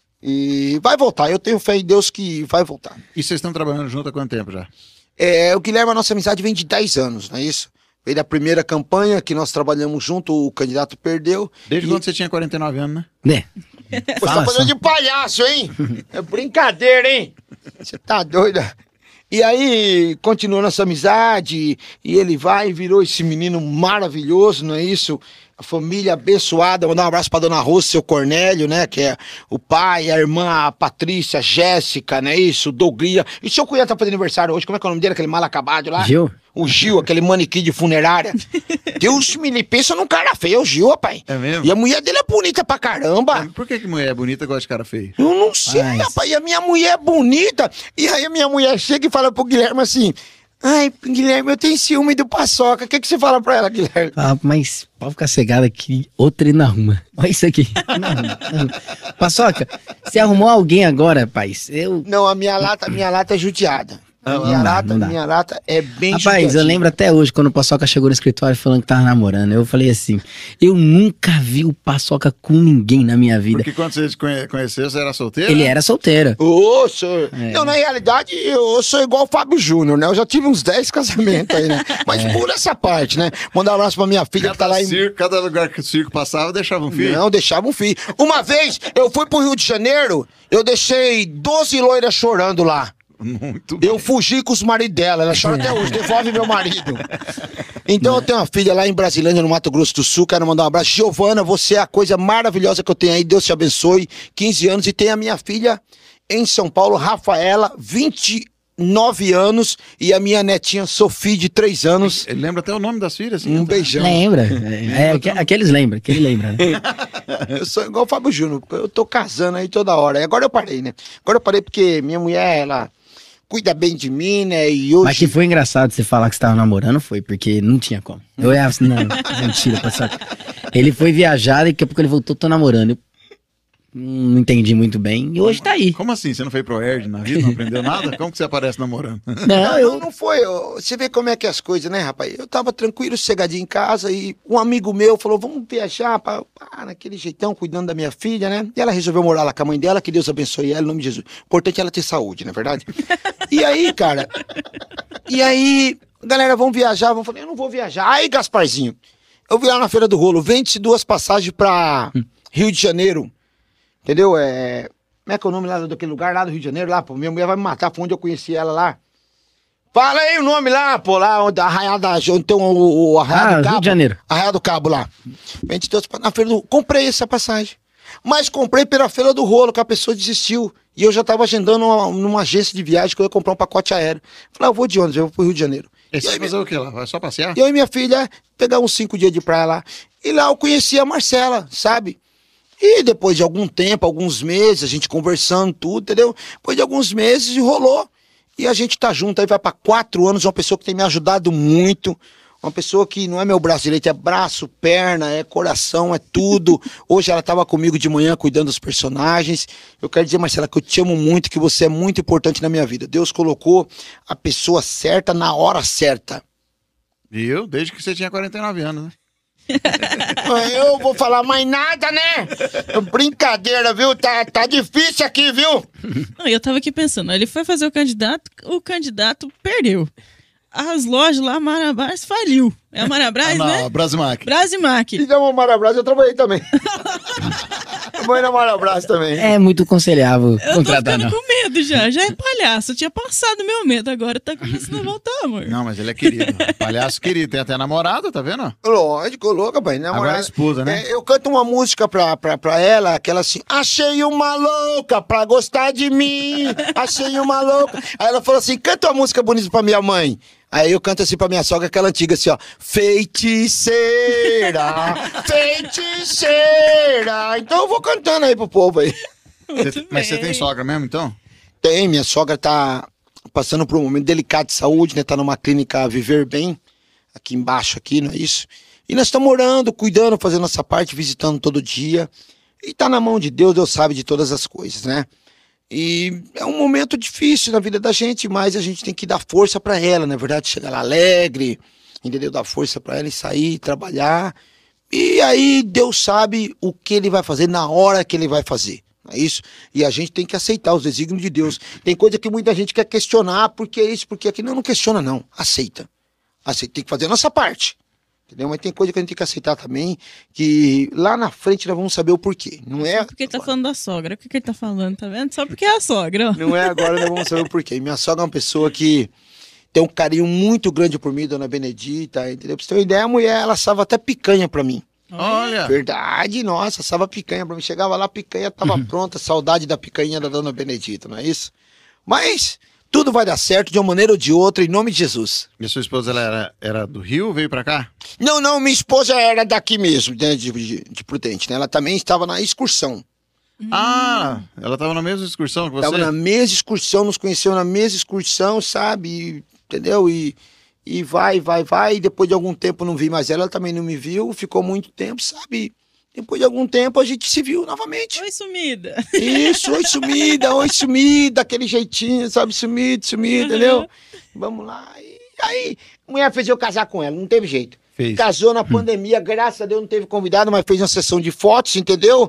E vai voltar, eu tenho fé em Deus que vai voltar. E vocês estão trabalhando junto há quanto tempo já? O Guilherme, a nossa amizade vem de 10 anos, não é isso? Veio da primeira campanha que nós trabalhamos junto, o candidato perdeu. Desde quando você tinha 49 anos, né? Você tá fazendo de palhaço, hein? É brincadeira, hein? Você tá doido? E aí, continuou nossa amizade, e ele virou esse menino maravilhoso, não é isso? A família abençoada, mandar um abraço pra Dona Rosa, seu Cornélio, né? Que é o pai, a irmã, a Patrícia, a Jéssica, não é isso? O Dogria. E o seu cunhado tá fazendo aniversário hoje, como é que é o nome dele, aquele mal acabado lá? Gil? O Gil, aquele manequim de funerária. Deus me pensa num cara feio, é o Gil, rapaz. É mesmo? E a mulher dele é bonita pra caramba. Por que mulher é bonita e gosta de cara feio? Eu não sei, rapaz. E a minha mulher é bonita. E aí a minha mulher chega e fala pro Guilherme assim... Ai, Guilherme, eu tenho ciúme do Paçoca. O que você fala pra ela, Guilherme? Mas pode ficar cegada aqui, outra e não arruma. Olha isso aqui. Não. Paçoca, você arrumou alguém agora, rapaz? Não, a minha lata é judiada. Minha lata é bem Rapaz, judiadinha. eu lembro até hoje, quando o Paçoca chegou no escritório falando que tava namorando. Eu falei assim, eu nunca vi o Paçoca com ninguém na minha vida. Porque quando você conheceu, você era solteiro? Ele era solteiro. Ô, senhor. Não, na realidade, eu sou igual o Fábio Júnior, né? Eu já tive uns 10 casamentos aí, né? Mas por essa parte, né? Mandar um abraço pra minha filha que tá lá em... Cada lugar que o circo passava, deixava um filho? Não, deixava um filho. Uma vez, eu fui pro Rio de Janeiro, eu deixei 12 loiras chorando lá. Muito bem. Eu fugi com os maridos dela, ela chora até hoje, devolve meu marido. Então eu tenho uma filha lá em Brasilândia, no Mato Grosso do Sul, quero mandar um abraço. Giovana, você é a coisa maravilhosa que eu tenho aí, Deus te abençoe. 15 anos, e tem a minha filha em São Paulo, Rafaela, 29 anos, e a minha netinha Sofia, de 3 anos. Ele lembra até o nome das filhas? Assim, Um beijão. Lembra. Aqueles lembram, que ele lembra, né? Eu sou igual o Fábio Júnior, eu tô casando aí toda hora. E agora eu parei, né? Agora eu parei porque minha mulher, ela... cuida bem de mim, né? E hoje... Mas que foi engraçado você falar que você tava namorando, foi porque não tinha como. Eu ia assim, não, mentira, Paçoca. Ele foi viajar e daqui a pouco ele voltou, tô namorando. Eu não entendi muito bem e hoje tá aí. Como assim? Você não foi pro ERD na vida, não aprendeu nada? Como que você aparece namorando? Não foi. Você vê como é que é as coisas, né, rapaz? Eu tava tranquilo, sossegadinho em casa e um amigo meu falou, vamos viajar naquele jeitão, cuidando da minha filha, né? E ela resolveu morar lá com a mãe dela, que Deus abençoe ela, em nome de Jesus. O importante é ela ter saúde, não é verdade? E aí, cara... galera, vamos viajar. Vamos falar, eu não vou viajar. Aí, Gasparzinho, eu vi lá na Feira do Rolo, vende-se 2 passagens pra Rio de Janeiro. Entendeu? Como é que é o nome lá daquele lugar lá do Rio de Janeiro? Lá, pô, minha mulher vai me matar, foi onde eu conheci ela lá. Fala aí o nome lá, pô, lá onde a Arraial onde tem o Arraial do Cabo. Rio de Janeiro. Arraial do Cabo lá. Vende todos na Feira do Rolo. Comprei essa passagem. Mas comprei pela Feira do Rolo, que a pessoa desistiu. E eu já tava agendando numa agência de viagem que eu ia comprar um pacote aéreo. Falei, eu vou de ônibus, eu vou pro Rio de Janeiro. E você vai fazer o quê lá? Vai só passear? E eu e minha filha pegar uns 5 dias de praia lá. E lá eu conheci a Marcela, sabe? E depois de algum tempo, alguns meses, a gente conversando tudo, entendeu? Depois de alguns meses, rolou. E a gente tá junto aí, vai pra 4 anos, uma pessoa que tem me ajudado muito. Uma pessoa que não é meu braço direito, é braço, perna, é coração, é tudo. Hoje ela tava comigo de manhã cuidando dos personagens. Eu quero dizer, Marcela, que eu te amo muito, que você é muito importante na minha vida. Deus colocou a pessoa certa na hora certa. Viu? Desde que você tinha 49 anos, né? Eu vou falar mais nada, né? Brincadeira, viu? Tá difícil aqui, viu? Não, eu tava aqui pensando, ele foi fazer o candidato perdeu. as lojas lá, a Marabras faliu. É a Marabras, né? Brasimac. Brasimac. E da Marabras eu trabalhei também. Trabalhei na Marabras também. É muito aconselhável Eu tô contratar, ficando não. com medo já. Já é palhaço. Eu tinha passado meu medo, agora tá começando a voltar, amor. Não, mas ele é querido. Palhaço querido. Tem até namorada, tá vendo? Lógico, louca, pai. Agora é esposa, né? Eu canto uma música pra ela, aquela assim, achei uma louca pra gostar de mim, achei uma louca. Aí ela falou assim, canta uma música bonita pra minha mãe. Aí eu canto assim pra minha sogra, aquela antiga assim, ó. Feiticeira, feiticeira. Então eu vou cantando aí pro povo aí. Mas você tem sogra mesmo, então? Tem, minha sogra tá passando por um momento delicado de saúde, né? Tá numa clínica Viver Bem, aqui embaixo, aqui, não é isso? E nós estamos orando, cuidando, fazendo nossa parte, visitando todo dia. E tá na mão de Deus, Deus sabe de todas as coisas, né? E é um momento difícil na vida da gente, mas a gente tem que dar força pra ela, na verdade, chegar lá alegre, entendeu? Dar força pra ela e sair, trabalhar. E aí Deus sabe o que ele vai fazer na hora que ele vai fazer. É isso? E a gente tem que aceitar os desígnios de Deus. Tem coisa que muita gente quer questionar, porque é isso, porque aquilo. Não questiona, não. Aceita. Aceita. Tem que fazer a nossa parte. Entendeu? Mas tem coisa que a gente tem que aceitar também, que lá na frente nós vamos saber o porquê. Não é. Só porque ele tá falando da sogra. O que ele tá falando, tá vendo? Só porque é a sogra, ó. Não é agora, nós vamos saber o porquê. Minha sogra é uma pessoa que tem um carinho muito grande por mim, dona Benedita, entendeu? Pra você ter uma ideia, a mulher, ela assava até picanha pra mim. Olha. Verdade, nossa, assava picanha pra mim. Chegava lá, a picanha tava pronta, saudade da picanha da dona Benedita, não é isso? Mas tudo vai dar certo de uma maneira ou de outra, em nome de Jesus. E a sua esposa, ela era do Rio, veio pra cá? Não, minha esposa era daqui mesmo, né, de Prudente, né? Ela também estava na excursão. Ah, ela tava na mesma excursão que você? Tava na mesma excursão, nos conheceu na mesma excursão, sabe? Entendeu? E vai, e depois de algum tempo não vi mais ela também não me viu, ficou muito tempo, sabe? Depois de algum tempo a gente se viu novamente. Oi, sumida. Isso, oi sumida, aquele jeitinho, sabe? Sumida, entendeu? Vamos lá. E aí, a mulher fez eu casar com ela, não teve jeito. Fez. Casou na pandemia, graças a Deus não teve convidado, mas fez uma sessão de fotos, entendeu?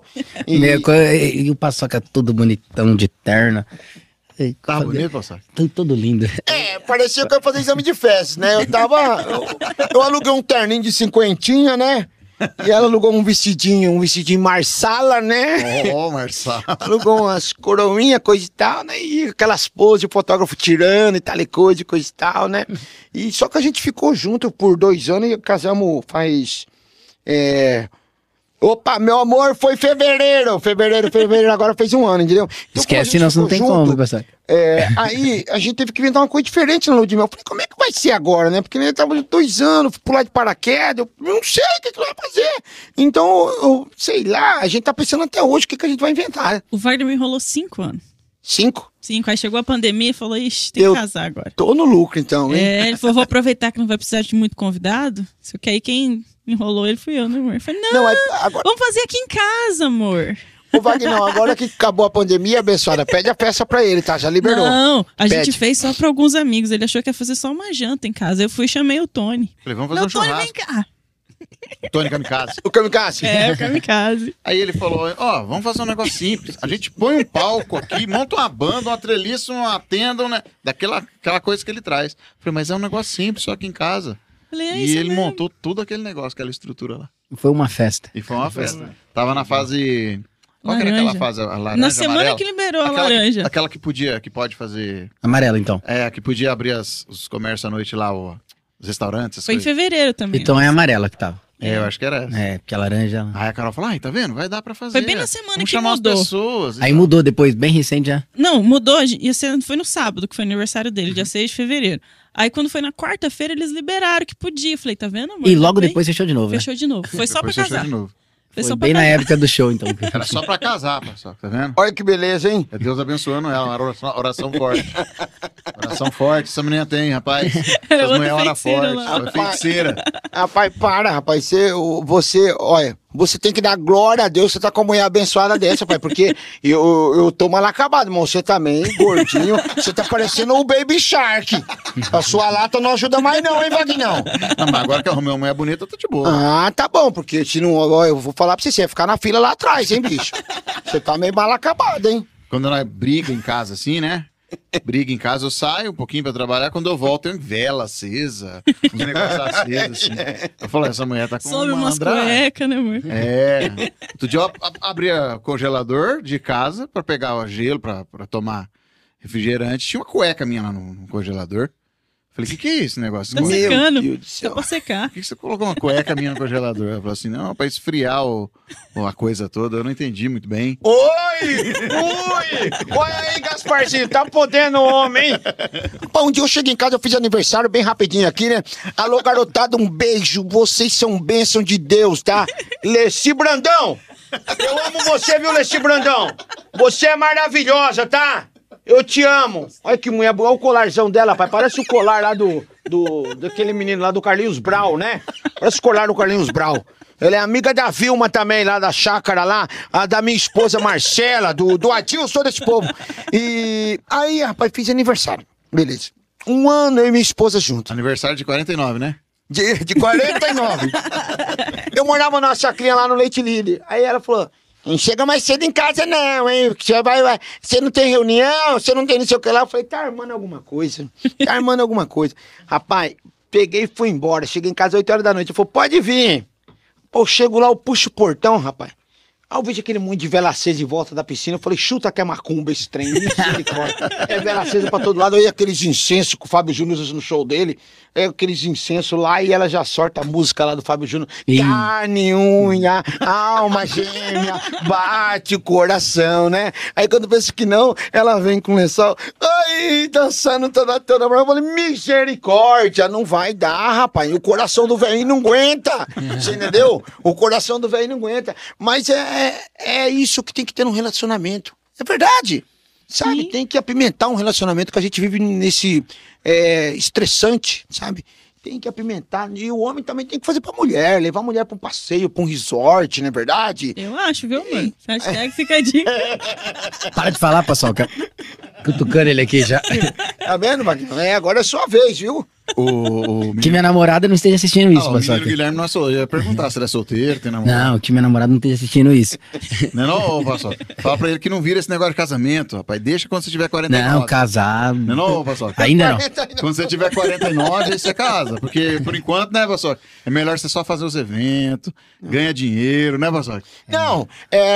E o Paçoca todo bonitão, de terno. Tá bonito, Paçoca? Todo lindo. Parecia que eu ia fazer exame de fezes, né? Eu aluguei um terninho de cinquentinha, né? E ela alugou um vestidinho Marsala, né? Ó, Marçal. Alugou umas coroinhas, coisa e tal, né? E aquelas poses de fotógrafo tirando e tal e coisa e tal, né? E só que a gente ficou junto por 2 anos e casamos faz... Opa, meu amor, foi fevereiro, agora fez 1 ano, entendeu? Então, Esquece, senão você não tem como, pessoal. Aí a gente teve que inventar uma coisa diferente na lua de mel. Eu falei, como é que vai ser agora, né? Porque ele tava de 2 anos, pular de paraquedas, eu não sei o que vai fazer. Então, eu sei lá, a gente tá pensando até hoje o que a gente vai inventar. O Wagner me enrolou 5 anos. 5? 5, aí chegou a pandemia e falou, ixi, tem que casar agora. Tô no lucro, então, hein? Ele falou, vou aproveitar que não vai precisar de muito convidado. Só que aí quem enrolou ele fui eu, né, amor? Eu falei, não, agora... vamos fazer aqui em casa, amor. Ô, Wagner, não, agora que acabou a pandemia, abençoada, pede a festa pra ele, tá? Já liberou. Não, a gente fez só pra alguns amigos. Ele achou que ia fazer só uma janta em casa. Eu fui e chamei o Tony. Falei, vamos fazer um Tony, churrasco. vem cá. Tony Kamikaze. O Kamikaze? O Kamikaze. Aí ele falou, vamos fazer um negócio simples. A gente põe um palco aqui, monta uma banda, uma treliça, uma tenda, né? Aquela coisa que ele traz. Falei, mas é um negócio simples, só aqui em casa. Falei, E ele montou tudo aquele negócio, aquela estrutura lá. Foi uma festa. E foi uma festa. Tava na fase... Qual que era aquela fase? A laranja, na semana amarela? que liberou a laranja. Aquela que pode fazer... Amarela, então. Que podia abrir os comércios à noite lá, os restaurantes. Foi em fevereiro também. Então é amarela que tava. Eu acho que era essa. Porque a laranja... Aí a Carol falou, tá vendo? Vai dar pra fazer. Foi bem na semana Vamos que chamar mudou. as pessoas. Aí mudou depois, bem recente já. Não, mudou. Foi no sábado, que foi aniversário dele, dia 6 de fevereiro. Aí quando foi na quarta-feira, eles liberaram que podia. Eu falei, tá vendo, amor? E logo depois fechou de novo, né? Fechou de novo. Foi só pra Depois fechou casar. de novo. Foi Foi só pra bem na casar. época do show, então. Era só pra casar, pessoal, tá vendo? Olha que beleza, hein? É Deus abençoando ela, uma oração forte. Oração forte, essa menina tem, rapaz. Essas outra mulheres oram feiticeira forte. lá. Ela é feiticeira. Rapaz, rapaz. Você tem que dar glória a Deus, você tá com a mulher abençoada dessa, pai, porque eu tô mal acabado, irmão. Você também, gordinho, você tá parecendo o Baby Shark. A sua lata não ajuda mais não, hein, Vagnão? Não, mas agora que arrumei uma mulher bonita, tá de boa. Ah, tá bom, porque se não, eu vou falar pra você ia ficar na fila lá atrás, hein, bicho? Você tá meio mal acabado, hein? Quando nós briga em casa assim, né? briga em casa, eu saio um pouquinho pra trabalhar, quando eu volto tem vela acesa, uns negócios acesos, assim. Eu falo, essa mulher tá com Sobe uma umas cuecas, né, amor? É. Outro dia eu abria congelador de casa pra pegar o gelo, pra tomar refrigerante. Tinha uma cueca minha lá no congelador. Falei, o que é esse negócio? Tá Por secando. Deus do céu. Dá pra secar. que você colocou uma cueca minha no congelador? Ela falou assim, não, pra esfriar a coisa toda. Eu não entendi muito bem. Oi! Olha aí, Gasparzinho, tá podendo homem, hein? Um dia eu cheguei em casa, eu fiz aniversário bem rapidinho aqui, né? Alô, garotada, um beijo. Vocês são bênção de Deus, tá? Leci Brandão! Eu amo você, viu, Leci Brandão? Você é maravilhosa, tá? Eu te amo. Olha que mulher boa. Olha o colarzão dela, pai. Parece o colar lá daquele menino lá do Carlinhos Brau, né? Parece o colar do Carlinhos Brau. Ela é amiga da Vilma também, lá da chácara lá. A da minha esposa Marcela, do Adilson, desse povo. E aí, rapaz, fiz aniversário. Beleza. 1 ano eu e minha esposa juntos. Aniversário de 49, né? De 49. Eu morava numa chacrinha lá no Leite Líder. Aí ela falou... Não chega mais cedo em casa não, hein? Você não tem reunião, você não tem não sei o que lá. Eu falei, tá armando alguma coisa. Tá armando alguma coisa. Rapaz, peguei e fui embora. Cheguei em casa às 8 horas da noite. Eu falei, pode vir. Pô, eu chego lá, eu puxo o portão, rapaz. Aí eu vejo aquele monte de vela acesa em volta da piscina. Eu falei, chuta que é macumba esse trem. Misericórdia. É vela acesa pra todo lado. Aí aqueles incensos que o Fábio Júnior usa no show dele. É aqueles incensos lá e ela já sorta a música lá do Fábio Júnior. Carne, unha, alma gêmea, bate o coração, né? Aí quando eu penso que não, ela vem com o lençol. Ai, dançando toda. Eu falei, misericórdia, não vai dar, rapaz. O coração do velhinho não aguenta. Você entendeu? O coração do velhinho não aguenta. Mas é isso que tem que ter num relacionamento. É verdade. Sabe, Sim. tem que apimentar um relacionamento que a gente vive nesse estressante, sabe? Tem que apimentar. E o homem também tem que fazer pra mulher, levar a mulher pra um passeio, pra um resort, não é verdade? Eu acho, viu, amor? Hashtag fica a dica. Para de falar, Paçoca. Cutucando ele aqui já. Tá vendo, Magno? Agora é sua vez, viu? Que minha namorada não esteja assistindo isso, o menino Paçoca. Guilherme não é solteiro. Eu ia perguntar se ele é solteiro, tem namorado. Não, que minha namorada não esteja assistindo isso. Não é não, Paçoca? Fala pra ele que não vira esse negócio de casamento, rapaz. Deixa quando você tiver 49. Não, casar. Não é não, Paçoca? Ainda não. Quando você tiver 49, aí você casa. Porque, por enquanto, né, Paçoca? É melhor você só fazer os eventos, ganha dinheiro, né, Paçoca? Não,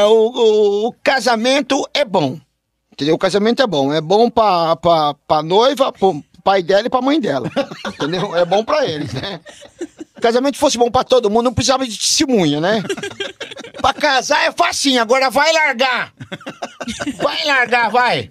o casamento é bom. Entendeu? O casamento é bom. É bom pra noiva, pro pai dela e pra mãe dela. Entendeu? É bom pra eles, né? Se o casamento fosse bom pra todo mundo, não precisava de testemunha, né? Pra casar é facinho, agora vai largar. Vai largar, vai.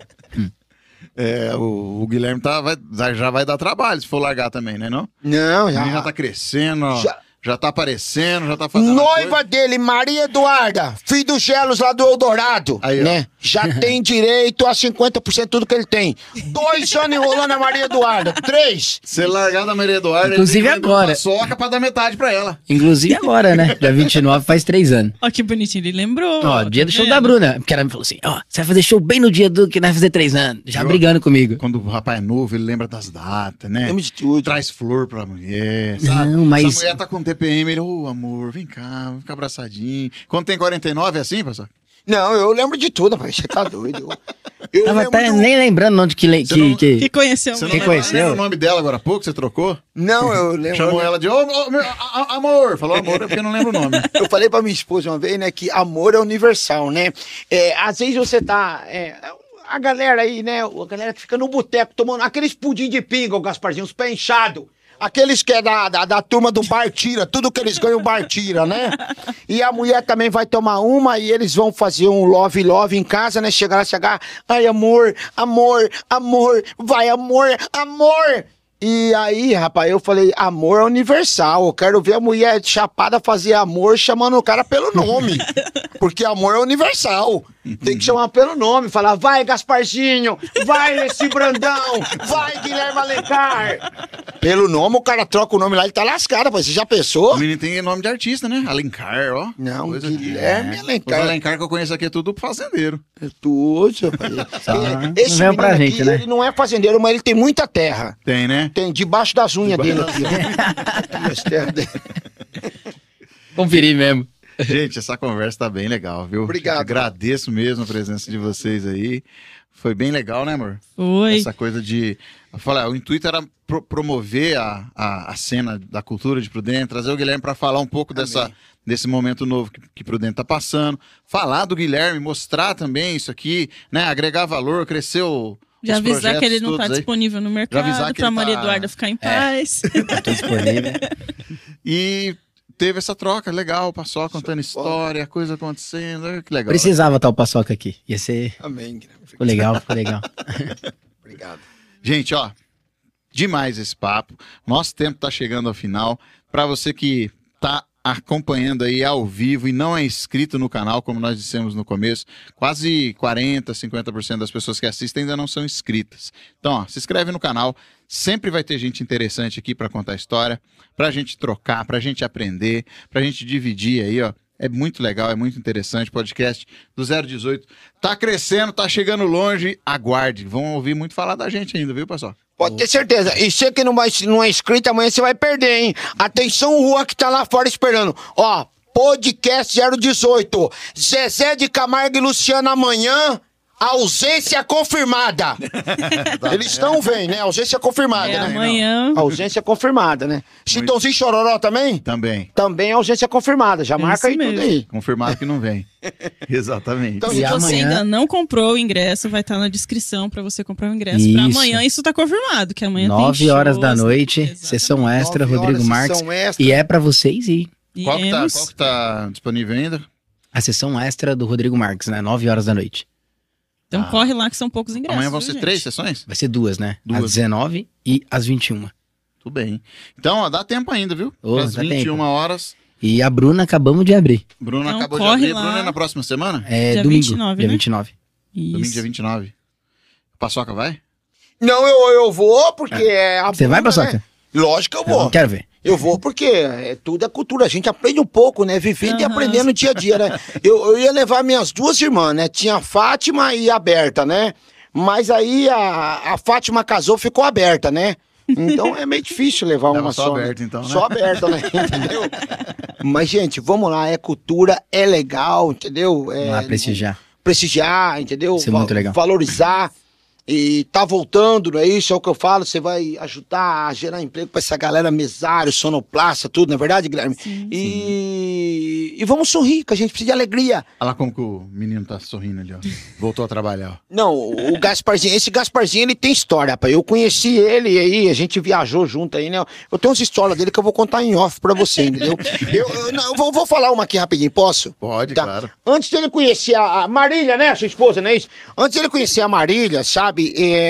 O Guilherme já vai dar trabalho se for largar também, né, não? Não, O menino já tá crescendo, ó. Já tá aparecendo, já tá fazendo. Noiva dele, Maria Eduarda, filho dos Gelos lá do Eldorado, aí, né? Já tem direito a 50% de tudo que ele tem. 2 anos enrolando a Maria Eduarda. 3. Você largar da Maria Eduarda, Inclusive ele tem que agora. soca pra dar metade pra ela. Inclusive agora, né? Dia 29 faz 3 anos. Ó, que bonitinho, ele lembrou. Ó, dia do tá show vendo? da Bruna. Porque ela me falou assim, ó, você vai fazer show bem no dia do que nós fazer 3 anos. Já brigando comigo. Quando o rapaz é novo, ele lembra das datas, né? Lembra de tudo. Traz flor pra mulher, sabe? Não, mas- Se a mulher tá com TPM, ele, ô amor, vem cá, vamos ficar abraçadinho. Quando tem 49 é assim, pastor? Não, eu lembro de tudo, rapaz. Você tá doido. Eu Tava lembro até do- nem lembrando onde que Que conheceu Você não Quem lembra conheceu? nem o nome dela agora há pouco, você trocou? Não, eu lembro. Chamou ela de, amor. Falou amor, é porque não lembro o nome. Eu falei pra minha esposa uma vez, né, que amor é universal, né? Às vezes você tá... a galera aí, né, a galera que fica no boteco tomando aqueles pudim de pinga, o Gasparzinho, os pés inchados. Aqueles que é da turma do bar tira, tudo que eles ganham o bar tira, né? E a mulher também vai tomar uma e eles vão fazer um love em casa, né? Chegar, ai amor, vai amor. E aí, rapaz, eu falei, amor é universal, eu quero ver a mulher chapada fazer amor chamando o cara pelo nome, porque amor é universal, tem que chamar pelo nome, falar, vai Gasparzinho, vai esse Brandão, vai Guilherme Alencar. Pelo nome, o cara troca o nome lá, ele tá lascado, rapaz, você já pensou? O menino tem nome de artista, né? Alencar, ó. Não, Coisa Guilherme Os Alencar. Alencar que eu conheço aqui é tudo fazendeiro. Tudo, rapaz. Não Esse veio pra menino gente, aqui, né? ele não é fazendeiro, mas ele tem muita terra. Tem, né? Tem debaixo das unhas dele aqui, ó. Aqui as terras dele. Conferir mesmo. Gente, essa conversa tá bem legal, viu? Obrigado. Agradeço mesmo a presença de vocês aí. Foi bem legal, né, amor? Foi. Essa coisa de... Eu falei, o intuito era promover a cena da cultura de Prudente, trazer o Guilherme para falar um pouco desse momento novo que Prudente tá passando, falar do Guilherme, mostrar também isso aqui, né? Agregar valor, crescer Já avisar que ele não tá aí. disponível no mercado, pra Maria Eduarda ficar em paz. Tô disponível. E teve essa troca legal, o Paçoca contando história, coisa acontecendo, que legal. Precisava estar o Paçoca aqui. Ia ser... Amém. Ficou legal, ficou legal. Obrigado. Gente, ó, demais esse papo. Nosso tempo tá chegando ao final. Para você que tá acompanhando aí ao vivo e não é inscrito no canal, como nós dissemos no começo, quase 40, 50% das pessoas que assistem ainda não são inscritas. Então, ó, se inscreve no canal. Sempre vai ter gente interessante aqui para contar história, pra gente trocar, pra gente aprender, pra gente dividir aí, ó. É muito legal, é muito interessante. Podcast do 018 tá crescendo, tá chegando longe. Aguarde. Vão ouvir muito falar da gente ainda, viu, pessoal? Pode ter certeza. E você que não é inscrito, amanhã você vai perder, hein? Atenção, Rua, que tá lá fora esperando. Ó, podcast 018. Zezé de Camargo e Luciano amanhã. Ausência confirmada. Eles não vêm, né? Ausência confirmada, né? Amanhã. Ausência confirmada, né? Chitãozinho Chororó também? Também. Também ausência confirmada. Já marca aí Isso tudo mesmo. aí. Confirmado que não vem. Exatamente. Então, Se E você amanhã- ainda não comprou o ingresso, vai estar na descrição pra você comprar o ingresso. Pra Isso. amanhã isso tá confirmado, que amanhã tem 9 horas shows, da noite, exatamente. sessão extra, 9 Rodrigo horas, Marques. sessão extra. E é pra vocês ir. Qual Iremos. que tá disponível ainda? A sessão extra do Rodrigo Marques, né? 9 horas da noite. Então corre lá que são poucos ingressos. Amanhã vão viu, ser gente? 3 sessões? Vai ser duas, né? Duas. Às 19 e às 21. Tudo bem. Então, ó, dá tempo ainda, viu? Ô, Às dá 21 tempo. horas. E a Bruna acabamos de abrir. Bruna Então, acabou de corre abrir. lá. Bruna é na próxima semana? É Dia domingo, 29, dia né? 29. Domingo, Isso. dia 29. Paçoca vai? Não, eu vou porque é a Você vai, Bruna, Paçoca? né? Lógico que eu Eu vou. não quero ver. Eu vou porque tudo é cultura. A gente aprende um pouco, né? Vivendo e Aham. aprendendo no dia a dia, né? Eu ia levar minhas duas irmãs, né? Tinha a Fátima e a Berta, né? Mas aí a Fátima casou, ficou aberta, né? Então é meio difícil levar Leva uma só só. né? aberta, então, né? Só aberta, né? Entendeu? Mas, gente, vamos lá. É cultura, é legal, entendeu? É, Vamos lá prestigiar. prestigiar, entendeu? Isso é muito legal. Valorizar. E tá voltando, não é isso? É o que eu falo, você vai ajudar a gerar emprego pra essa galera mesário, sonoplasta, tudo, não é verdade, Guilherme? Sim. E vamos sorrir, que a gente precisa de alegria. Olha lá como que o menino tá sorrindo ali, ó. Voltou a trabalhar, ó. Não, o Gasparzinho, esse Gasparzinho, ele tem história, rapaz. Eu conheci ele aí, a gente viajou junto aí, né? Eu tenho umas histórias dele que eu vou contar em off pra você, entendeu? Eu vou falar uma aqui rapidinho, posso? Pode, Tá. claro. Antes dele conhecer a Marília, né, sua esposa, não é isso? Antes dele conhecer a Marília, sabe,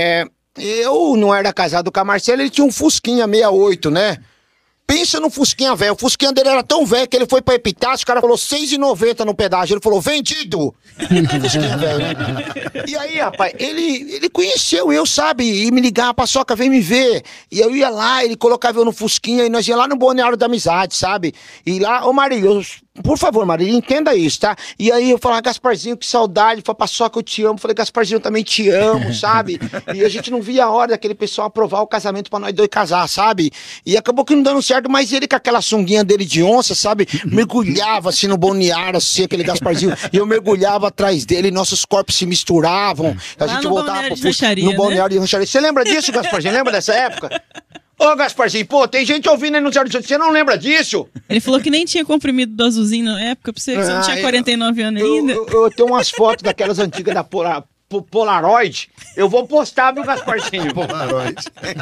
eu não era casado com a Marcela, ele tinha um Fusquinha 68, né? Pensa no Fusquinha velho, o Fusquinha dele era tão velho que ele foi pra Epitácio, o cara falou R$6,90 no pedágio, ele falou, vendido! Fusquinha velho, né? E aí, rapaz, ele conheceu eu, sabe, e me ligava, Paçoca, vem me ver. E eu ia lá, ele colocava eu no Fusquinha, e nós ia lá no Balneário da Amizade, sabe? E lá, ô Marília, por favor, Marília, entenda isso, tá? E aí eu falava, Gasparzinho, que saudade. Ele falou, Paçoca, eu te amo. Eu falei, Gasparzinho, eu também te amo, sabe? E a gente não via a hora daquele pessoal aprovar o casamento pra nós dois casar, sabe? E acabou que não dando certo, mas ele com aquela sunguinha dele de onça, sabe? Mergulhava assim no balneário, assim, aquele Gasparzinho. E eu mergulhava atrás dele, e nossos corpos se misturavam. A Lá gente no voltava balneário pro de Fusca, Rancharia, no né? balneário de Rancharia. Você lembra disso, Gasparzinho? Lembra dessa época? Ô, Gasparzinho, pô, tem gente ouvindo aí no 018, você não lembra disso? Ele falou que nem tinha comprimido do azulzinho na época, pra você que você não Ah, tinha 49 anos ainda. Eu tenho umas fotos daquelas antigas da Polaroid. Eu vou postar, viu, Gasparzinho? Polaroid.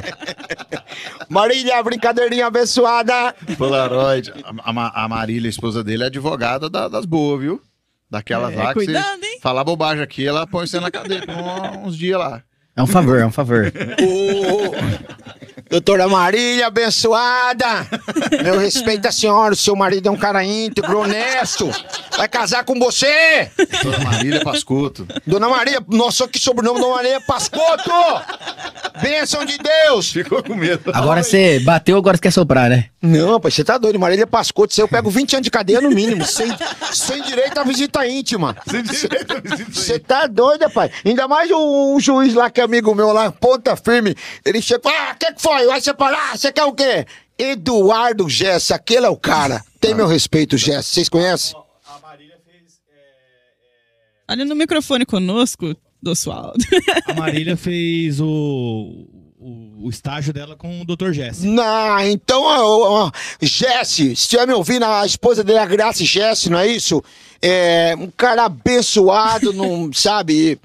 Marília, brincadeirinha abençoada. Polaroid. A Marília, a esposa dele, é advogada das boas, viu? Daquelas lá que cuidado, você hein? falar bobagem aqui, ela põe você na cadeia por uns dias lá. É um favor, é um favor. Doutora Marília, abençoada. Meu respeito à senhora, o seu marido é um cara íntegro, honesto. Vai casar com você. Dona Marília Pascotto. Dona Maria, nossa, que sobrenome, Dona Maria Pascotto. Bênção de Deus. Ficou com medo. Agora você bateu, agora você quer soprar, né? Não, rapaz, você tá doido. Marília Pascotto, se eu pego 20 anos de cadeia no mínimo, sem direito à visita íntima. Você tá doido, rapaz. Ainda mais o juiz lá, que é amigo meu lá, ponta firme. Ele chegou, o que foi? Vai separar? Você quer o quê? Eduardo Gesse, aquele é o cara. Tem meu respeito, Gesse. Vocês conhecem? Olha no microfone conosco, Doswaldo. A Marília fez o estágio dela com o Dr. Jesse. Não, então, Jesse, se estiver me ouvindo, a esposa dele é a Graça Jesse, não é isso? É um cara abençoado, não sabe?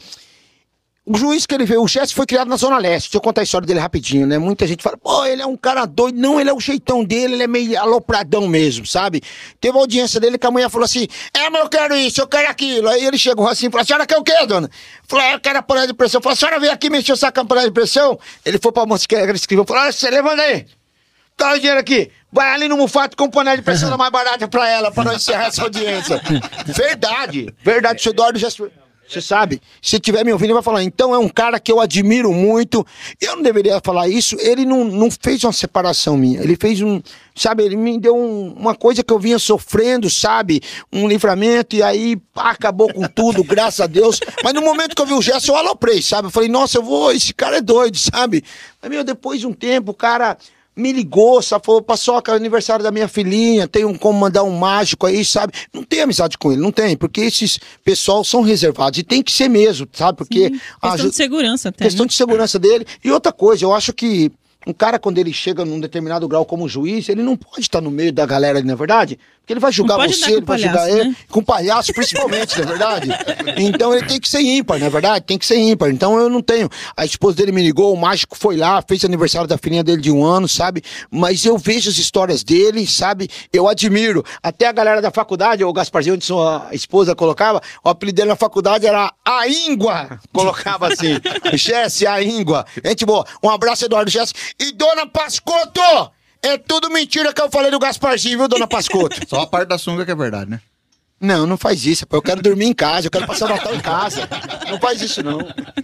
O juiz que ele veio, o Jesse foi criado na Zona Leste. Deixa eu contar a história dele rapidinho, né? Muita gente fala, pô, ele é um cara doido. Não, ele é o jeitão dele, ele é meio alopradão mesmo, sabe? Teve uma audiência dele que a mulher falou assim, mas eu quero isso, eu quero aquilo. Aí ele chegou assim e falou, a senhora quer o quê, dona? Falou, eu quero a panela de pressão. Falou, a senhora veio aqui mexer o saco com a panela de pressão? Ele foi pra moça que ele escreveu, falou, olha, você levanta aí. Tá o dinheiro aqui. Vai ali no Mufato com panela de pressão mais barata pra ela, pra não encerrar essa audiência. Verdade, verdade, seu Eduardo já... Você sabe, se estiver me ouvindo, ele vai falar, então é um cara que eu admiro muito. Eu não deveria falar isso, ele não fez uma separação minha, ele fez sabe, ele me deu uma coisa que eu vinha sofrendo, sabe, um livramento, e aí acabou com tudo, graças a Deus. Mas no momento que eu vi o gesto, eu aloprei, sabe, eu falei, nossa, esse cara é doido, sabe. Mas, depois de um tempo, o cara... me ligou, só falou, Paçoca, é o aniversário da minha filhinha, tem como mandar um mágico aí, sabe? Não tem amizade com ele, não tem, porque esses pessoal são reservados, e tem que ser mesmo, sabe? Porque... Sim, questão de segurança até, questão de segurança dele. E outra coisa, eu acho que um cara, quando ele chega num determinado grau como juiz, ele não pode estar no meio da galera ali, não é verdade? Porque ele vai julgar você, ele vai julgar ele, né? Com palhaço principalmente, não é verdade? Então ele tem que ser ímpar, não é verdade? Tem que ser ímpar. Então eu não tenho. A esposa dele me ligou, o mágico foi lá, fez aniversário da filhinha dele de 1 ano, sabe? Mas eu vejo as histórias dele, sabe? Eu admiro. Até a galera da faculdade, o Gasparzinho, onde sua esposa colocava, o apelido dele na faculdade era a Íngua. Colocava assim. Jesse, a Íngua. Gente boa. Um abraço, Eduardo Jesse. E Dona Pascotto! É tudo mentira que eu falei do Gasparzinho, viu, Dona Pascotto? Só a parte da sunga que é verdade, né? Não, não faz isso, pô. Eu quero dormir em casa, eu quero passar o Natal em casa. Não faz isso, não.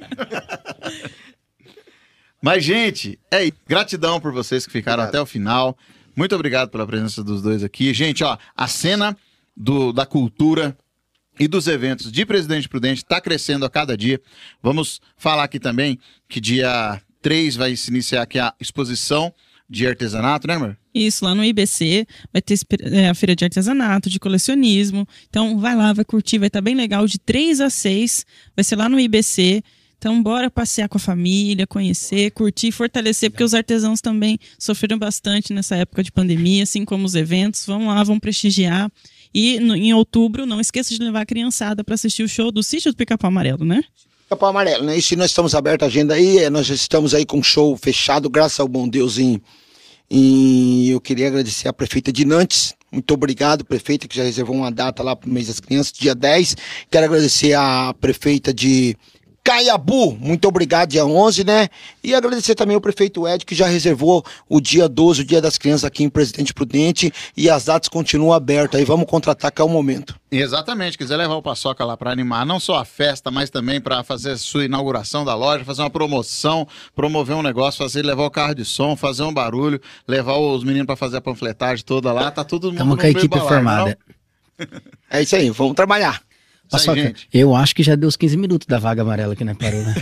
Mas, gente, gratidão por vocês que ficaram até o final. Muito obrigado pela presença dos dois aqui. Gente, ó, a cena da cultura e dos eventos de Presidente Prudente está crescendo a cada dia. Vamos falar aqui também que dia 3 vai se iniciar aqui a exposição de artesanato, né, amor? Isso, lá no IBC vai ter a feira de artesanato, de colecionismo. Então vai lá, vai curtir, vai estar bem legal. De 3 a 6, vai ser lá no IBC. Então bora passear com a família, conhecer, curtir, fortalecer, porque os artesãos também sofreram bastante nessa época de pandemia, assim como os eventos. Vão lá, vão prestigiar. E em outubro, não esqueça de levar a criançada para assistir o show do Sítio do Pica-Pau Amarelo, né? Pica-Pau Amarelo, né? E se nós estamos abertos a agenda aí, nós já estamos aí com o show fechado, graças ao bom Deus. E eu queria agradecer a prefeita de Nantes. Muito obrigado, prefeita, que já reservou uma data lá para o mês das crianças, dia 10. Quero agradecer a prefeita de Caiabu, muito obrigado, dia 11, né? E agradecer também ao prefeito Ed, que já reservou o dia 12, o dia das crianças aqui em Presidente Prudente, e as datas continuam abertas, aí vamos contratar que é o momento. Exatamente, quiser levar o Paçoca lá para animar não só a festa, mas também para fazer a sua inauguração da loja, fazer uma promoção, promover um negócio, levar o carro de som, fazer um barulho, levar os meninos para fazer a panfletagem toda lá, tá tudo mundo. Estamos com a equipe formada. É isso aí, vamos trabalhar. Paçoca, eu acho que já deu os 15 minutos da vaga amarela que não parou, né?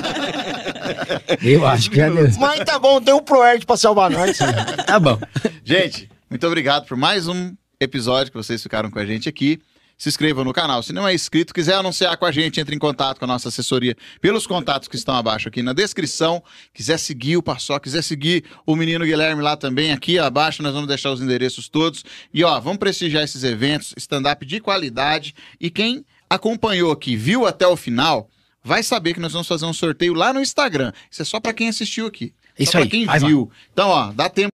Eu acho que já deu. Mas tá bom, tem um ProErd pra salvar nós. Tá bom. Gente, muito obrigado por mais um episódio que vocês ficaram com a gente aqui. Se inscreva no canal. Se não é inscrito, quiser anunciar com a gente, entre em contato com a nossa assessoria pelos contatos que estão abaixo aqui na descrição. Quiser seguir o Paçoca, quiser seguir o menino Guilherme lá também, aqui abaixo nós vamos deixar os endereços todos. E ó, vamos prestigiar esses eventos, stand-up de qualidade. E quem acompanhou aqui, viu até o final, vai saber que nós vamos fazer um sorteio lá no Instagram. Isso é só para quem assistiu aqui. Isso só aí. Para quem viu. Então, ó, dá tempo.